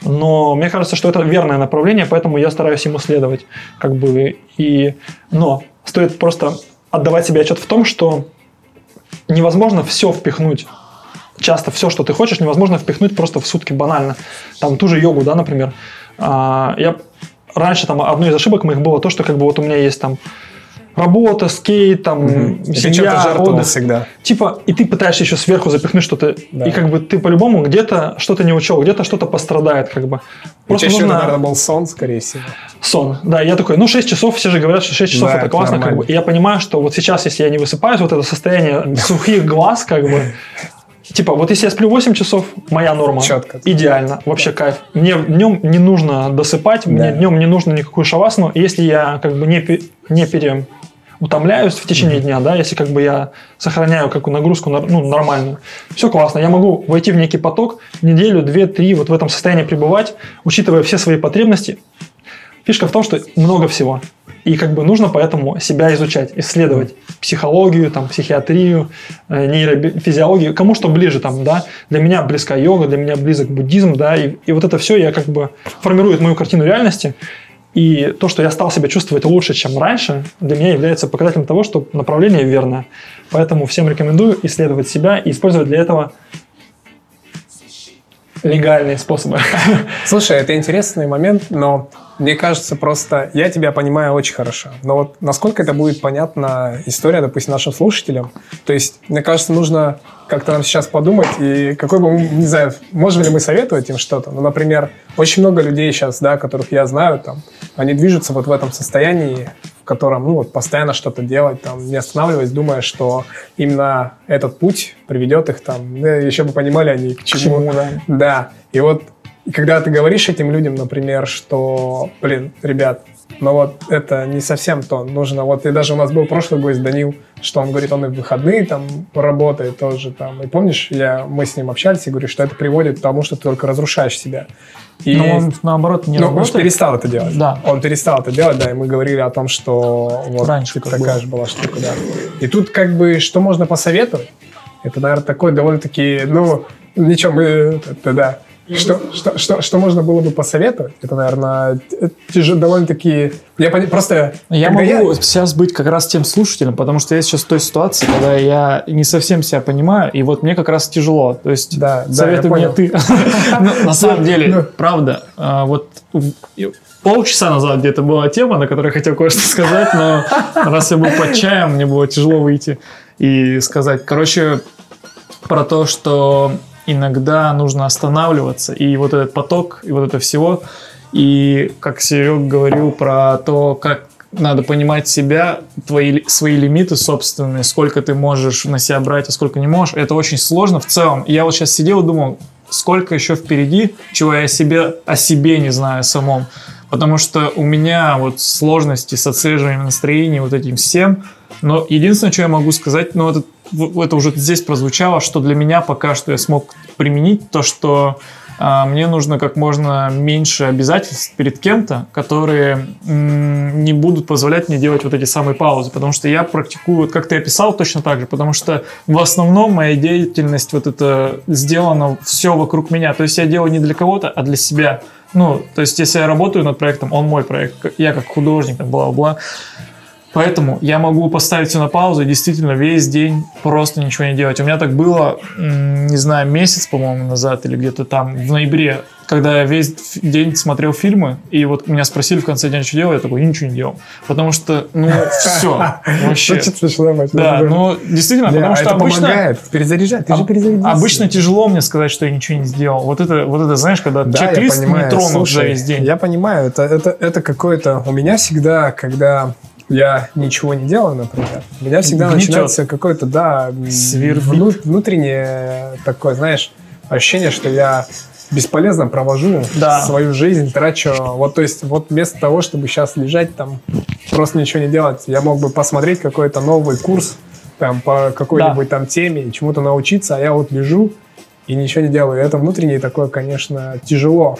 но мне кажется, что это верное направление, поэтому я стараюсь ему следовать. Как бы, и... Но стоит просто отдавать себе отчет в том, что невозможно все впихнуть. Часто все, что ты хочешь, невозможно впихнуть просто в сутки банально. Там ту же йогу, да, например. Я... Раньше там одной из ошибок моих было то, что как бы вот у меня есть там работа, скейт, там, угу. семья, отдых. Всегда. Типа, и ты пытаешься еще сверху запихнуть что-то, да. и как бы ты по-любому где-то что-то не учел, где-то что-то пострадает, как бы. Просто чаще, нужно... наверное, был сон, скорее всего. Сон, да. Я такой, ну, шесть часов, все же говорят, что шесть часов да, это классно, как бы. И я понимаю, что вот сейчас, если я не высыпаюсь, вот это состояние сухих глаз, как бы, типа, вот если я сплю восемь часов, моя норма. Четко. Идеально. Вообще да. кайф. Мне днем не нужно досыпать, да. мне днем не нужно никакую шавасану. Если я как бы не, не переутомляюсь в течение mm-hmm. дня, да, если как бы я сохраняю какую нагрузку ну, нормальную, все классно. Я могу войти в некий поток, неделю, две, три, вот в этом состоянии пребывать, учитывая все свои потребности. Фишка в том, что много всего. И как бы нужно поэтому себя изучать, исследовать психологию, там, психиатрию, нейрофизиологию, кому что ближе там, да. Для меня близка йога, для меня близок буддизм, да, и, и вот это все я как бы формирует мою картину реальности. И то, что я стал себя чувствовать лучше, чем раньше, для меня является показателем того, что направление верное. Поэтому всем рекомендую исследовать себя и использовать для этого легальные способы. Слушай, это интересный момент, но мне кажется, просто я тебя понимаю очень хорошо. Но вот насколько это будет понятна история, допустим, нашим слушателям? То есть, мне кажется, нужно как-то нам сейчас подумать, и какой бы, не знаю, можем ли мы советовать им что-то? Ну, например, очень много людей сейчас, да, которых я знаю, там, они движутся вот в этом состоянии, в котором, ну, вот постоянно что-то делать, там, не останавливаясь, думая, что именно этот путь приведет их там, ну, еще бы понимали они к чему. К чему, да. Да, и вот и когда ты говоришь этим людям, например, что, блин, ребят, но вот это не совсем то, нужно, вот и даже у нас был прошлый гость Данил, что он говорит, он и в выходные там работает тоже там, и помнишь, я, мы с ним общались и говорю, что это приводит к тому, что ты только разрушаешь себя. И, но он, наоборот, не ну, работает. Он перестал это делать. Да. Он перестал это делать, да, и мы говорили о том, что вот раньше такая же была штука, да. И тут как бы, что можно посоветовать? Это, наверное, такой довольно-таки, ну, ничего, мы, это, да. Что, что, что, что можно было бы посоветовать? Это, наверное, тяжело, довольно-таки... Я пон... просто... Я могу я... сейчас быть как раз тем слушателем, потому что я сейчас в той ситуации, когда я не совсем себя понимаю, и вот мне как раз тяжело. То есть да, советуй да, мне ты. На самом деле, правда, вот полчаса назад где-то была тема, на которой я хотел кое-что сказать, но раз я был под чаем, мне было тяжело выйти и сказать. Короче, про то, что... иногда нужно останавливаться, и вот этот поток, и вот это всего. И как Серег говорил про то, как надо понимать себя, твои, свои лимиты собственные, сколько ты можешь на себя брать, а сколько не можешь, это очень сложно в целом. Я вот сейчас сидел и думал, сколько еще впереди, чего я себе, о себе не знаю самом. Потому что у меня вот сложности с отслеживанием настроения, вот этим всем. Но единственное, что я могу сказать, ну, это, это уже здесь прозвучало, что для меня пока что я смог применить то, что а, мне нужно как можно меньше обязательств перед кем-то, которые м- не будут позволять мне делать вот эти самые паузы. Потому что я практикую, вот как ты описал, точно так же. Потому что в основном моя деятельность вот это сделана все вокруг меня. То есть я делаю не для кого-то, а для себя. Ну, то есть, если я работаю над проектом, он мой проект, я как художник, бла-бла-бла. Поэтому я могу поставить все на паузу и действительно весь день просто ничего не делать. У меня так было, не знаю, месяц, по-моему, назад или где-то там в ноябре, когда я весь день смотрел фильмы, и вот меня спросили в конце дня, что делал, я такой, я ничего не делал. Потому что, ну, все, вообще. Да, ну, действительно, потому что обычно... помогает перезаряжать, ты же перезарядился. Обычно тяжело мне сказать, что я ничего не сделал. Вот это, вот это, знаешь, когда чек-лист не тронут за весь день. Я понимаю, это, это, это какое-то... У меня всегда, когда... я ничего не делаю, например, у меня всегда Гнетет. начинается какое-то, да, вну, внутреннее такое, знаешь, ощущение, что я бесполезно провожу да. свою жизнь, трачу, вот, то есть, вот вместо того, чтобы сейчас лежать там, просто ничего не делать, я мог бы посмотреть какой-то новый курс, там, по какой-нибудь да. там теме, чему-то научиться, а я вот лежу и ничего не делаю. Это внутреннее такое, конечно, тяжело.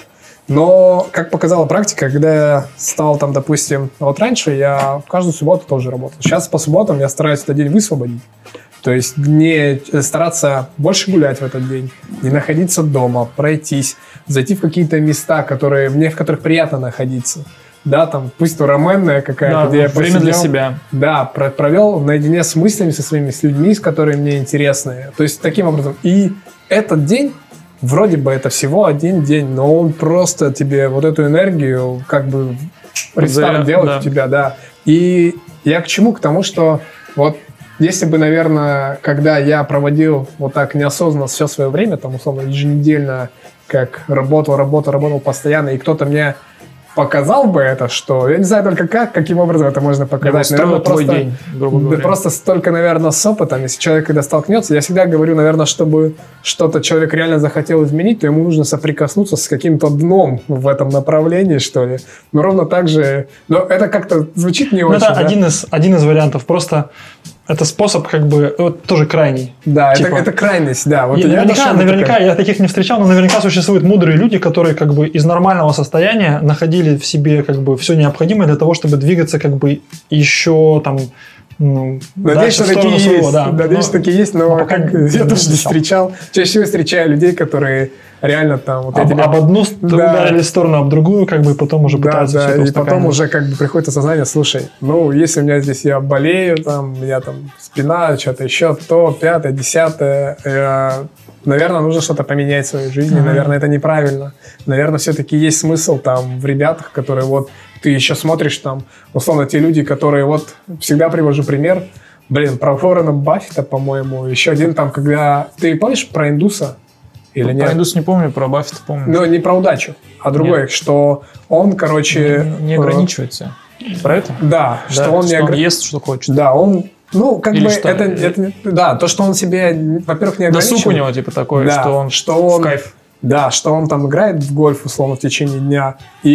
Но, как показала практика, когда я стал там, допустим, вот раньше я каждую субботу тоже работал. Сейчас по субботам я стараюсь этот день высвободить. То есть не стараться больше гулять в этот день, не находиться дома, пройтись, зайти в какие-то места, которые, мне в которых приятно находиться. Да, там, пусть то раменная какая-то, да, где я время посидел, для себя. Да, про- провел наедине с мыслями, со своими, с людьми, с которыми мне интересны. То есть таким образом. И этот день, вроде бы это всего один день, но он просто тебе вот эту энергию как бы рестарт делает да. у тебя, да. И я к чему? К тому, что вот если бы, наверное, когда я проводил вот так неосознанно все свое время, там, условно, еженедельно, как работал, работал, работал постоянно, и кто-то мне показал бы это, что... Я не знаю только как, каким образом это можно показать. Наверное, твой просто, день, грубо говоря. Просто столько, наверное, с опытом. Если человек когда столкнется, я всегда говорю, наверное, чтобы что-то человек реально захотел изменить, то ему нужно соприкоснуться с каким-то дном в этом направлении, что ли. Но ровно так же... Но это как-то звучит не ну, очень, это да? один из, один из вариантов. Просто это способ как бы... Вот, тоже крайний. Да, типа, это, это крайность, да. Вот я я наверняка, наверняка я таких не встречал, но наверняка существуют мудрые люди, которые как бы из нормального состояния находили в себе как бы все необходимое для того, чтобы двигаться как бы еще там... Ну, надеюсь, что такие есть. Своего, да. Надеюсь, что такие есть, но, но пока как, я тоже не встречал. Чаще всего встречаю людей, которые реально там... Вот об, тебя... об одну да. ударили сторону, об другую, как бы, потом уже да, пытаются да, все это и потом уже как бы приходит осознание, слушай, ну, если у меня здесь я болею, там, у меня там спина, что-то еще, то, пятое, десятое, э, наверное, нужно что-то поменять в своей жизни, mm-hmm. наверное, это неправильно. Наверное, все-таки есть смысл там в ребятах, которые вот ты еще смотришь там, условно, те люди, которые вот, всегда привожу пример, блин, про Уоррена Баффета, по-моему, еще один там, когда... Ты помнишь про индуса? Или про нет? Про индуса не помню, про Баффета помню. Ну, не про удачу, а другой, нет. Что он, короче... Не, не ограничивается. Про это? Да, да что он что не ограничивается. Он ест, что хочет. Да, он... Ну, как Или бы что? это, это... Да, то, что он себе, во-первых, не ограничивает. Досуг у него типа такой, да, что он что он, в кайф. Да, что он там играет в гольф, условно, в течение дня,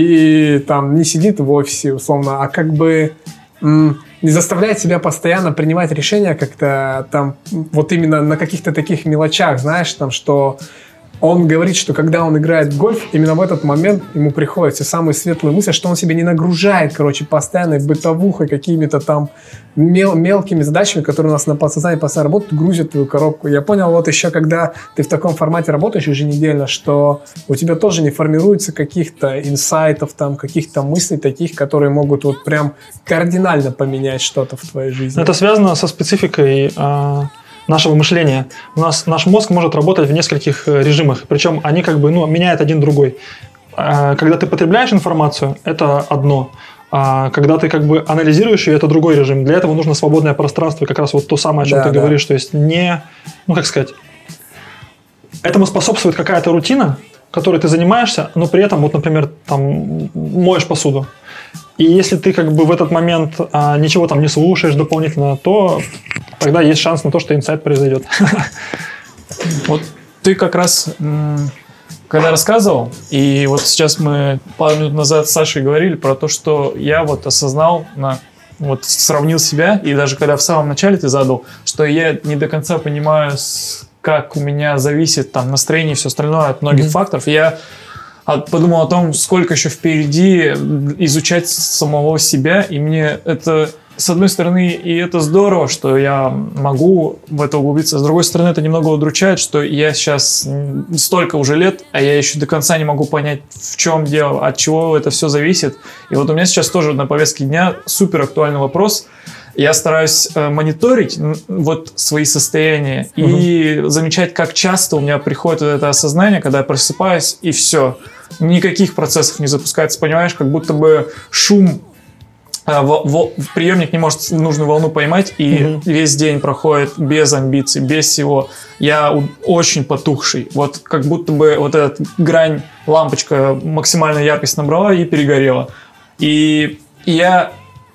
и там не сидит в офисе, условно, а как бы м- не заставляет себя постоянно принимать решения как-то там, вот именно на каких-то таких мелочах, знаешь, там, что он говорит, что когда он играет в гольф, именно в этот момент ему приходят все самые светлые мысли, что он себя не нагружает, короче, постоянной бытовухой, какими-то там мел- мелкими задачами, которые у нас на подсознании постоянно работают, грузят твою коробку. Я понял вот еще, когда ты в таком формате работаешь еженедельно, что у тебя тоже не формируется каких-то инсайтов, там, каких-то мыслей таких, которые могут вот прям кардинально поменять что-то в твоей жизни. Это связано со спецификой а... нашего мышления. У нас наш мозг может работать в нескольких режимах, причем они как бы ну, меняют один другой. Когда ты потребляешь информацию, это одно. А когда ты как бы анализируешь ее, это другой режим. Для этого нужно свободное пространство, как раз вот то самое, о чем да, ты да. говоришь. То есть не, ну как сказать, этому способствует какая-то рутина, которой ты занимаешься, но при этом, вот, например, там моешь посуду. И если ты как бы в этот момент а, ничего там не слушаешь дополнительно, то тогда есть шанс на то, что инсайт произойдет. Вот ты как раз, когда рассказывал, и вот сейчас мы пару минут назад с Сашей говорили про то, что я вот осознал, на, вот сравнил себя, и даже когда в самом начале ты задал, что я не до конца понимаю, как у меня зависит там настроение и все остальное от многих mm-hmm. факторов, я подумал о том, сколько еще впереди изучать самого себя, и мне это, с одной стороны, и это здорово, что я могу в это углубиться, с другой стороны, это немного удручает, что я сейчас столько уже лет, а я еще до конца не могу понять, в чем дело, от чего это все зависит. И вот у меня сейчас тоже на повестке дня супер актуальный вопрос. Я стараюсь э, мониторить вот свои состояния угу. и замечать, как часто у меня приходит это осознание, когда я просыпаюсь, и все. Никаких процессов не запускается, понимаешь, как будто бы шум, э, в, в, приемник не может нужную волну поймать, и угу. весь день проходит без амбиций, без всего. Я у, очень потухший. Вот как будто бы вот эта грань, лампочка максимальную яркость набрала и перегорела. И я...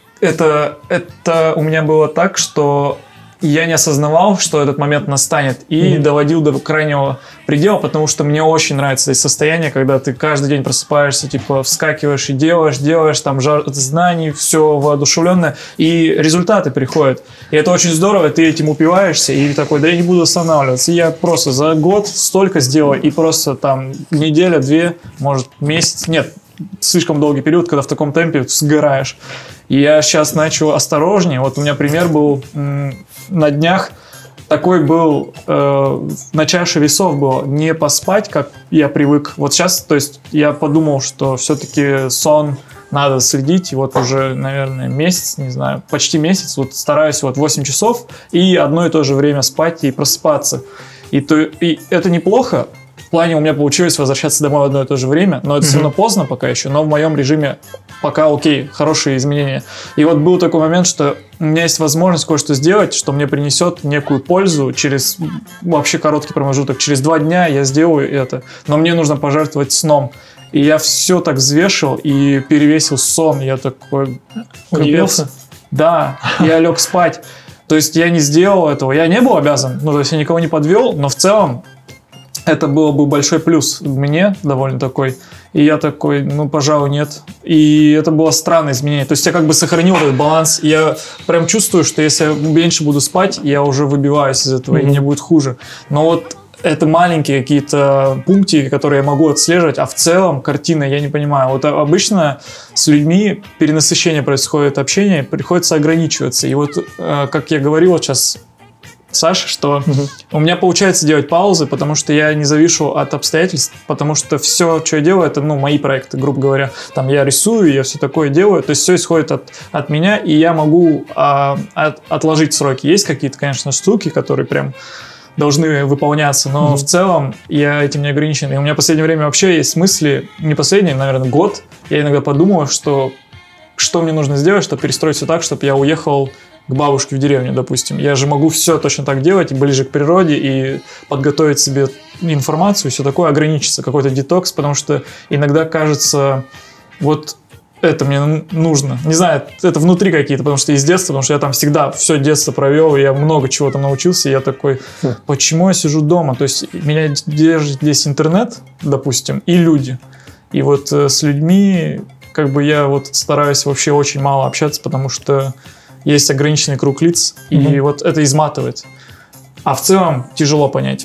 Это, это у меня было так, что я не осознавал, что этот момент настанет, и mm-hmm. доводил до крайнего предела, потому что мне очень нравится состояние, когда ты каждый день просыпаешься, типа вскакиваешь и делаешь, делаешь, там жар знаний, все воодушевленное, и результаты приходят. И это очень здорово, ты этим упиваешься, и такой, да я не буду останавливаться. И я просто за год столько сделал, и просто там неделя, две, может месяц, нет, слишком долгий период, когда в таком темпе сгораешь. И я сейчас начал осторожнее. Вот у меня пример был м- на днях. Такой был, э, на чаше весов было не поспать, как я привык. Вот сейчас, то есть я подумал, что все-таки сон надо следить. И вот уже, наверное, месяц, не знаю, почти месяц. Вот стараюсь вот восемь часов и одно и то же время спать и просыпаться. И, то, и это неплохо. В плане у меня получилось возвращаться домой в одно и то же время, но это mm-hmm. все равно поздно пока еще, но в моем режиме пока окей, хорошие изменения. И вот был такой момент, что у меня есть возможность кое-что сделать, что мне принесет некую пользу через вообще короткий промежуток. Через два дня я сделаю это, но мне нужно пожертвовать сном. И я все так взвешивал и перевесил сон. Я такой... Удивился? Да, я лег спать. То есть я не сделал этого, я не был обязан, ну то есть я никого не подвел, но в целом это был бы большой плюс мне, довольно такой. И я такой, ну, пожалуй, нет. И это было странное изменение. То есть я как бы сохранил этот баланс. И я прям чувствую, что если я меньше буду спать, я уже выбиваюсь из этого, mm-hmm. и мне будет хуже. Но вот это маленькие какие-то пунктики, которые я могу отслеживать, а в целом картина я не понимаю. Вот обычно с людьми перенасыщение происходит, общение, приходится ограничиваться. И вот, как я говорил сейчас Саша, что угу. у меня получается делать паузы, потому что я не завишу от обстоятельств, потому что все, что я делаю, это, ну, мои проекты, грубо говоря. Там я рисую, я все такое делаю, то есть все исходит от, от меня, и я могу а, от, отложить сроки. Есть какие-то, конечно, штуки, которые прям должны выполняться, но угу. в целом я этим не ограничен. И у меня в последнее время вообще есть мысли, не последние, наверное, год, я иногда подумал, что что мне нужно сделать, чтобы перестроить все так, чтобы я уехал к бабушке в деревню, допустим. Я же могу все точно так делать, и ближе к природе, и подготовить себе информацию, и все такое, ограничиться, какой-то детокс, потому что иногда кажется, вот это мне нужно. Не знаю, это внутри какие-то, потому что из детства, потому что я там всегда все детство провел, и я много чего там научился, и я такой, почему я сижу дома? То есть меня держит здесь интернет, допустим, и люди. И вот с людьми, как бы я вот стараюсь вообще очень мало общаться, потому что есть ограниченный круг лиц, mm-hmm. и вот это изматывает. А в целом тяжело понять.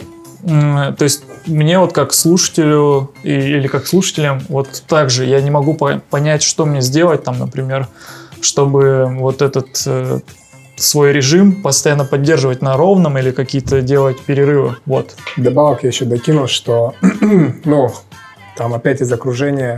То есть мне вот как слушателю или как слушателям вот так же я не могу понять, что мне сделать там, например, чтобы вот этот э, свой режим постоянно поддерживать на ровном или какие-то делать перерывы. Вот. Добавок я еще докинул, что ну, там опять из окружения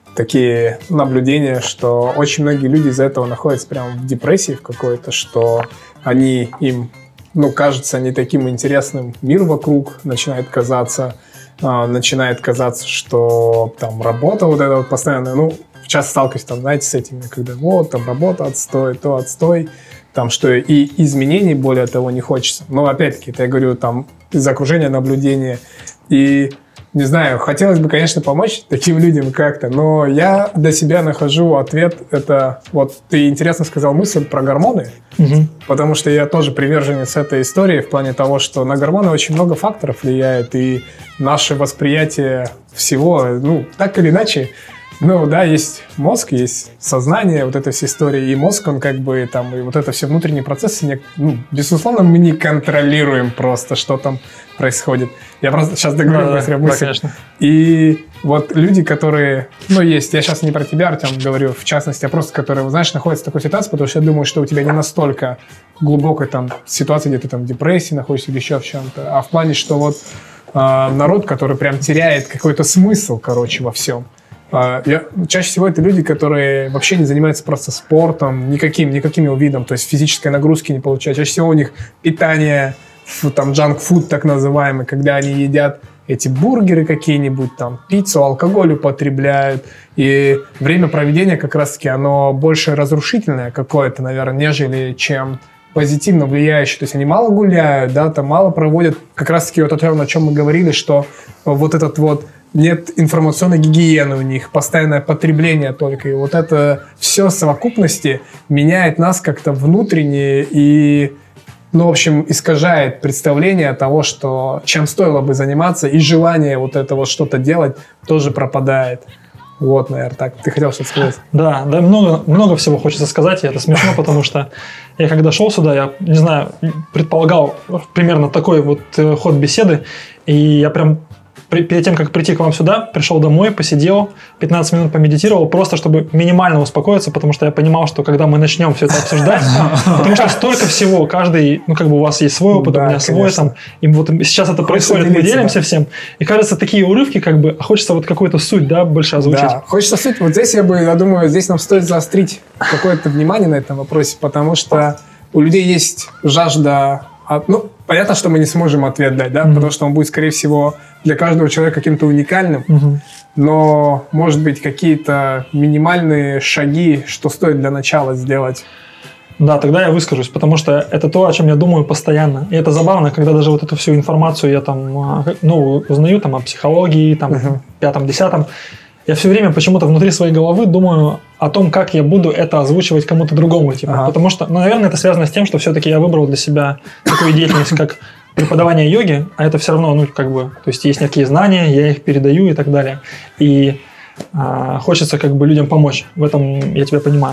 такие наблюдения, что очень многие люди из-за этого находятся прямо в депрессии в какой-то, что они им ну, кажется не таким интересным мир вокруг, начинает казаться, э, начинает казаться, что там работа вот эта вот постоянная, ну, часто сталкиваюсь там, знаете, с этими, когда вот, там работа отстой, то отстой, там, что и изменений, более того, не хочется. Но, опять-таки, это я говорю, там, из окружения наблюдения, и не знаю, хотелось бы, конечно, помочь таким людям как-то, но я для себя нахожу ответ, это вот ты интересно сказал мысль про гормоны, угу. Потому что я тоже приверженец этой истории в плане того, что на гормоны очень много факторов влияет, и наше восприятие всего, ну, так или иначе, ну, да, есть мозг, есть сознание, вот эта вся история, и мозг, он как бы там, и вот это все внутренние процессы, не, ну, безусловно, мы не контролируем просто, что там происходит. Я просто сейчас договорю быстро мысль. Да, конечно. И вот люди, которые, ну, есть, я сейчас не про тебя, Артем, говорю, в частности, а просто, которые, знаешь, находятся в такой ситуации, потому что я думаю, что у тебя не настолько глубокой там ситуации, где ты там в депрессии находишься или еще в чем-то, а в плане, что вот э, народ, который прям теряет какой-то смысл, короче, во всем. Я, чаще всего это люди, которые вообще не занимаются просто спортом, никаким, никаким его видом, то есть физической нагрузки не получают. Чаще всего у них питание, там, джанк-фуд так называемый, когда они едят эти бургеры какие-нибудь, там, пиццу, алкоголь употребляют. И время проведения как раз-таки оно больше разрушительное какое-то, наверное, нежели чем позитивно влияющее. То есть они мало гуляют, да, там мало проводят. Как раз-таки вот о том, о чем мы говорили, что вот этот вот нет информационной гигиены у них, постоянное потребление только. И вот это все в совокупности меняет нас как-то внутренне и, ну, в общем, искажает представление того, что чем стоило бы заниматься, и желание вот это вот что-то делать тоже пропадает. Вот, наверное, так. Ты хотел что-то сказать? Да, да, много, много всего хочется сказать, и это смешно, потому что я когда шел сюда, я, не знаю, предполагал примерно такой вот ход беседы, и я прям перед тем, как прийти к вам сюда, пришел домой, посидел, пятнадцать минут помедитировал, просто чтобы минимально успокоиться, потому что я понимал, что когда мы начнем все это обсуждать, потому что столько всего, каждый, ну, как бы у вас есть свой опыт, у меня свой, там, и вот сейчас это происходит, мы делимся всем, и кажется, такие урывки, как бы, хочется вот какую-то суть, да, больше озвучить. Да, хочется суть, вот здесь я бы, я думаю, здесь нам стоит заострить какое-то внимание на этом вопросе, потому что у людей есть жажда. Ну, понятно, что мы не сможем ответ дать, да, mm-hmm. потому что он будет, скорее всего, для каждого человека каким-то уникальным, mm-hmm. но, может быть, какие-то минимальные шаги, что стоит для начала сделать. Да, тогда я выскажусь, потому что это то, о чем я думаю постоянно. И это забавно, когда даже вот эту всю информацию я там, ну, узнаю там о психологии, там, mm-hmm. пятом-десятом, я все время почему-то внутри своей головы думаю о том, как я буду это озвучивать кому-то другому. Типа. Ага. Потому что, ну, наверное, это связано с тем, что все-таки я выбрал для себя такую деятельность, как преподавание йоги, а это все равно, ну, как бы, то есть есть некие знания, я их передаю и так далее. И а, хочется как бы людям помочь. В этом я тебя понимаю.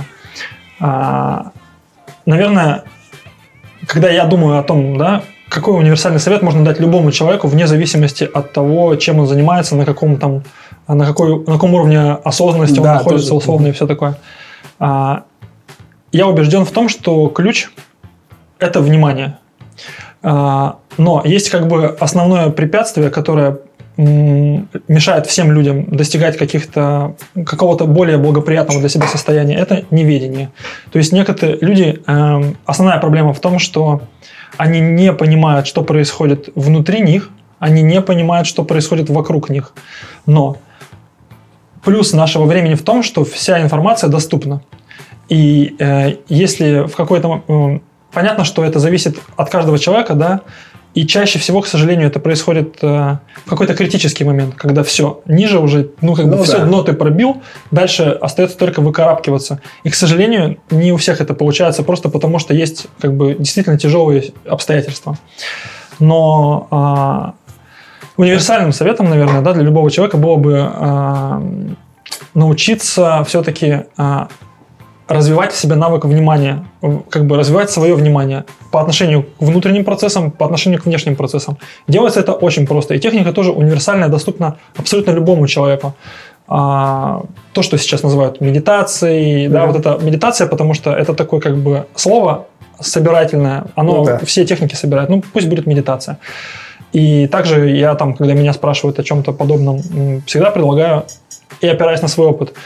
А, наверное, когда я думаю о том, да, какой универсальный совет можно дать любому человеку вне зависимости от того, чем он занимается, на каком там на, какой, на каком уровне осознанности да, он находится, тоже. Условно, и все такое. А, я убежден в том, что ключ – это внимание. А, но есть как бы основное препятствие, которое м, мешает всем людям достигать каких-то, какого-то более благоприятного для себя состояния – это неведение. То есть некоторые люди, э, основная проблема в том, что они не понимают, что происходит внутри них, они не понимают, что происходит вокруг них. Но плюс нашего времени в том, что вся информация доступна. И э, если в какой-то... Э, понятно, что это зависит от каждого человека, да, и чаще всего, к сожалению, это происходит э, в какой-то критический момент, когда все, ниже уже, ну, как бы ну, все да. дно ты пробил, дальше остается только выкарабкиваться. И, к сожалению, не у всех это получается, просто потому что есть, как бы, действительно тяжелые обстоятельства. Но... Э, Универсальным советом, наверное, да, для любого человека было бы э, научиться все-таки э, развивать в себе навык внимания, как бы развивать свое внимание по отношению к внутренним процессам, по отношению к внешним процессам. Делается это очень просто. И техника тоже универсальная, доступна абсолютно любому человеку. А, то, что сейчас называют медитацией, mm-hmm. да, вот это медитация, потому что это такое как бы слово собирательное, оно mm-hmm. все техники собирает, ну пусть будет медитация. И также я там, когда меня спрашивают о чем-то подобном, всегда предлагаю, и опираясь на свой опыт,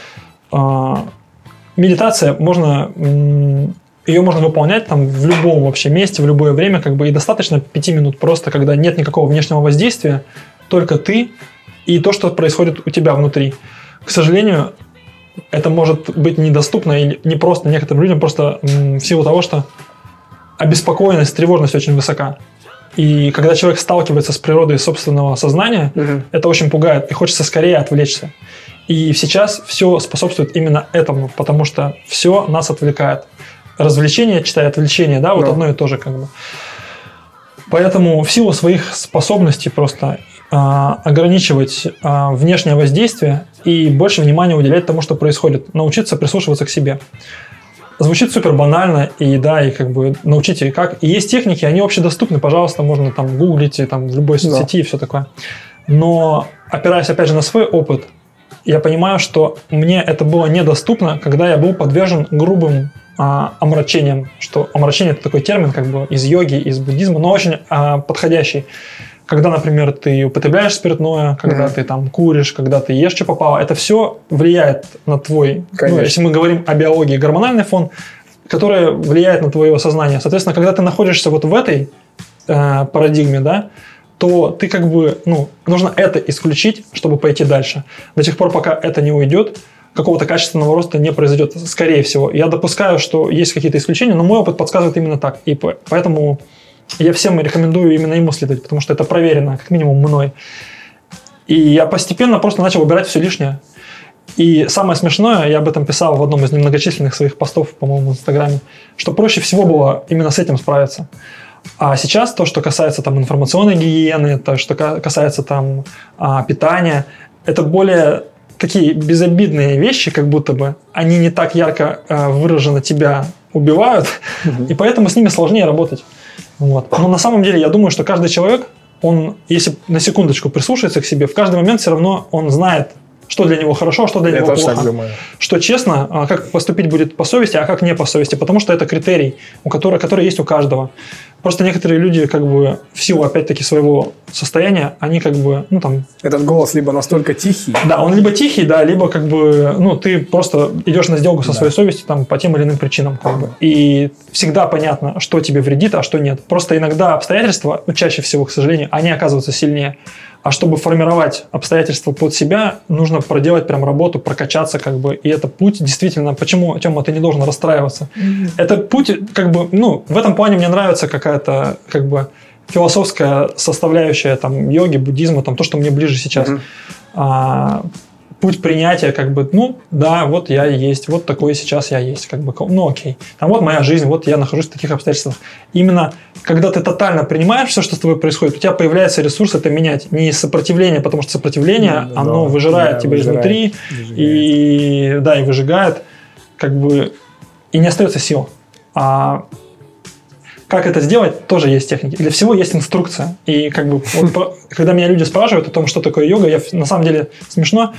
медитация, можно, ее можно выполнять там в любом вообще месте, в любое время, как бы и достаточно пяти минут просто, когда нет никакого внешнего воздействия, только ты и то, что происходит у тебя внутри. К сожалению, это может быть недоступно или не просто некоторым людям, просто в силу того, что обеспокоенность, тревожность очень высока. И когда человек сталкивается с природой собственного сознания, угу. это очень пугает, и хочется скорее отвлечься. И сейчас все способствует именно этому, потому что все нас отвлекает. Развлечение, читай, отвлечение, да, вот Но. одно и то же как бы. Поэтому в силу своих способностей просто э, ограничивать э, внешнее воздействие и больше внимания уделять тому, что происходит, научиться прислушиваться к себе. Звучит супер банально, и да, и как бы научите как. И есть техники, они общедоступны, пожалуйста, можно там гуглить, там в любой соцсети и все такое. Но опираясь опять же на свой опыт, я понимаю, что мне это было недоступно, когда я был подвержен грубым а, омрачениям. Что омрачение – это такой термин как бы из йоги, из буддизма, но очень а, подходящий. Когда, например, ты употребляешь спиртное, когда mm-hmm. ты там куришь, когда ты ешь, что попало, это все влияет на твой, ну, если мы говорим о биологии, гормональный фон, который влияет на твое сознание. Соответственно, когда ты находишься вот в этой э, парадигме, да, то ты как бы, ну, нужно это исключить, чтобы пойти дальше. До тех пор, пока это не уйдет, какого-то качественного роста не произойдет, скорее всего. Я допускаю, что есть какие-то исключения, но мой опыт подсказывает именно так. И поэтому я всем рекомендую именно ему следовать, потому что это проверено, как минимум, мной. И я постепенно просто начал убирать все лишнее. И самое смешное, я об этом писал в одном из немногочисленных своих постов, по-моему, в Инстаграме, что проще всего было именно с этим справиться. А сейчас то, что касается там информационной гигиены, то, что касается там питания, это более такие безобидные вещи, как будто бы. Они не так ярко выраженно тебя убивают, mm-hmm. и поэтому с ними сложнее работать. Вот. Но на самом деле я думаю, что каждый человек, он, если на секундочку прислушается к себе, в каждый момент все равно он знает, что для него хорошо, а что для я него плохо. Что честно, как поступить будет по совести, а как не по совести. Потому что это критерий, у которого, который есть у каждого. Просто некоторые люди, как бы, в силу, опять-таки, своего состояния, они как бы, ну там... Этот голос либо настолько тихий... Да, он либо тихий, да, либо как бы, ну, ты просто идешь на сделку со да. своей совестью там по тем или иным причинам, как бы. И всегда понятно, что тебе вредит, а что нет. Просто иногда обстоятельства, ну, чаще всего, к сожалению, они оказываются сильнее. А чтобы формировать обстоятельства под себя, нужно проделать прям работу, прокачаться, как бы. И это путь действительно... Почему, Тёма, ты не должен расстраиваться? Mm-hmm. Это путь, как бы, ну, в этом плане мне нравится какая-то, как бы, философская составляющая там йоги, буддизма, там то, что мне ближе сейчас. Mm-hmm. А, путь принятия, как бы, ну, да, вот я есть, вот такой сейчас я есть, как бы, ну, окей. Там вот моя жизнь, вот я нахожусь в таких обстоятельствах. Именно когда ты тотально принимаешь все, что с тобой происходит, у тебя появляется ресурс это менять. Не сопротивление, потому что сопротивление, да, оно да, выжирает да, тебя выжирает, изнутри, выжигает. И, да, и выжигает, как бы, и не остается сил. А как это сделать, тоже есть техники. Для всего есть инструкция. И, как бы, вот, когда меня люди спрашивают о том, что такое йога, я, на самом деле, смешно,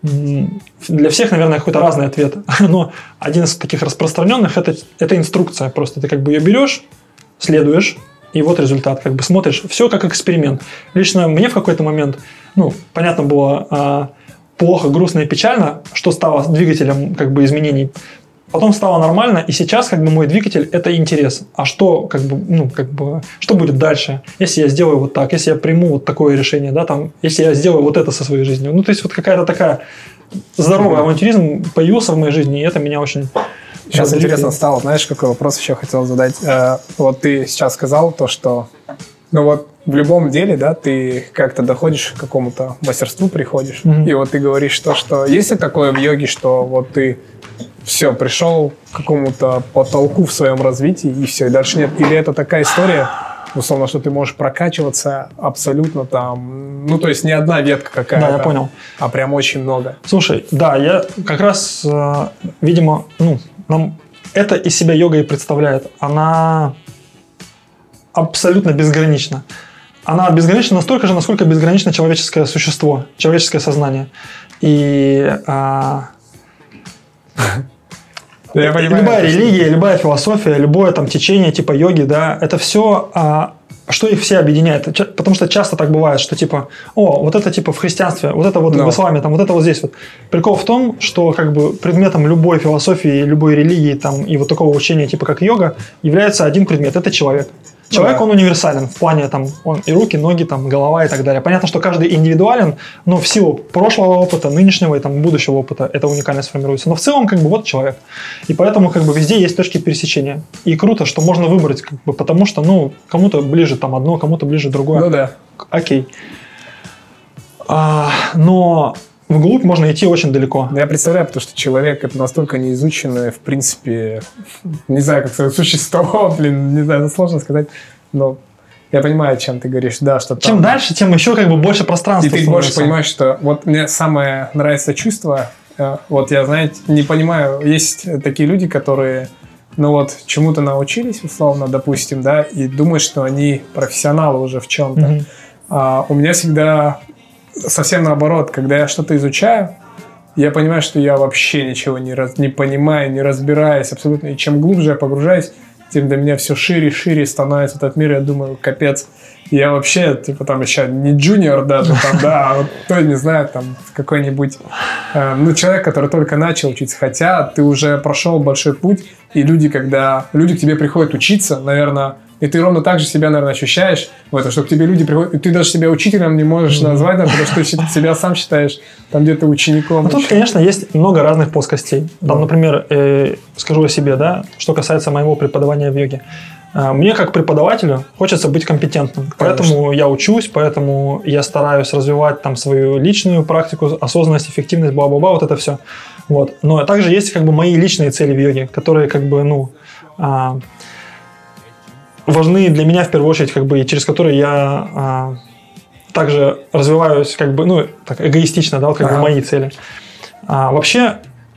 для всех, наверное, какой-то разный ответ. Но один из таких распространенных это, это инструкция. Просто ты как бы ее берешь, следуешь, и вот результат. Как бы смотришь. Все как эксперимент. Лично мне в какой-то момент, ну, понятно было, а, плохо, грустно и печально, что стало двигателем как бы изменений. Потом стало нормально, и сейчас как бы мой двигатель – это интерес. А что, как бы, ну, как бы, что будет дальше, если я сделаю вот так, если я приму вот такое решение, да, там, если я сделаю вот это со своей жизнью. Ну, то есть, вот какая-то такая здоровый авантюризм появился в моей жизни, и это меня очень… Сейчас бодрит. Интересно стало, знаешь, какой вопрос еще хотел задать. Вот ты сейчас сказал то, что, ну вот, в любом деле, да, ты как-то доходишь к какому-то мастерству, приходишь, mm-hmm. и вот ты говоришь то, что есть ли такое в йоге, что вот ты все, пришел к какому-то потолку в своем развитии, и все, и дальше нет. Или это такая история, условно, что ты можешь прокачиваться абсолютно там, ну, то есть не одна ветка какая-то, да, я понял. А прям очень много. Слушай, да, я как раз, видимо, ну, нам это из себя йога и представляет. Она абсолютно безгранична. Она безгранична настолько же, насколько безгранично человеческое существо, человеческое сознание. И а, Я понимаю, любая религия, любая философия, любое там течение типа йоги, да, это все, а, что их все объединяет. Потому что часто так бывает, что типа, о, вот это типа в христианстве, вот это вот no. в исламе, там, вот это вот здесь вот. Прикол в том, что как бы предметом любой философии, любой религии там, и вот такого учения типа как йога является один предмет – это человек. Человек, да. он универсален в плане там, он и руки, ноги, там, голова и так далее. Понятно, что каждый индивидуален, но в силу прошлого опыта, нынешнего и там, будущего опыта эта уникальность формируется. Но в целом, как бы, вот человек. И поэтому, как бы, везде есть точки пересечения. И круто, что можно выбрать, как бы, потому что, ну, кому-то ближе там одно, кому-то ближе другое. Ну да. Окей. А, но вглубь можно идти очень далеко. Я представляю, потому что человек — это настолько неизученное, в принципе, не знаю, как сказать, существо, блин, не знаю, это сложно сказать, но я понимаю, о чем ты говоришь, да, что там... Чем дальше, тем еще как бы больше пространства. И ты больше понимаешь, что вот мне самое нравится чувство, вот я, знаете, не понимаю, есть такие люди, которые, ну вот, чему-то научились, условно, допустим, да, и думают, что они профессионалы уже в чем-то. Mm-hmm. А у меня всегда... Совсем наоборот, когда я что-то изучаю, я понимаю, что я вообще ничего не, раз, не понимаю, не разбираюсь абсолютно. И чем глубже я погружаюсь, тем для меня все шире и шире становится этот мир. Я думаю, капец, я вообще, типа, там еще не джуниор даже, там, да, а вот то, не знаю, там, какой-нибудь, э, ну, человек, который только начал учиться. Хотя ты уже прошел большой путь, и люди, когда люди к тебе приходят учиться, наверное, и ты ровно так же себя, наверное, ощущаешь в этом, что к тебе люди приходят, и ты даже себя учителем не можешь mm-hmm. назвать, потому что ты себя сам считаешь там где-то учеником. Ну, тут, конечно, есть много разных плоскостей. Там, mm-hmm. например, э, скажу о себе, да, что касается моего преподавания в йоге. Э, мне, как преподавателю, хочется быть компетентным. Конечно. Поэтому я учусь, поэтому я стараюсь развивать там свою личную практику, осознанность, эффективность, бла-бла-бла, вот это все. Вот. Но также есть как бы мои личные цели в йоге, которые как бы, ну... Э, важны для меня в первую очередь, как бы, и через которые я а, также развиваюсь, как бы, ну, так эгоистично, да, вот, как ага. бы мои цели. А, вообще,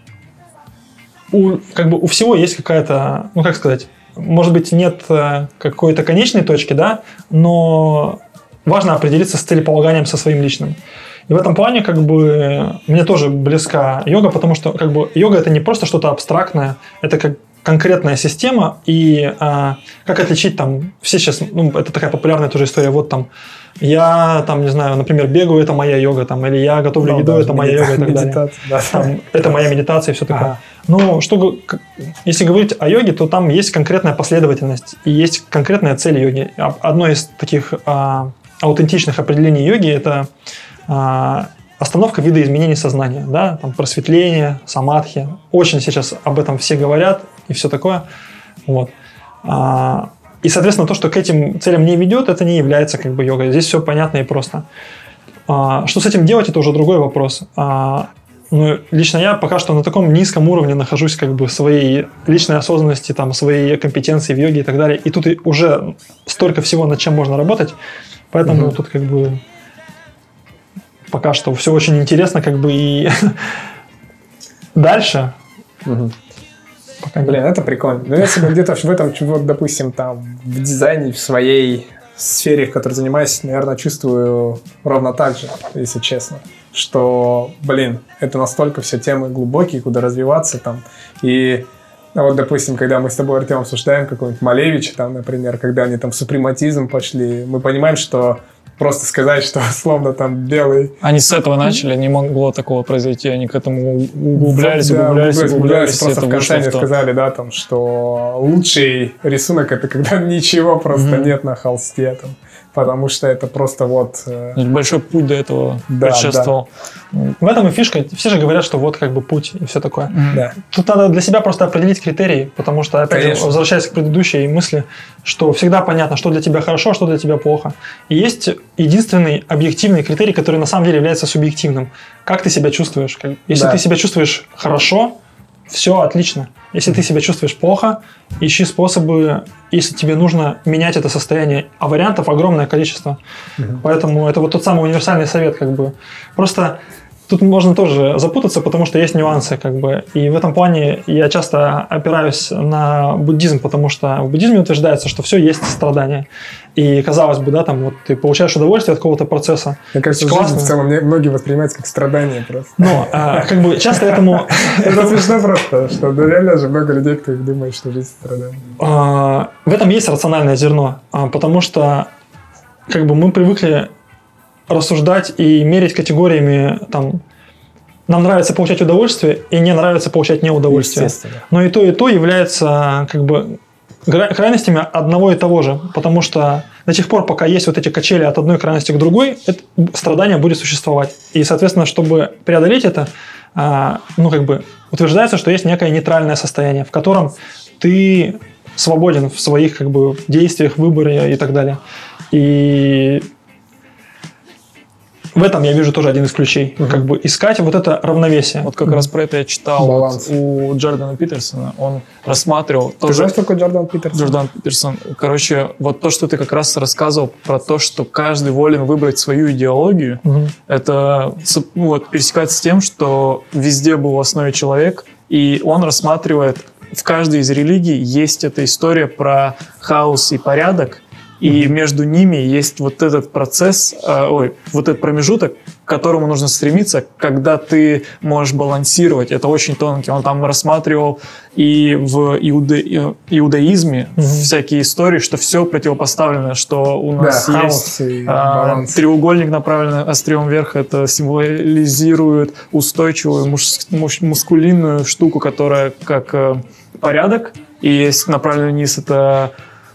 у, как бы у всего есть какая-то, ну, как сказать, может быть, нет какой-то конечной точки, да, но важно определиться с целеполаганием со своим личным. И в этом плане, как бы, мне тоже близка йога, потому что, как бы, йога — это не просто что-то абстрактное, это как конкретная система, и а, как отличить там, все сейчас, ну, это такая популярная тоже история, вот там, я там, не знаю, например, бегаю, это моя йога, там, или я готовлю ну, еду, это моя йога и так далее. Да. Там, это моя медитация и все такое. Ага. Но что, если говорить о йоге, то там есть конкретная последовательность, и есть конкретная цель йоги. Одно из таких а, аутентичных определений йоги – это а, остановка видоизменений сознания, да, там просветление, самадхи. Очень сейчас об этом все говорят и все такое. Вот. А, и, соответственно, то, что к этим целям не ведет, это не является как бы йогой. Здесь все понятно и просто. А, что с этим делать, это уже другой вопрос. А, ну, лично я пока что на таком низком уровне нахожусь как бы своей личной осознанности, там, своей компетенции в йоге и так далее. И тут уже столько всего, над чем можно работать. Поэтому mm-hmm. тут как бы пока что все очень интересно, как бы и дальше. Угу. Пока Блин, это прикольно. Но я себя где-то в этом, вот, допустим, там, в дизайне, в своей сфере, в которой занимаюсь, наверное, чувствую ровно так же, если честно. Что, блин, это настолько все темы глубокие, куда развиваться там. И вот, допустим, когда мы с тобой, Артем, обсуждаем какого-нибудь Малевича, там, например, когда они там в супрематизм пошли, мы понимаем, что просто сказать, что словно там белый... Они с этого начали, не могло такого произойти, они к этому углублялись, да, углублялись, углублялись, углублялись. Просто в конце они сказали, да, там, что лучший рисунок — это когда ничего просто mm-hmm. нет на холсте, там, потому что это просто вот... Э... Большой путь до этого да, предшествовал. Да. В этом и фишка. Все же говорят, что вот как бы путь и все такое. Mm-hmm. Да. Тут надо для себя просто определить критерии, потому что, опять Конечно. же, возвращаясь к предыдущей мысли, что всегда понятно, что для тебя хорошо, что для тебя плохо. И есть единственный объективный критерий, который на самом деле является субъективным. Как ты себя чувствуешь? Если да. ты себя чувствуешь хорошо, все отлично. Если ты себя чувствуешь плохо, ищи способы, если тебе нужно менять это состояние. А вариантов огромное количество. Mm-hmm. Поэтому это вот тот самый универсальный совет, как бы. Просто тут можно тоже запутаться, потому что есть нюансы, как бы. И в этом плане я часто опираюсь на буддизм, потому что в буддизме утверждается, что все есть страдание. И казалось бы, да, там вот ты получаешь удовольствие от какого-то процесса. Мне кажется, жизнь в целом многие воспринимают как страдание просто. Но а, как бы часто этому... Это смешно просто, что реально же много людей, кто думает, что жизнь страдание. В этом есть рациональное зерно, потому что как бы мы привыкли рассуждать и мерить категориями, там, нам нравится получать удовольствие и не нравится получать неудовольствие. Но и то, и то является как бы крайностями одного и того же, потому что до тех пор, пока есть вот эти качели от одной крайности к другой, это страдание будет существовать. И, соответственно, чтобы преодолеть это, ну, как бы утверждается, что есть некое нейтральное состояние, в котором ты свободен в своих как бы действиях, выборе и так далее. И в этом я вижу тоже один из ключей. Uh-huh. Как бы искать вот это равновесие. Вот как uh-huh. раз про это я читал вот у Джордана Питерсона. Он рассматривал... Ты тоже... знаешь, что такое Джордан Питерсон? Джордан Питерсон. Короче, вот то, что ты как раз рассказывал про то, что каждый волен выбрать свою идеологию, uh-huh. это вот, пересекается с тем, что везде был в основе человек, и он рассматривает, в каждой из религий есть эта история про хаос и порядок, и mm-hmm. между ними есть вот этот процесс, э, ой, вот этот промежуток, к которому нужно стремиться, когда ты можешь балансировать. Это очень тонкий. Он там рассматривал и в иуда... иудаизме mm-hmm. всякие истории, что все противопоставлено, что у нас да, есть э, треугольник, направленный острием вверх, это символизирует устойчивую муж... муж... мускулинную штуку, которая как э, порядок, и есть направленный вниз, это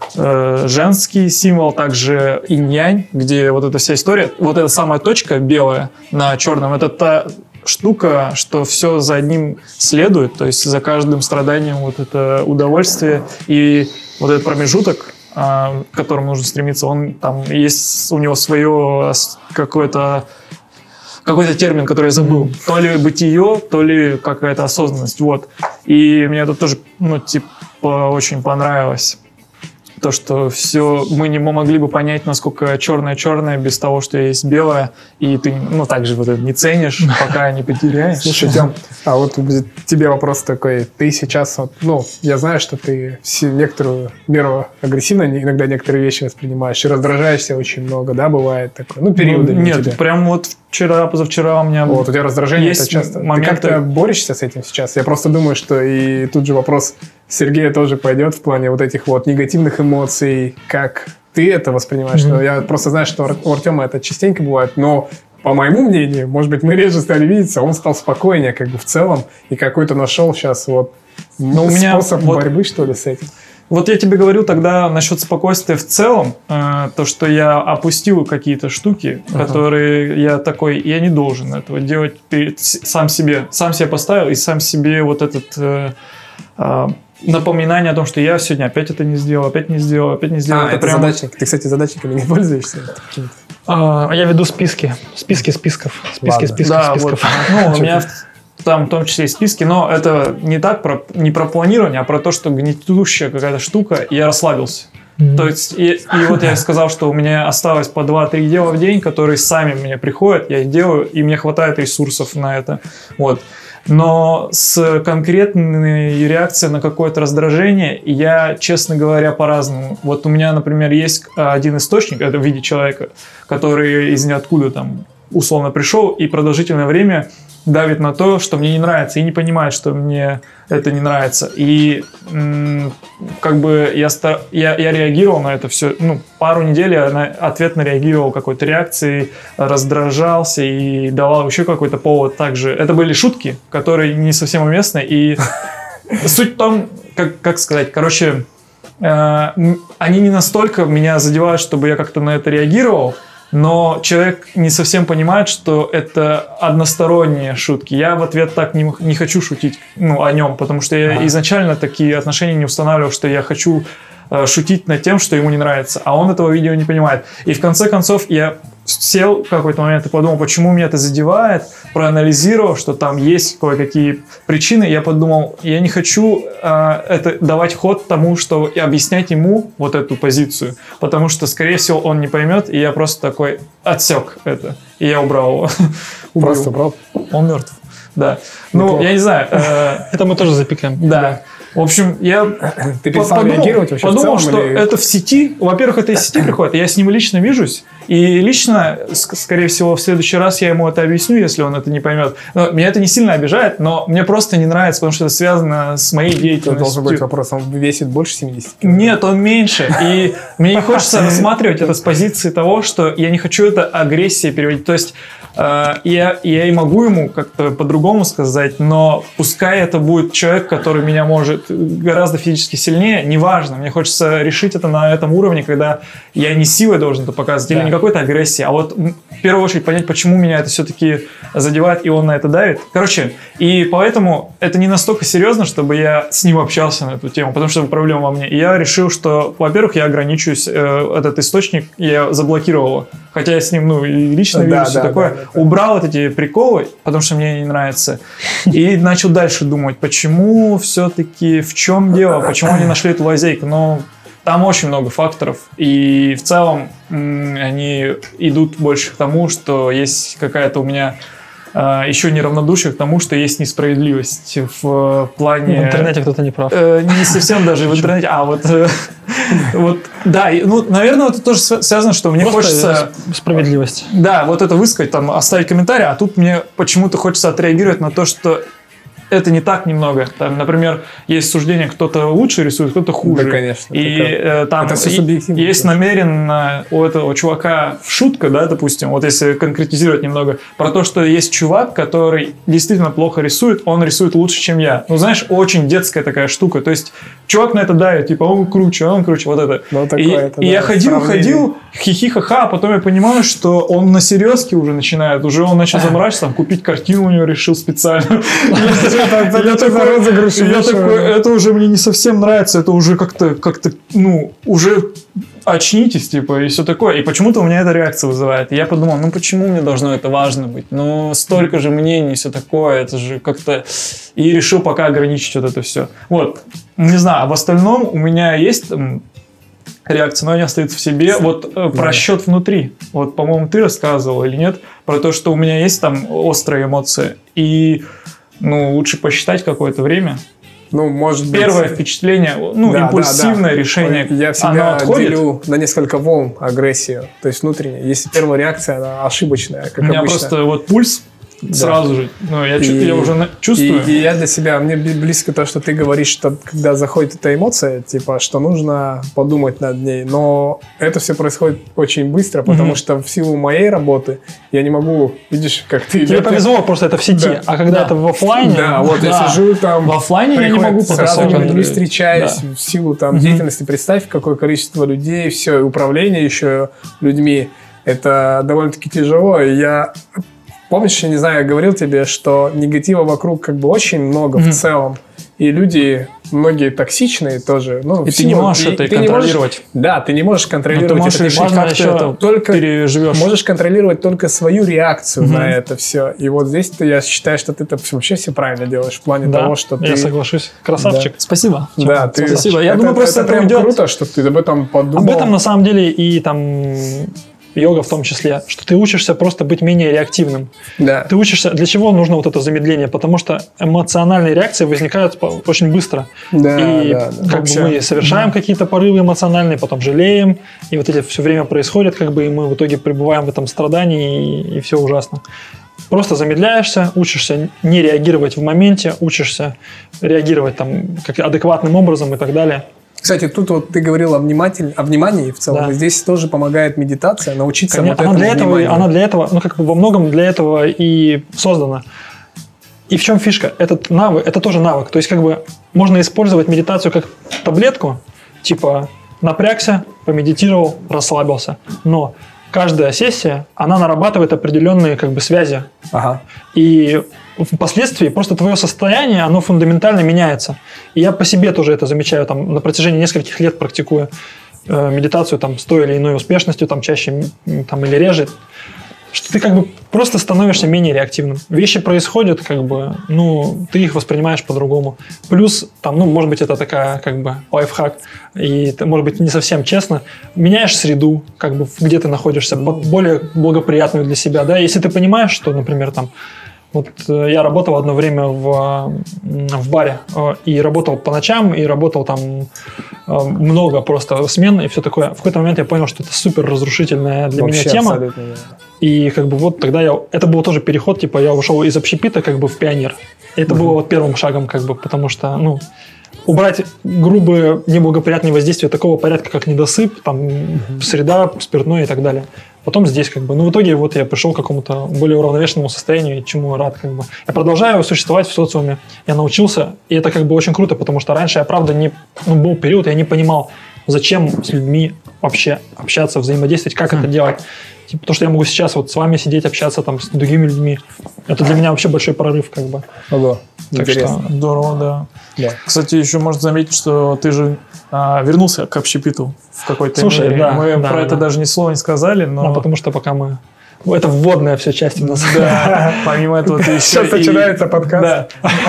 женский символ, также инь-янь, где вот эта вся история, вот эта самая точка белая на черном, это та штука, что все за одним следует, то есть за каждым страданием вот это удовольствие, и вот этот промежуток, к которому нужно стремиться, он там есть у него свое какое-то какой-то термин, который я забыл. Mm-hmm. То ли бытие, то ли какая-то осознанность. Вот. И мне это тоже, ну, типа, очень понравилось. То, что все, мы не могли бы понять, насколько черное-черное без того, что есть белое, и ты, ну, также вот это не ценишь, пока не потеряешь. Слушай, Тём, а вот тебе вопрос такой. Ты сейчас, вот, ну, я знаю, что ты некоторую меру агрессивно иногда некоторые вещи воспринимаешь и раздражаешься очень много, да, бывает такое? Ну, периоды. Ну, нет, прям вот вчера, позавчера у меня... Вот, у тебя раздражение есть это часто. Моменты... Ты как-то борешься с этим сейчас? Я просто думаю, что и тут же вопрос Сергея тоже пойдет в плане вот этих вот негативных эмоций, как ты это воспринимаешь. Mm-hmm. Я просто знаю, что у Артема это частенько бывает, но по моему мнению, может быть, мы реже стали видеться, он стал спокойнее как бы в целом и какой-то нашел сейчас вот но способ у меня борьбы, вот... что ли, с этим. Вот я тебе говорю тогда насчет спокойствия в целом, э, то, что я опустил какие-то штуки, uh-huh. которые я такой, я не должен этого делать перед, сам себе. Сам себе поставил и сам себе вот этот э, э, напоминание о том, что я сегодня опять это не сделал, опять не сделал, опять не сделал. А, это, это прям... задачник. Ты, кстати, задачниками не пользуешься? А, я веду списки. Списки списков. Списки Ладно. списков да, списков. Вот. Ну, у меня... Там в том числе и списки, но это не так, про, не про планирование, а про то, что гнетущая какая-то штука, и я расслабился. Mm-hmm. То есть, и, и вот я сказал, что у меня осталось по два-три дела в день, которые сами мне приходят, я их делаю, и мне хватает ресурсов на это. Вот. Но с конкретной реакцией на какое-то раздражение я, честно говоря, по-разному. Вот у меня, например, есть один источник, это в виде человека, который из ниоткуда там условно пришел и продолжительное время давит на то, что мне не нравится, и не понимает, что мне это не нравится. И м- как бы я, стар... я, я реагировал на это все, ну, пару недель я на... ответно реагировал какой-то реакцией, раздражался и давал еще какой-то повод также. Это были шутки, которые не совсем уместны, и суть в том, как, как сказать, короче, э- они не настолько меня задевают, чтобы я как-то на это реагировал, но человек не совсем понимает, что это односторонние шутки. Я в ответ так не, не хочу шутить, ну, о нем, потому что я а. изначально такие отношения не устанавливал, что я хочу э, шутить над тем, что ему не нравится, а он этого видео не понимает. И в конце концов я сел в какой-то момент и подумал, почему меня это задевает, проанализировал, что там есть кое-какие причины, я подумал, я не хочу э, это давать ход тому, что и объяснять ему вот эту позицию, потому что, скорее всего, он не поймет, и я просто такой отсек это, и я убрал его. убил. Просто прав. Он мертв. Да. Ну, Неплохо. я не знаю. э, Это мы тоже запикаем. Да. В общем, я Ты перестал подумал, реагировать вообще в подумал, целом, что или- это в сети. Во-первых, это из сети приходит, я с ним лично вижусь. И лично, ск- скорее всего, в следующий раз я ему это объясню, если он это не поймет. Но меня это не сильно обижает, но мне просто не нравится, потому что это связано с моей Это деятельностью. должен быть вопрос, он весит больше семидесяти? Нет, он меньше. И мне не хочется рассматривать это с позиции того, что я не хочу это агрессией переводить. То есть э, я, я и могу ему как-то по-другому сказать, но пускай это будет человек, который меня может гораздо физически сильнее, неважно. Мне хочется решить это на этом уровне, когда я не силой должен это показывать, или Да. не какой-то агрессией, а вот м, в первую очередь понять, почему меня это все-таки задевает, и он на это давит. Короче, и поэтому это не настолько серьезно, чтобы я с ним общался на эту тему, потому что проблема во мне. И я решил, что, во-первых, я ограничусь, э, этот источник, я заблокировал его. Хотя я с ним, ну, и лично Да, вижу, все да, такое. да, да, да. Убрал вот эти приколы, потому что мне не нравится. И начал дальше думать, почему все-таки, в чем дело, почему они нашли эту лазейку. Но там очень много факторов, и в целом м, они идут больше к тому, что есть какая-то у меня э, еще неравнодушие к тому, что есть несправедливость в плане... В интернете кто-то не прав. Э, не совсем даже в интернете, а вот, э, вот да, и, ну, наверное, это тоже св- связано, что мне Просто хочется, справедливость. да, вот это высказать, там, оставить комментарий, а тут мне почему-то хочется отреагировать на то, что это не так немного. Там, например, есть суждение, кто-то лучше рисует, кто-то хуже. Да, конечно. И это э, там это всё и- субъективно, есть конечно. намеренно у этого чувака шутка, да, допустим, вот если конкретизировать немного, про то, что есть чувак, который действительно плохо рисует, он рисует лучше, чем я. Ну, знаешь, очень детская такая штука. То есть чувак на это давит, типа, он круче, он круче, вот это. Ну, такое, и это, и да, я ходил, сравнение. ходил, хихи-ха-ха, а потом я понимаю, что он на серьезке уже начинает, уже он начал заморачиваться, там, купить картину у него решил специально. Я такой, розыгрыш я вышел. такой, это уже мне не совсем нравится, это уже как-то, как-то, ну, уже очнитесь, типа, и все такое. И почему-то у меня эта реакция вызывает. И я подумал, ну почему мне должно это важно быть? Ну, столько же мнений, все такое, это же как-то... И решил пока ограничить вот это все. Вот, не знаю, а в остальном у меня есть там реакция, но они остаются в себе. Вот э, про Да. счет внутри. Вот, по-моему, ты рассказывал или нет, про то, что у меня есть там острые эмоции. И, ну, лучше посчитать какое-то время. Ну, может быть... Первое впечатление, ну, Да, импульсивное да, да. решение, Я оно всегда отходит. делю на несколько волн агрессию, то есть внутренняя. Если первая реакция, она ошибочная, как У меня обычно. просто вот пульс сразу же, ну, я, чу- И- я уже на- чувствую. И, и я для себя, мне бли- близко то, что ты говоришь, что когда заходит эта эмоция, типа, что нужно подумать над ней. Но это все происходит очень быстро, потому Мгм. что в силу моей работы я не могу, видишь, как ты... Тебе я- повезло, просто это в сети. Да. А когда Да. это в офлайне... Да, вот Да. я сижу там... В оффлайне я не приходит, могу сразу показать. же контроль. не встречаюсь Да. в силу там Мгм. деятельности. Представь, какое количество людей, все, и управление еще людьми. Это довольно-таки тяжело. И я... Помнишь, я не знаю, я говорил тебе, что негатива вокруг как бы очень много Мгм. в целом. И люди, многие токсичные тоже. Ну, И в ты не силу- можешь и это ты не можешь- контролировать. Да, ты не можешь Но контролировать ты можешь это. Ты решить, можешь как как-то ты это только переживешь. можешь контролировать только свою реакцию Мгм. на это все. И вот здесь-то я считаю, что ты это вообще все правильно делаешь в плане Да, того, что ты... я соглашусь. Красавчик. Спасибо. Да, ты... Спасибо. Я это, думаю, просто это это прям уйдет. круто, что ты об этом подумал. Об этом на самом деле и там йога в том числе, что ты учишься просто быть менее реактивным. Да. Ты учишься, для чего нужно вот это замедление? Потому что эмоциональные реакции возникают по- очень быстро. Да, и да, да. как Вообще. бы мы совершаем какие-то порывы эмоциональные, потом жалеем, и вот эти все время происходит, как бы и мы в итоге пребываем в этом страдании, и, и все ужасно. Просто замедляешься, учишься не реагировать в моменте, учишься реагировать там как адекватным образом и так далее. Кстати, тут вот ты говорил о, вниматель... о внимании в целом. Да. И здесь тоже помогает медитация, научиться Конечно, вот она этому для этого, вниманию. она для этого, ну как бы во многом для этого и создана. И в чем фишка? Этот навык, это тоже навык. То есть как бы можно использовать медитацию как таблетку, типа напрягся, помедитировал, расслабился. Но каждая сессия, она нарабатывает определенные как бы связи. Ага. И впоследствии просто твое состояние, оно фундаментально меняется. И я по себе тоже это замечаю, там, на протяжении нескольких лет практикуя э, медитацию там, с той или иной успешностью, там, чаще м, там, или реже. что ты как бы просто становишься менее реактивным. Вещи происходят, как бы, ну, ты их воспринимаешь по-другому. Плюс, там, ну, может быть, это такая, как бы, лайфхак, и это, может быть, не совсем честно. Меняешь среду, как бы, где ты находишься, более благоприятную для себя, да. Если ты понимаешь, что, например, там, вот я работал одно время в, в баре, и работал по ночам, и работал там много просто смен, и все такое. В какой-то момент я понял, что это супер разрушительная для Вообще, меня тема. Абсолютно, да. И как бы вот тогда я... Это был тоже переход, типа я ушел из общепита как бы в пионер. И это угу. было вот первым шагом, как бы, потому что, ну, убрать грубые неблагоприятные воздействия такого порядка, как недосып, там, угу. среда, спиртное и так далее. Потом здесь как бы, ну в итоге вот я пришел к какому-то более уравновешенному состоянию, чему рад как бы. Я продолжаю существовать в социуме, я научился, и это как бы очень круто, потому что раньше я правда не, ну был период, я не понимал, зачем с людьми вообще общаться, взаимодействовать, как mm. это делать. Типа, то, что я могу сейчас вот с вами сидеть, общаться там с другими людьми, это для меня вообще большой прорыв как бы. Ого, так интересно. Что, здорово, да. да. Кстати, еще можно заметить, что ты же а, вернулся к общепиту в какой-то Слушай, мере. Да, мы да, про да. это даже ни слова не сказали, но... Да, потому что пока мы... Это вводная вся часть у нас. Да, помимо этого ты еще... Сейчас начинается подкаст.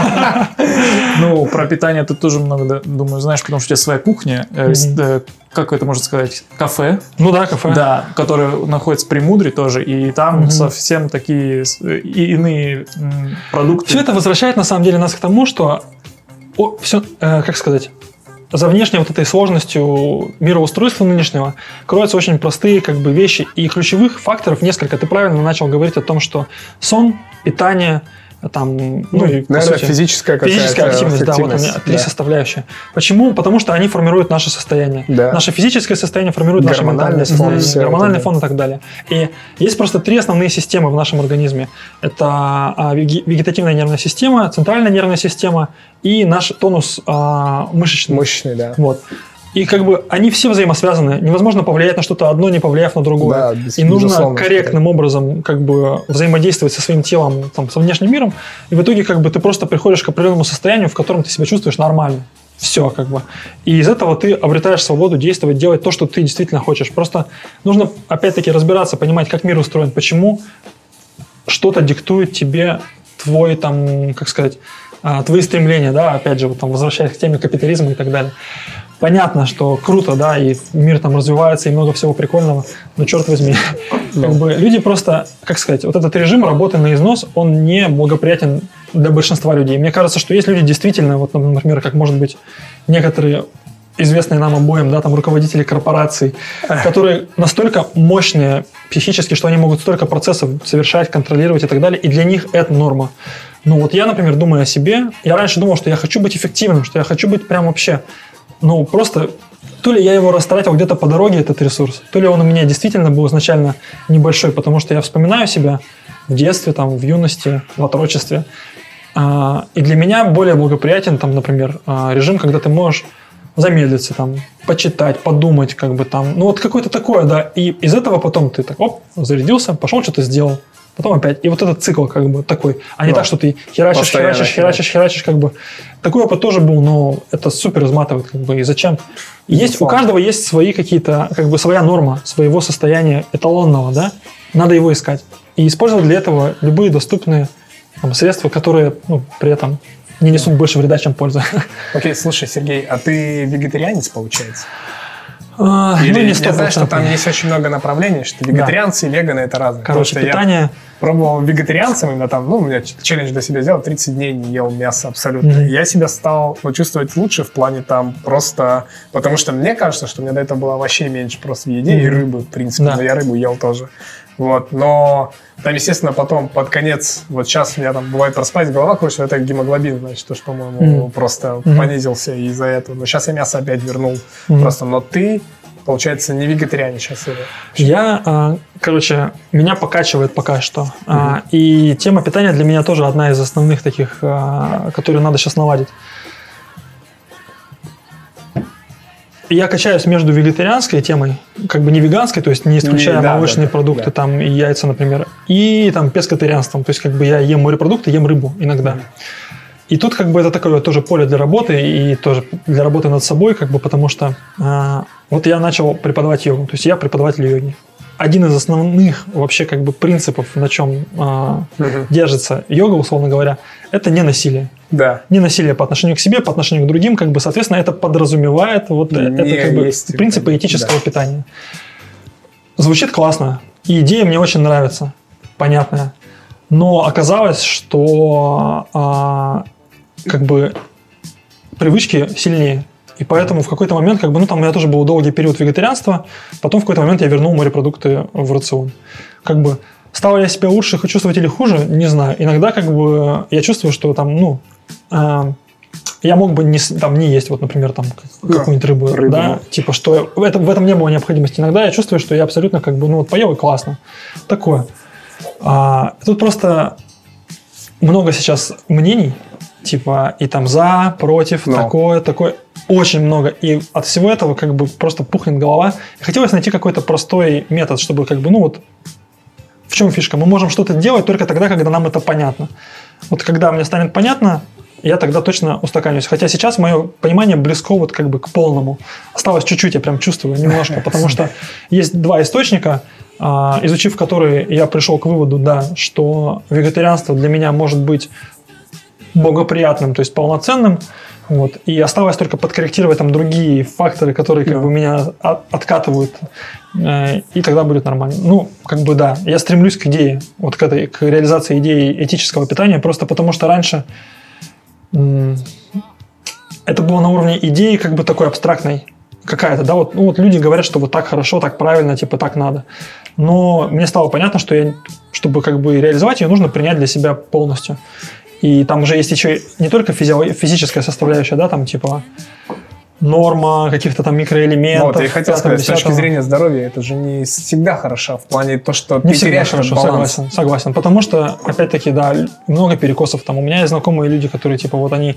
Ну, про питание ты тоже много, думаю, знаешь, потому что у тебя своя кухня, как это можно сказать, кафе. Ну да, кафе. Да, которое находится при Мудре тоже, и там совсем такие иные продукты. Все это возвращает, на самом деле, нас к тому, что все, как сказать... За внешней вот этой сложностью мироустройства нынешнего кроются очень простые как бы вещи, и ключевых факторов несколько. Ты правильно начал говорить о том, что сон, питание, там, ну, ну и, наверное, сути, физическая какая-то физическая активность, да, вот они, три да. составляющие. Почему? Потому что они формируют наше состояние. Да. Наше физическое состояние формирует наше ментальное состояние, фон, гормональный это, фон и так далее. И есть просто три основные системы в нашем организме. Это вегетативная нервная система, центральная нервная система и наш тонус а, мышечный. Мышечный, да. Вот. И как бы они все взаимосвязаны. Невозможно повлиять на что-то одно, не повлияв на другое. Да, без, и нужно корректным образом как бы взаимодействовать со своим телом, там, со внешним миром. И в итоге как бы ты просто приходишь к определенному состоянию, в котором ты себя чувствуешь нормально. Все как бы. И из этого ты обретаешь свободу действовать, делать то, что ты действительно хочешь. Просто нужно опять-таки разбираться, понимать, как мир устроен, почему что-то диктует тебе твой, там, как сказать, твои стремления, да, опять же, вот, там, возвращаясь к теме капитализма и так далее. Понятно, что круто, да, и мир там развивается, и много всего прикольного, но черт возьми. Как бы люди просто, как сказать, вот этот режим работы на износ, он не благоприятен для большинства людей. Мне кажется, что есть люди действительно, вот, например, как может быть некоторые известные нам обоим, да, там руководители корпораций, которые настолько мощные психически, что они могут столько процессов совершать, контролировать и так далее, и для них это норма. Ну вот я, например, думаю о себе, я раньше думал, что я хочу быть эффективным, что я хочу быть прям вообще, ну просто, то ли я его растратил где-то по дороге, этот ресурс, то ли он у меня действительно был изначально небольшой, потому что я вспоминаю себя в детстве, там, в юности, в отрочестве, и для меня более благоприятен, там, например, режим, когда ты можешь замедлиться, там, почитать, подумать, как бы там, ну вот какое-то такое, да, и из этого потом ты так, оп, зарядился, пошел, что-то сделал, потом опять, и вот этот цикл как бы такой, а не да. так, что ты херачишь, херачишь, херачишь, херачишь, как бы, такой опыт тоже был, но это супер изматывает, как бы, и зачем? Есть, у каждого есть свои какие-то, как бы, своя норма, своего состояния эталонного, да, надо его искать, и использовать для этого любые доступные там, средства, которые, ну, при этом не несут больше вреда, чем пользы. Окей, слушай, Сергей, а ты вегетарианец, получается? А, Или, ну, не я знаю, что там есть очень много направлений, что вегетарианцы да. и веганы – это разные. Короче, питание... Я пробовал вегетарианцем, именно там, ну, у меня челлендж для себя сделал, тридцать дней не ел мясо абсолютно. Mm-hmm. Я себя стал ну, чувствовать лучше в плане там просто... Потому что мне кажется, что у меня до этого было овощей меньше просто в еде mm-hmm. и рыбы, в принципе. Да. Но я рыбу ел тоже. Вот, но там, естественно, потом под конец, вот сейчас у меня там бывает проспать, голова кружится, это гемоглобин, значит, то, что, по-моему, mm-hmm. просто mm-hmm. понизился из-за этого. Но сейчас я мясо опять вернул mm-hmm. просто. Но ты, получается, не вегетарианец сейчас или? Я, короче, меня покачивает пока что. Mm-hmm. И тема питания для меня тоже одна из основных таких, которые надо сейчас наладить. Я качаюсь между вегетарианской темой, как бы не веганской, то есть не исключая да, молочные да, продукты, да. там и яйца, например, и там пескотарианством, то есть как бы я ем морепродукты, ем рыбу иногда. Mm. И тут как бы это такое тоже поле для работы и тоже для работы над собой, как бы потому что а, вот я начал преподавать йогу, то есть я преподаватель йоги. один из основных вообще как бы принципов, на чем а, Мгм. держится йога, условно говоря, это не насилие. Да. Не насилие по отношению к себе, по отношению к другим, как бы, соответственно, это подразумевает вот Не это как бы есть, принципы да. этического питания. Звучит классно, и идея мне очень нравится, понятная. Но оказалось, что а, как бы привычки сильнее. И поэтому в какой-то момент, как бы, ну, там у меня тоже был долгий период вегетарианства, потом в какой-то момент я вернул морепродукты в рацион. Как бы, стал я себя лучше чувствовать или хуже, не знаю. Иногда, как бы, я чувствую, что там, ну, э, я мог бы не, с- там, не есть, вот, например, там, как- Да, какую-нибудь рыбу, рыбу, да, да. типа, что в этом, в этом не было необходимости. Иногда я чувствую, что я абсолютно, как бы, ну, вот, поел и классно. Такое. А, тут просто много сейчас мнений, типа, и там за, против, Но. такое, такое. Очень много. И от всего этого как бы просто пухнет голова. И хотелось найти какой-то простой метод, чтобы как бы, ну вот, в чем фишка? Мы можем что-то делать только тогда, когда нам это понятно. Вот когда мне станет понятно, я тогда точно устаканюсь. Хотя сейчас мое понимание близко вот как бы к полному. Осталось чуть-чуть, я прям чувствую немножко, потому что есть два источника, а, изучив которые, я пришел к выводу, да, что вегетарианство для меня может быть благоприятным, то есть полноценным. Вот. И осталось только подкорректировать там другие факторы, которые как Да. бы меня от- откатывают, э, и тогда будет нормально. Ну, как бы да, я стремлюсь к идее, вот к этой, к реализации идеи этического питания, просто потому что раньше м, это было на уровне идеи как бы такой абстрактной какая-то, да, вот, ну, вот люди говорят, что вот так хорошо, так правильно, типа так надо. Но мне стало понятно, что я, чтобы как бы реализовать ее, нужно принять для себя полностью. И там уже есть еще не только физио- физическая составляющая, да, там типа норма каких-то там микроэлементов. Вот, я хотел пятого, сказать, с точки десятого. зрения здоровья, это же не всегда хорошо в плане то, что Не ты всегда теряешь этот хорошо, баланс. согласен, согласен. Потому что, опять-таки, да, много перекосов там. У меня есть знакомые люди, которые, типа, вот они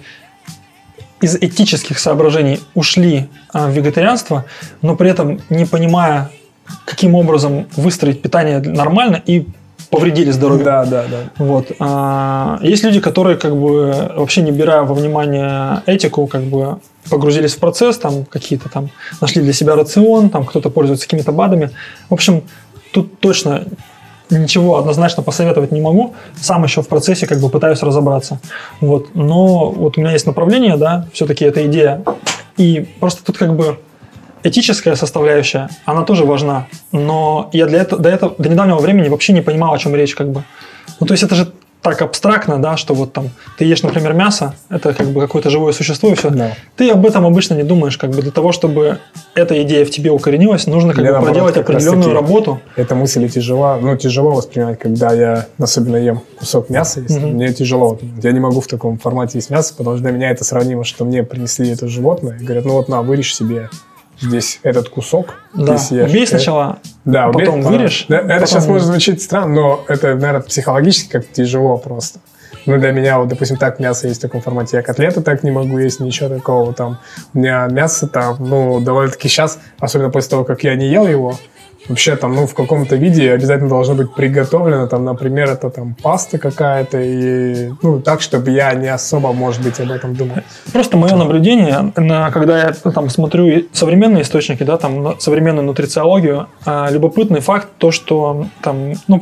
из этических соображений ушли а, в вегетарианство, но при этом не понимая, каким образом выстроить питание нормально, и повредили здоровью. Да, да, да. Вот. А, есть люди, которые как бы вообще не беря во внимание этику, как бы погрузились в процесс, там какие-то там нашли для себя рацион, там кто-то пользуется какими-то БАДами. В общем, тут точно ничего однозначно посоветовать не могу. Сам еще в процессе как бы пытаюсь разобраться. Вот. Но вот у меня есть направление, да, все-таки это идея. И просто тут как бы этическая составляющая, она тоже важна. Но я для этого, до, этого, до недавнего времени вообще не понимал, о чем речь как бы. Ну, то есть это же так абстрактно, да, что вот там ты ешь, например, мясо, это как бы какое-то живое существо, и все. Да. Ты об этом обычно не думаешь, как бы для того, чтобы эта идея в тебе укоренилась, нужно как Мне бы наоборот, проделать как раз определенную таки работу. Эта мысль тяжела, ну, тяжело воспринимать, когда я особенно ем кусок мяса, если Мгм. мне тяжело. Вот, я не могу в таком формате есть мясо, потому что для меня это сравнимо, что мне принесли это животное, и говорят, ну вот на, вырежь себе здесь этот кусок, Да, ты съешь. убей Э, сначала, Да, убей, потом вырежь, Да, это потом- сейчас может звучить странно, но это, наверное, психологически как-то тяжело просто. Ну, для меня, вот, допустим, так мясо есть в таком формате. Я котлеты так не могу есть, ничего такого там. У меня мясо там, ну, довольно-таки сейчас, особенно после того, как я не ел его, вообще там, ну, в каком-то виде обязательно должно быть приготовлено. Там, например, это там паста какая-то. И, ну, так, чтобы я не особо, может быть, об этом думал. Просто мое наблюдение, на, когда я там смотрю и современные источники, да, там на современную нутрициологию, а, любопытный факт то, что там, ну,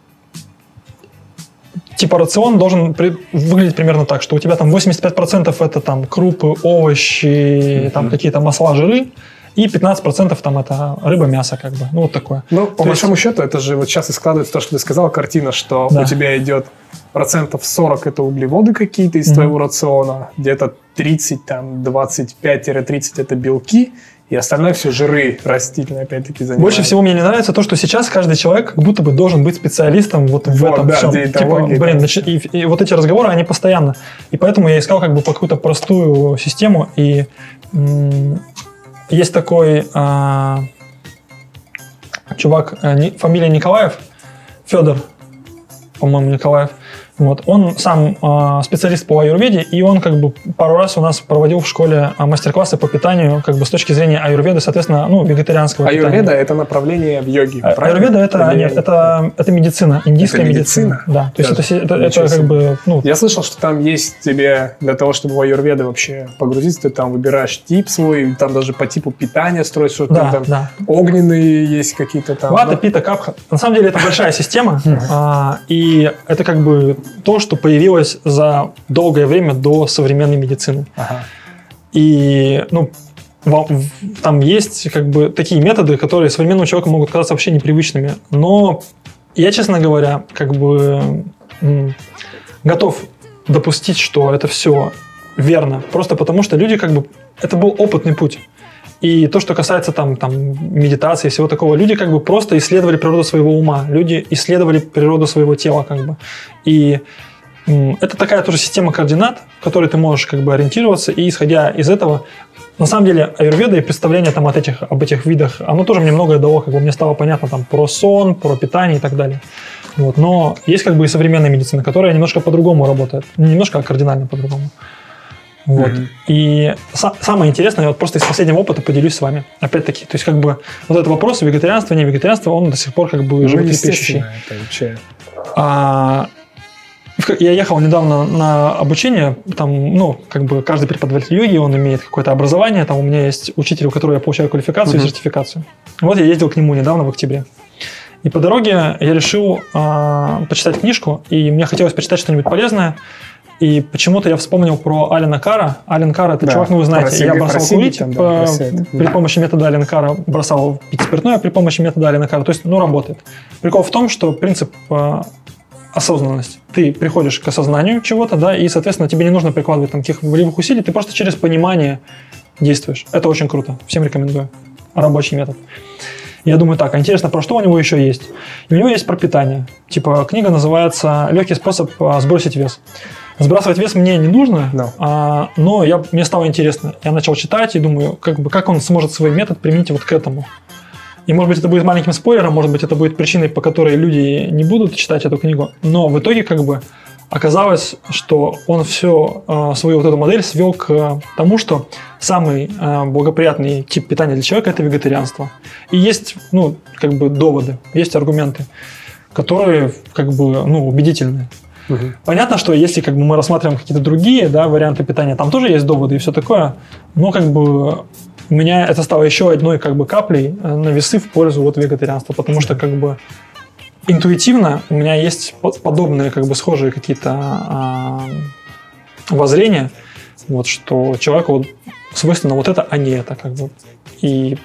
типа рацион должен при- выглядеть примерно так, что у тебя там восемьдесят пять процентов это там крупы, овощи, там какие-то масла, жиры, и пятнадцать процентов там это рыба, мясо, как бы, ну вот такое. Ну, по То большому счету, это же вот сейчас и складывается то, что ты сказал, картина, что Да. у тебя идет процентов сорок это углеводы какие-то из Мгм. твоего рациона, где-то тридцать, там, двадцать пять тридцать это белки, и остальное все жиры растительные, опять-таки, занимают. Больше всего мне не нравится то, что сейчас каждый человек как будто бы должен быть специалистом вот в Вот, этом да, всем. Типа, диетология, блин, да. начи- и, и вот эти разговоры, они постоянно. И поэтому я искал как бы по какую-то простую систему. И м, есть такой а, чувак, а, не- фамилия Николаев, Федор, по-моему, Николаев. Вот. Он сам э, специалист по аюрведе, и он как бы пару раз у нас проводил в школе э, мастер-классы по питанию, как бы с точки зрения аюрведы, соответственно, ну, вегетарианского аюрведа питания. Аюрведа – это направление в йоге, а, Аюрведа – это, Или... нет, это, это медицина, индийская это медицина. медицина. Да, то есть это, это, это как бы… Ну, я слышал, что там есть тебе, для того, чтобы в аюрведу вообще погрузиться, ты там выбираешь тип свой, там даже по типу питания строишь, что да, там да. огненные есть какие-то там… Вата, пита, капха. На самом деле это большая система, и это как бы то, что появилось за долгое время до современной медицины. Ага. И ну, там есть как бы такие методы, которые современному человеку могут казаться вообще непривычными. Но я, честно говоря, как бы м, готов допустить, что это все верно. Просто потому, что люди как бы… Это был опытный путь. И то, что касается там, там, медитации и всего такого, люди как бы просто исследовали природу своего ума. Люди исследовали природу своего тела. Как бы. И это такая тоже система координат, в которой ты можешь как бы ориентироваться, и исходя из этого, на самом деле, аюрведа и представление там, от этих, об этих видах, оно тоже мне многое дало, как бы мне стало понятно там, про сон, про питание и так далее. Вот. Но есть как бы и современная медицина, которая немножко по-другому работает, не немножко, а кардинально по-другому. Вот. Mm-hmm. И са- самое интересное, я вот просто из последнего опыта поделюсь с вами. Опять-таки, то есть как бы вот этот вопрос вегетарианства, не вегетарианства, он до сих пор как бы ну, животрепещущий. Это вообще... А, я ехал недавно на обучение, там, ну, как бы каждый преподаватель йоги, он имеет какое-то образование, там у меня есть учитель, у которого я получаю квалификацию mm-hmm. и сертификацию. Вот я ездил к нему недавно в октябре. И по дороге я решил э, почитать книжку, и мне хотелось почитать что-нибудь полезное. И почему-то я вспомнил про Алена Карра. Ален Карр – это да, чувак, ну вы знаете, сиги, я бросал курить, там, да, по, при помощи метода Алена Карра бросал пить спиртное, при помощи метода Алена Карра. То есть, ну, работает. Прикол в том, что принцип э, осознанности. Ты приходишь к осознанию чего-то, да, и, соответственно, тебе не нужно прикладывать там каких-либо усилий, ты просто через понимание действуешь. Это очень круто. Всем рекомендую. Рабочий метод. Я думаю, так, а интересно, про что у него еще есть? И у него есть про питание. Типа, книга называется «Легкий способ сбросить вес». Сбрасывать вес мне не нужно, no. а, но я, мне стало интересно. Я начал читать и думаю, как, бы, как он сможет свой метод применить вот к этому. И, может быть, это будет маленьким спойлером, может быть, это будет причиной, по которой люди не будут читать эту книгу. Но в итоге, как бы, оказалось, что он всю э, свою вот эту модель свел к тому, что самый э, благоприятный тип питания для человека – это вегетарианство. И есть, ну, как бы, доводы, есть аргументы, которые, как бы, ну, убедительные. Угу. Понятно, что если как бы, мы рассматриваем какие-то другие, да, варианты питания, там тоже есть доводы и все такое, но как бы у меня это стало еще одной как бы каплей на весы в пользу вот вегетарианства, потому что как бы интуитивно у меня есть подобные как бы схожие какие-то а, воззрения, вот, что человеку вот свойственно вот это, а не это как бы. И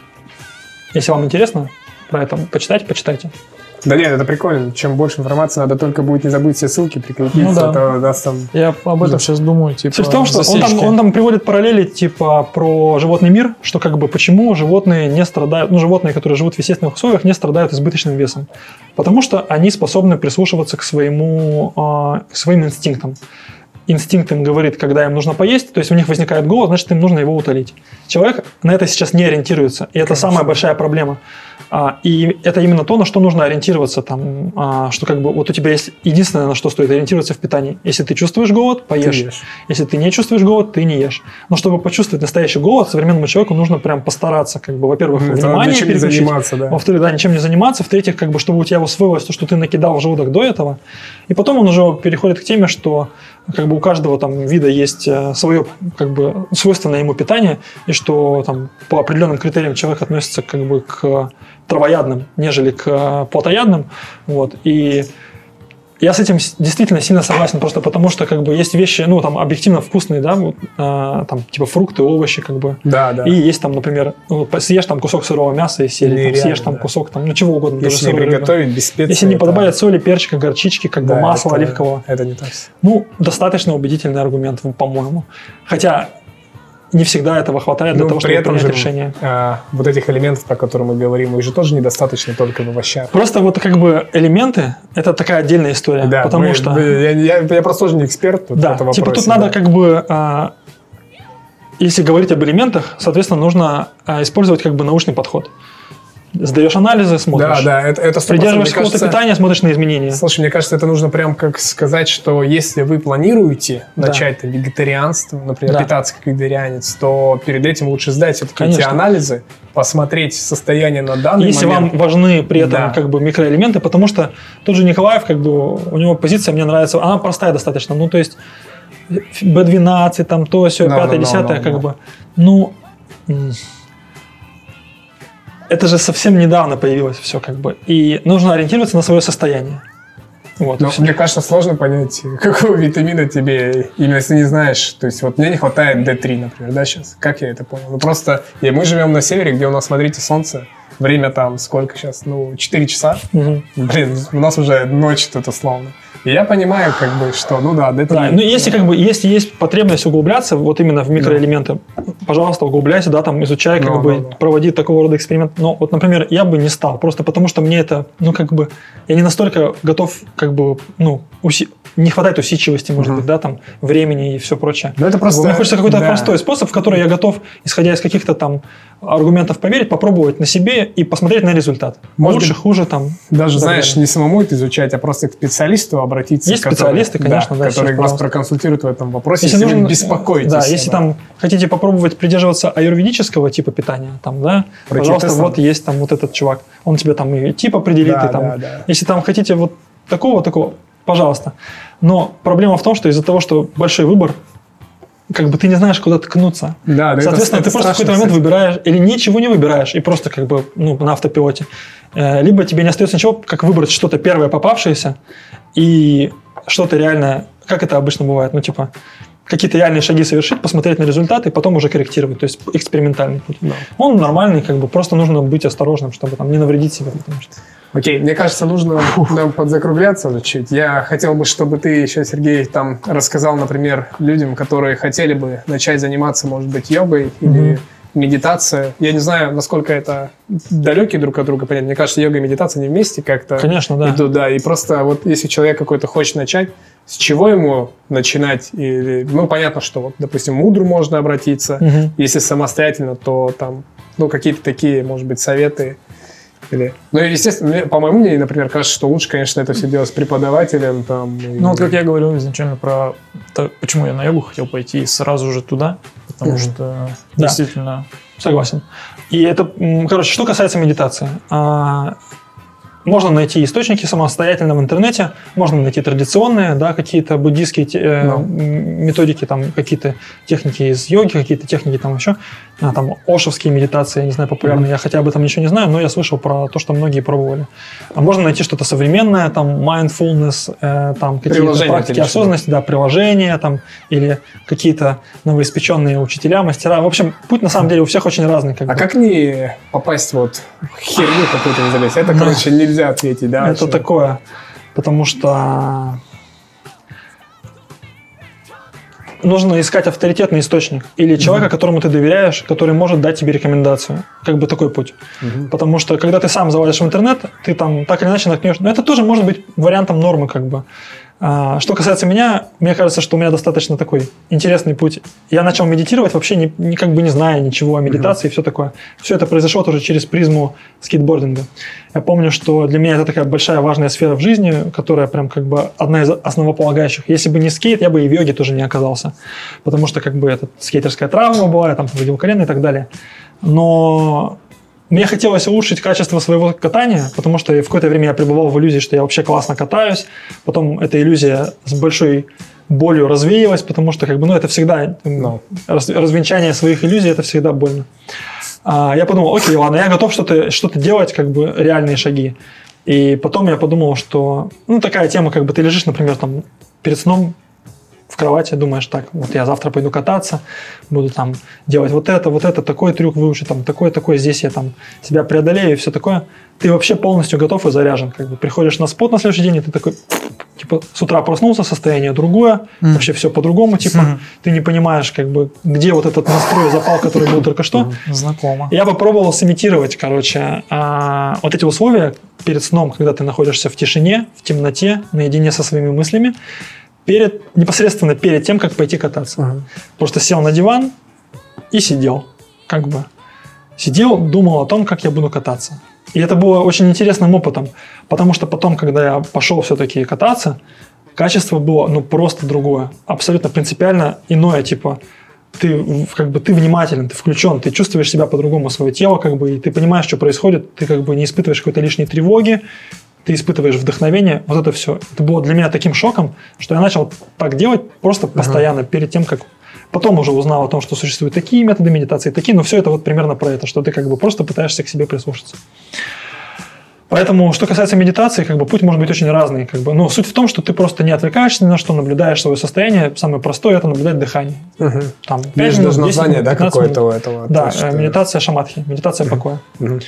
если вам интересно про это почитать, почитайте. Да нет, это прикольно. Чем больше информации, надо только будет не забыть все ссылки прикрепить. Ну, да. Это даст там... Я об этом да. сейчас думаю. Типа, Суть в том, что он там, он там приводит параллели типа про животный мир, что как бы почему животные не страдают, ну животные, которые живут в естественных условиях, не страдают избыточным весом. Потому что они способны прислушиваться к, своему, э, к своим инстинктам. Инстинкт им говорит, когда им нужно поесть, то есть у них возникает голод, значит им нужно его утолить. Человек на это сейчас не ориентируется, и это Конечно. самая большая проблема. А, и это именно то, на что нужно ориентироваться. Там, а, что как бы вот у тебя есть единственное, на что стоит ориентироваться в питании. Если ты чувствуешь голод, поешь. Если ты не чувствуешь голод, ты не ешь. Но чтобы почувствовать настоящий голод, современному человеку нужно прям постараться, как бы, во-первых, это внимание переключить, да. во-вторых, да, ничем не заниматься, в-третьих, как бы, чтобы у тебя усвоилось то, что ты накидал в желудок до этого. И потом он уже переходит к теме, что как бы у каждого там вида есть свое как бы свойственное ему питание, и что там по определенным критериям человек относится как бы к травоядным, нежели к плотоядным, вот, и я с этим действительно сильно согласен, просто потому что как бы есть вещи, ну, там, объективно вкусные, да, вот, а, там, типа фрукты, овощи, как бы, да, да. И есть там, например, ну, съешь там кусок сырого мяса из серии, там, съешь там да. кусок, там, ну, чего угодно, если даже сырой приготовить без специй, если не это... подобавить соли, перчика, горчички, как да, бы масла это, оливкового. Это не так. Ну, достаточно убедительный аргумент, по-моему. Хотя не всегда этого хватает для Но того, чтобы принять же, решение. А, вот этих элементов, про которые мы говорим, их же тоже недостаточно только в овощах. Просто вот как бы элементы – это такая отдельная история. Да, потому мы, что… Я, я, я просто тоже не эксперт тут да, в этом вопросе. Типа тут да. надо как бы… А, если говорить об элементах, соответственно, нужно а, использовать как бы научный подход. Сдаешь анализы, смотришь. Да, да, это, это придерживаешься какого-то питания, смотришь на изменения. Слушай, мне кажется, это нужно прям как сказать, что если вы планируете Да. начать там, вегетарианство, например, Да. питаться как вегетарианец, то перед этим лучше сдать все-таки эти Конечно. анализы, посмотреть состояние на данный Если момент. вам важны при этом Да. как бы микроэлементы, потому что тот же Николаев, как бы, у него позиция мне нравится, она простая достаточно. Ну, то есть бэ двенадцать, там то, все, Да, пятое, да, да, десятое, да, как да. бы. Ну, м, это же совсем недавно появилось все, как бы. И нужно ориентироваться на свое состояние. Вот, и Но всё. мне кажется, сложно понять, какого витамина тебе, именно если не знаешь. То есть вот мне не хватает дэ три, например, да, сейчас. Как я это понял? Ну просто и мы живем на севере, где у нас, смотрите, солнце. Время там сколько сейчас? Ну, четыре часа. Мгм. Блин, у нас уже ночь тут условно. И я понимаю, как бы, что, ну да, дэ три. Да, ну если как бы если есть потребность углубляться вот именно в микроэлементы, пожалуйста, углубляйся, да, там изучай, как Ну, бы да, да. проводи такого рода эксперимент. Но вот, например, я бы не стал, просто потому что мне это, ну как бы, я не настолько готов, как бы, ну уси- не хватает усидчивости, может Мгм. быть, да, там времени и все прочее. Ну, это просто... Мне хочется какой-то да. простой способ, в который я готов, исходя из каких-то там аргументов поверить, попробовать на себе и посмотреть на результат. Может Лучше, быть, хуже там. Даже, так знаешь, далее. не самому это изучать, а просто к специалисту обратиться. Есть который- специалисты, конечно, да, которые сейчас, вас пожалуйста. проконсультируют в этом вопросе, Если если, нужно, вы беспокоитесь. да, если об этом. там хотите попробовать придерживаться аюрведического типа питания, там, да, Про пожалуйста, чипсы вот сам. есть там вот этот чувак, он тебе там и тип определит, Да, и там, да, да. если там хотите вот такого, такого, пожалуйста. Но проблема в том, что из-за того, что большой выбор, как бы ты не знаешь, куда ткнуться. Да, да, Соответственно, это, ты просто в это какой-то страшно, момент кстати. выбираешь или ничего не выбираешь, и просто как бы ну, на автопилоте. Э, Либо тебе не остается ничего, как выбрать что-то первое попавшееся, и что-то реально, как это обычно бывает, ну типа какие-то реальные шаги совершить, посмотреть на результаты, и потом уже корректировать, то есть экспериментальный путь. Да. Он нормальный, как бы просто нужно быть осторожным, чтобы там не навредить себе, потому что... Окей, мне кажется, нужно нам подзакругляться уже чуть. Я хотел бы, чтобы ты еще, Сергей, там рассказал, например, людям, которые хотели бы начать заниматься, может быть, йогой или Мгм. медитацией. Я не знаю, насколько это далекие друг от друга понятия. Мне кажется, йога и медитация не вместе как-то Конечно, да. идут, да. И просто вот если человек какой-то хочет начать, с чего ему начинать? Или, ну, понятно, что, вот, допустим, мудру можно обратиться. Мгм. Если самостоятельно, то там, ну, какие-то такие, может быть, советы. Или... Ну, и, естественно, мне, по моему мнению, например, кажется, что лучше, конечно, это все делать с преподавателем. Там, и- Ну, вот как я говорил изначально про то, почему я на йогу хотел пойти сразу же туда, потому Мгм. что Да. действительно... Согласен. И это, м, короче, что касается медитации. А, Можно найти источники самостоятельно в интернете, можно найти традиционные, да, какие-то буддийские те- э, Да. м, методики, там какие-то техники из йоги, какие-то техники там еще, а, там ошевские медитации, я не знаю, популярные, я хотя об этом ничего не знаю, но я слышал про то, что многие пробовали. А можно найти что-то современное, там mindfulness, э, там какие-то Приложения, практики конечно. осознанности, да, приложения там или какие-то новоиспеченные учителя, мастера. В общем, путь на самом деле у всех очень разный. Как А бы. как не попасть вот в херню какую-то не залезть? Это, Да. короче, нельзя ответить, да? Это вообще? такое, потому что нужно искать авторитетный источник или человека, которому ты доверяешь, который может дать тебе рекомендацию. Как бы такой путь. Мгм. Потому что когда ты сам залазишь в интернет, ты там так или иначе наткнешь. Но это тоже может быть вариантом нормы, как бы. А, что касается меня, мне кажется, что у меня достаточно такой интересный путь. Я начал медитировать, вообще не, не- как бы не зная ничего о медитации и все такое. Все это произошло тоже через призму скейтбординга. Я помню, что для меня это такая большая важная сфера в жизни, которая прям как бы одна из основополагающих. Если бы не скейт, я бы и в йоге тоже не оказался. Потому что как бы это скейтерская травма была, я там повредил колено и так далее. Но мне хотелось улучшить качество своего катания, потому что в какое-то время я пребывал в иллюзии, что я вообще классно катаюсь. Потом эта иллюзия с большой болью развеялась, потому что как бы, ну, это всегда м, Ну. раз- развенчание своих иллюзий, это всегда больно. А, я подумал, окей, ладно, я готов что-то, что-то делать, как бы реальные шаги. И потом я подумал, что, ну, такая тема, как бы ты лежишь, например, там перед сном в кровати, думаешь, так, вот я завтра пойду кататься, буду там делать вот это, вот это, такой трюк выучу, там, такой, такой, здесь я там себя преодолею и все такое. Ты вообще полностью готов и заряжен. Как бы приходишь на спот на следующий день, и ты такой, типа, с утра проснулся, состояние другое, Мгм. вообще все по-другому, типа, Мгм. ты не понимаешь, как бы, где вот этот настрой, запал, который был только что. Знакомо. Я попробовал сымитировать, короче, а, вот эти условия перед сном, когда ты находишься в тишине, в темноте, наедине со своими мыслями, перед, непосредственно перед тем, как пойти кататься. Ага. Просто сел на диван и сидел, как бы. Сидел, думал о том, как я буду кататься. И это было очень интересным опытом, потому что потом, когда я пошел все-таки кататься, качество было ну, просто другое, абсолютно принципиально иное, типа ты как бы ты внимателен, ты включен, ты чувствуешь себя по-другому, свое тело, как бы, и ты понимаешь, что происходит, ты как бы не испытываешь какой-то лишней тревоги, ты испытываешь вдохновение, вот это все. Это было для меня таким шоком, что я начал так делать просто постоянно, uh-huh. перед тем, как... Потом уже узнал о том, что существуют такие методы медитации, такие, но все это вот примерно про это, что ты как бы просто пытаешься к себе прислушаться. Поэтому, что касается медитации, как бы путь может быть очень разный. Как бы, но суть в том, что ты просто не отвлекаешься ни на что, наблюдаешь свое состояние. Самое простое – это наблюдать дыхание. Угу. Там, Есть даже название, да, какое-то у этого? Да, что... медитация шаматхи, медитация угу. покоя. Угу.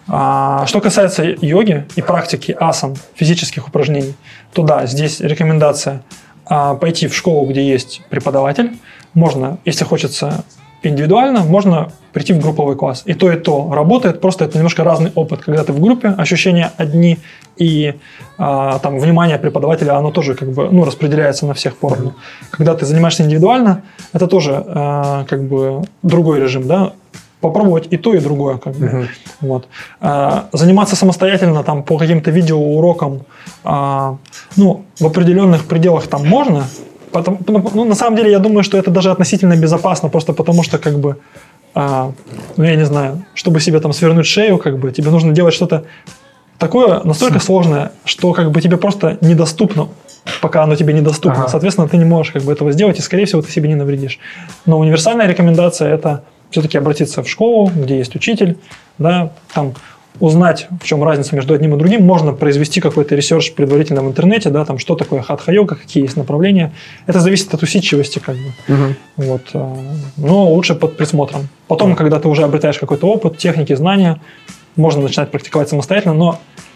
А, что касается йоги и практики асан, физических упражнений, то да, здесь рекомендация а, пойти в школу, где есть преподаватель. Можно, если хочется индивидуально, можно прийти в групповой класс. И то, и то работает, просто это немножко разный опыт. Когда ты в группе, ощущения одни, и а, там внимание преподавателя, оно тоже как бы, ну, распределяется на всех поровну. Когда ты занимаешься индивидуально, это тоже а, как бы другой режим, да? Попробовать и то, и другое. Как бы. Uh-huh. Вот. А, заниматься самостоятельно там, по каким-то видеоурокам, а, ну, в определенных пределах там можно. Потому, ну, на самом деле, я думаю, что это даже относительно безопасно, просто потому что, как бы, а, ну, я не знаю, чтобы себе там свернуть шею, как бы, тебе нужно делать что-то такое настолько mm. сложное, что, как бы, тебе просто недоступно, пока оно тебе недоступно. Ага. Соответственно, ты не можешь, как бы, этого сделать, и, скорее всего, ты себе не навредишь. Но универсальная рекомендация – это все-таки обратиться в школу, где есть учитель, да, там, узнать, в чем разница между одним и другим. Можно произвести какой-то ресерч предварительно в интернете, да, там, что такое хатха-йога, какие есть направления. Это зависит от усидчивости, как бы. Угу. Вот. Но лучше под присмотром. Потом, когда ты уже обретаешь какой-то опыт, техники, знания, можно начинать практиковать самостоятельно, но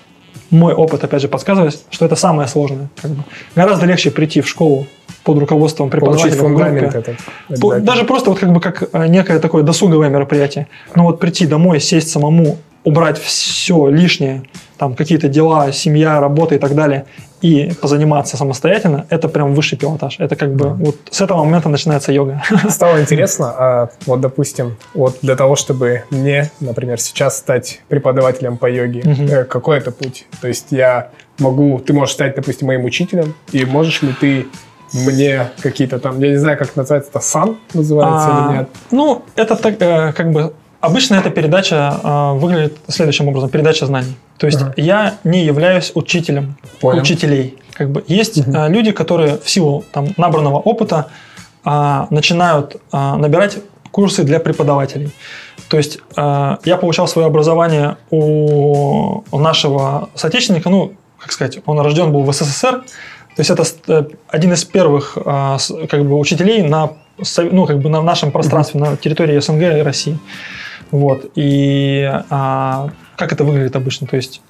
мой опыт, опять же, подсказывает, что это самое сложное. Как бы. Гораздо легче прийти в школу под руководством преподавателя в группе. Даже просто вот как бы как некое такое досуговое мероприятие. Но вот прийти домой, сесть самому, убрать все лишнее, там какие-то дела, семья, работа и так далее, и позаниматься самостоятельно, это прям высший пилотаж. Это как бы вот с этого момента начинается йога. Стало интересно, а вот, допустим, вот для того, чтобы мне, например, сейчас стать преподавателем по йоге, угу. какой это путь? То есть я могу, ты можешь стать, допустим, моим учителем, и можешь ли ты мне какие-то там, я не знаю, как называется, это сан называется а, или нет? Ну, это так, как бы обычно эта передача э, выглядит следующим образом: передача знаний. То есть uh-huh. я не являюсь учителем Понял. учителей. Как бы есть uh-huh. э, люди, которые в силу там, набранного опыта э, начинают э, набирать курсы для преподавателей. То есть э, я получал свое образование у, у нашего соотечественника, ну, как сказать, он рожден был в СССР. То есть это э, один из первых э, как бы, учителей на, ну, как бы на нашем пространстве, uh-huh. на территории СНГ и России. Вот. И а, как это выглядит обычно? То есть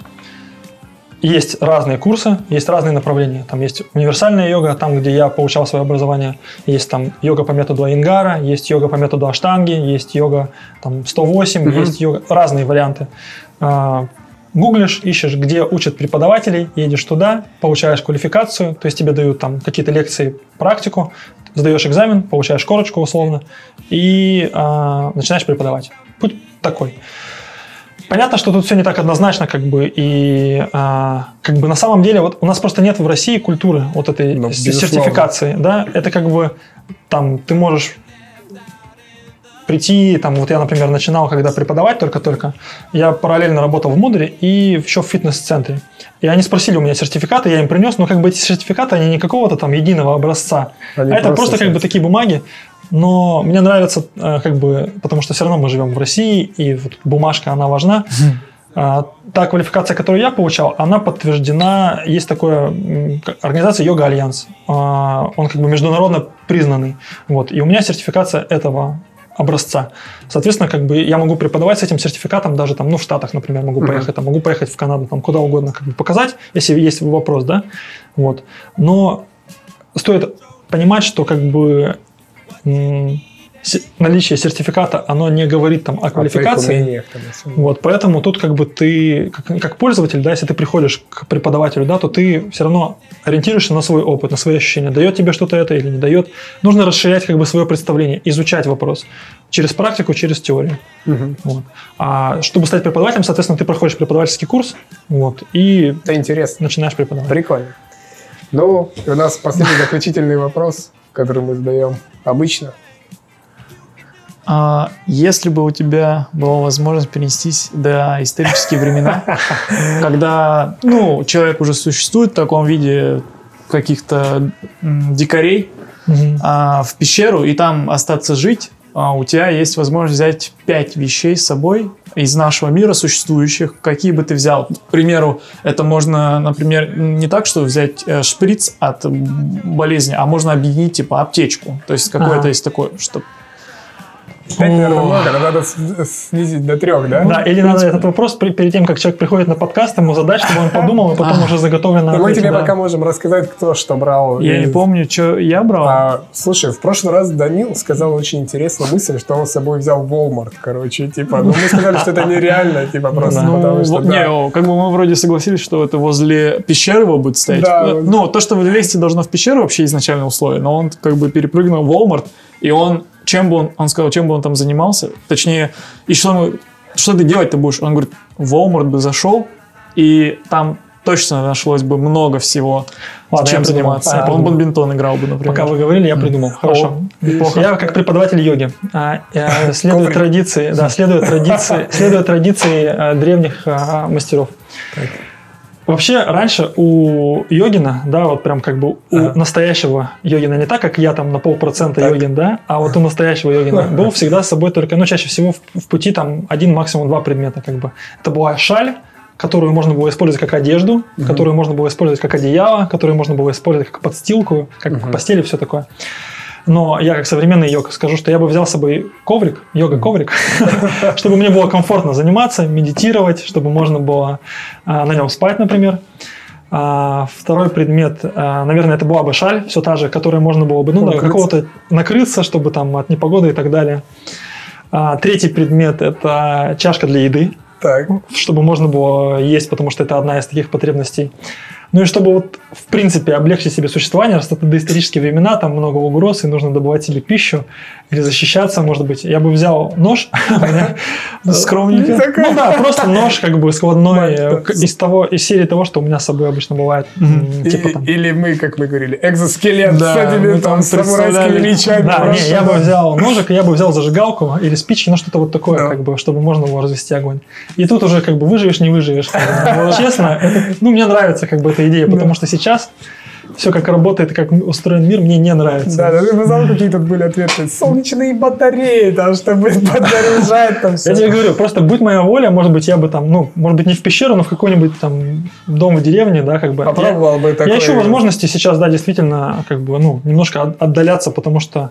есть разные курсы, есть разные направления. Там есть универсальная йога, там, где я получал свое образование. Есть там йога по методу Айенгара, есть йога по методу Аштанги, есть йога там, сто восемь, mm-hmm. есть йога, разные варианты. А, гуглишь, ищешь, где учат преподавателей, едешь туда, получаешь квалификацию, то есть тебе дают там какие-то лекции, практику, сдаешь экзамен, получаешь корочку условно и а, начинаешь преподавать. Путь такой. Понятно, что тут все не так однозначно, как бы, и а, как бы на самом деле вот у нас просто нет в России культуры вот этой ну, сертификации, да, это как бы там ты можешь прийти, там вот я, например, начинал, когда преподавать только-только, я параллельно работал в Мудре и еще в фитнес-центре. И они спросили у меня сертификаты, я им принес, но как бы эти сертификаты, они не какого-то там единого образца, они а это просто, просто как бы такие бумаги. Но мне нравится, как бы, потому что все равно мы живем в России, и вот бумажка, она важна. Mm. Та квалификация, которую я получал, она подтверждена, есть такая организация Йога Альянс. Он как бы международно признанный. Вот. И у меня сертификация этого образца. Соответственно, как бы я могу преподавать с этим сертификатом даже там, ну, в Штатах, например, могу mm-hmm. поехать, там, могу поехать в Канаду, там, куда угодно, как бы показать, если есть вопрос, да. Вот. Но стоит понимать, что как бы наличие сертификата, оно не говорит там о квалификации. Умениях, там, вот, поэтому тут как бы ты, как, как пользователь, да, если ты приходишь к преподавателю, да, то ты все равно ориентируешься на свой опыт, на свои ощущения. Дает тебе что-то это или не дает. Нужно расширять как бы свое представление, изучать вопрос через практику, через теорию. Угу. Вот. А чтобы стать преподавателем, соответственно, ты проходишь преподавательский курс, вот, и это интересно. Начинаешь преподавать. Прикольно. Ну, и у нас последний заключительный вопрос, который мы задаем обычно. А если бы у тебя была возможность перенестись до исторические времена, когда, ну, человек уже существует в таком виде каких-то м, дикарей, Угу. а, в пещеру и там остаться жить, а, у тебя есть возможность взять пять вещей с собой из нашего мира существующих, какие бы ты взял. К примеру, это можно, например, не так, что взять э, шприц от болезни, а можно объединить типа аптечку. То есть какое-то Ага. есть такое, что... Пять, наверное, много, но надо с- снизить до трех, да? Да, или надо этот вопрос при- перед тем, как человек приходит на подкаст, ему задать, чтобы он подумал, и потом уже заготовленно Но мы ответил, тебе да. пока можем рассказать, кто что брал. Я не из- помню, что я брал. А, слушай, в прошлый раз Данил сказал очень интересную мысль, что он с собой взял Walmart, короче, типа, ну мы сказали, что это нереально, типа, просто Ну, потому Ну, что, во- да. не, о, как бы мы вроде согласились, что это возле пещеры его будет стоять. Да. Э, Ну, то, что вы лезете должно в пещеру, вообще изначальное условие, но он как бы перепрыгнул в Walmart, и он, чем бы он, он сказал, чем бы он там занимался, точнее, и что, мы, что ты делать-то будешь? Он говорит, в Walmart бы зашел, и там точно нашлось бы много всего, Ладно, чем я придумал. заниматься. А, я он придумал. бадминтон играл бы, например. Пока вы говорили, я придумал. Хорошо. неплохо. Я как преподаватель йоги, а, я следую Коврик. традиции, да, следую традиции, следую традиции а, древних а, мастеров. Вообще, раньше у йогина, да, вот прям как бы у Ага. настоящего йогина, не так, как я там на полпроцента Так. йогин, да, а вот у настоящего йогина был всегда с собой только, ну, чаще всего в, в пути там один, максимум два предмета, как бы. Это была шаль, которую можно было использовать как одежду, Мгм. которую можно было использовать как одеяло, которую можно было использовать как подстилку, как Мгм. постель и все такое. Но я, как современный йог, скажу, что я бы взял с собой коврик, йога-коврик, чтобы мне было комфортно заниматься, медитировать, чтобы можно было а, на нем спать, например. А, Второй предмет, а, наверное, это была бы шаль, все та же, которой можно было бы, ну, да, Укрыться. какого-то накрыться, чтобы там от непогоды и так далее. А, Третий предмет – это чашка для еды, Так, чтобы можно было есть, потому что это одна из таких потребностей. Ну и чтобы вот, в принципе, облегчить себе существование, раз это доисторические времена, там много угроз, и нужно добывать себе пищу или защищаться, может быть. Я бы взял нож. У меня Скромненько. Ну да, просто нож как бы складной Да. э, к- из того, из серии того, что у меня с собой обычно бывает. Мгм. М, Типа И- там. или мы, как мы говорили, экзоскелет Да, с этими мы там там самурайскими представляли. мечами. Да, не, просто, я бы да. взял ножик, я бы взял зажигалку или спички, ну что-то вот такое, Да. как бы, чтобы можно было развести огонь. И тут уже как бы выживешь, не выживешь. как бы. Вот честно, это- ну мне нравится как бы эта идея, потому что сейчас все, как работает и как устроен мир, мне не нравится. Да, да, ты назвал, какие тут были ответы. Солнечные батареи, там, чтобы подзаряжать там все. Я тебе говорю, просто будь моя воля, может быть, я бы там, ну, может быть, не в пещеру, но в какой-нибудь там дом в деревне, да, как бы. Я- Попробовал бы Я такое. ищу возможности сейчас, да, действительно, как бы, ну, немножко от- отдаляться, потому что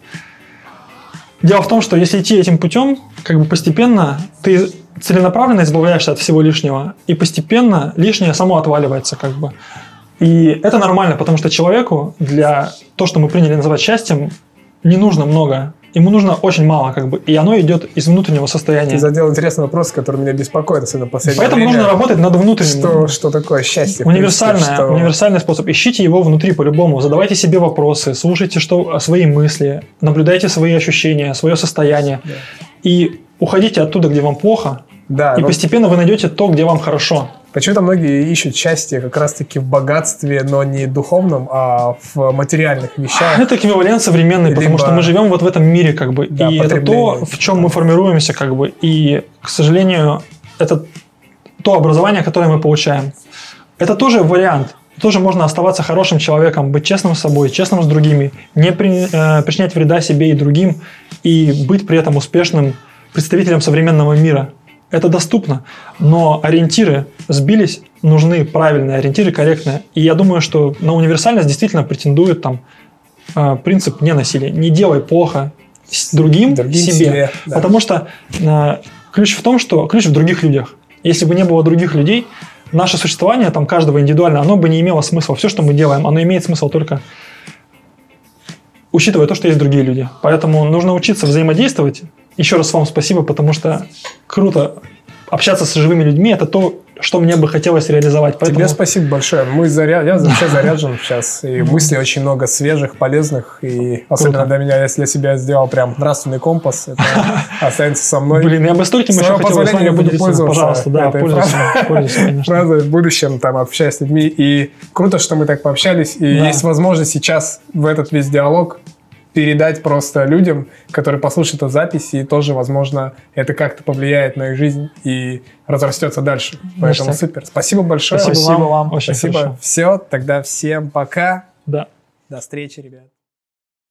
дело в том, что если идти этим путем, как бы постепенно ты целенаправленно избавляешься от всего лишнего, и постепенно лишнее само отваливается, как бы. И это нормально, потому что человеку для того, что мы приняли называть счастьем, не нужно много. Ему нужно очень мало, как бы, и оно идет из внутреннего состояния. Ты задел интересный вопрос, который меня беспокоит, особенно в последнее Поэтому время. нужно работать над внутренним. Что, что такое счастье? в Универсальное, принципе, что- универсальный способ. Ищите его внутри по-любому. Задавайте себе вопросы, слушайте что, свои мысли, наблюдайте свои ощущения, свое состояние. Да. И уходите оттуда, где вам плохо, Да, и но постепенно вы найдете то, где вам хорошо. почему-то многие ищут счастье как раз-таки в богатстве, но не духовном, а в материальных вещах. Это эквивалент современный, потому Либо- что мы живем вот в этом мире, как бы. Да, и это то, потребление. в чем мы формируемся, как бы. И, к сожалению, это то образование, которое мы получаем. Это тоже вариант. Тоже можно оставаться хорошим человеком, быть честным с собой, честным с другими, не при- э, причинять вреда себе и другим, и быть при этом успешным представителем современного мира. Это доступно, но ориентиры сбились, нужны правильные ориентиры, корректные. И я думаю, что на универсальность действительно претендует там э, принцип ненасилия. Не делай плохо с другим, Другим себе. себе, да. Потому что э, ключ в том, что ключ в других людях. Если бы не было других людей, наше существование, там, каждого индивидуально, оно бы не имело смысла. Все, что мы делаем, оно имеет смысл только учитывая то, что есть другие люди. Поэтому нужно учиться взаимодействовать. Еще раз вам спасибо, потому что круто общаться с живыми людьми. Это то, что мне бы хотелось реализовать. Поэтому... Тебе спасибо большое. Мы заря... Я вообще заряжен сейчас. И мыслей очень много свежих, полезных. И особенно Круто. для меня, если я себя сделал прям нравственный компас, это останется со мной. Блин, я бы стольким еще хотел с вами буду поделиться. пользоваться. Пожалуйста, да, пользуйся, пользуйся, конечно. Фразой в будущем, там, общаясь с людьми. И круто, что мы так пообщались. И Да. есть возможность сейчас в этот весь диалог передать просто людям, которые послушают эту запись, и тоже, возможно, это как-то повлияет на их жизнь и разрастется дальше. Поэтому Ништяк. супер. Спасибо большое. Спасибо, Спасибо вам. вам. Очень Спасибо. хорошо. Все, тогда всем пока. Да. До встречи, ребят.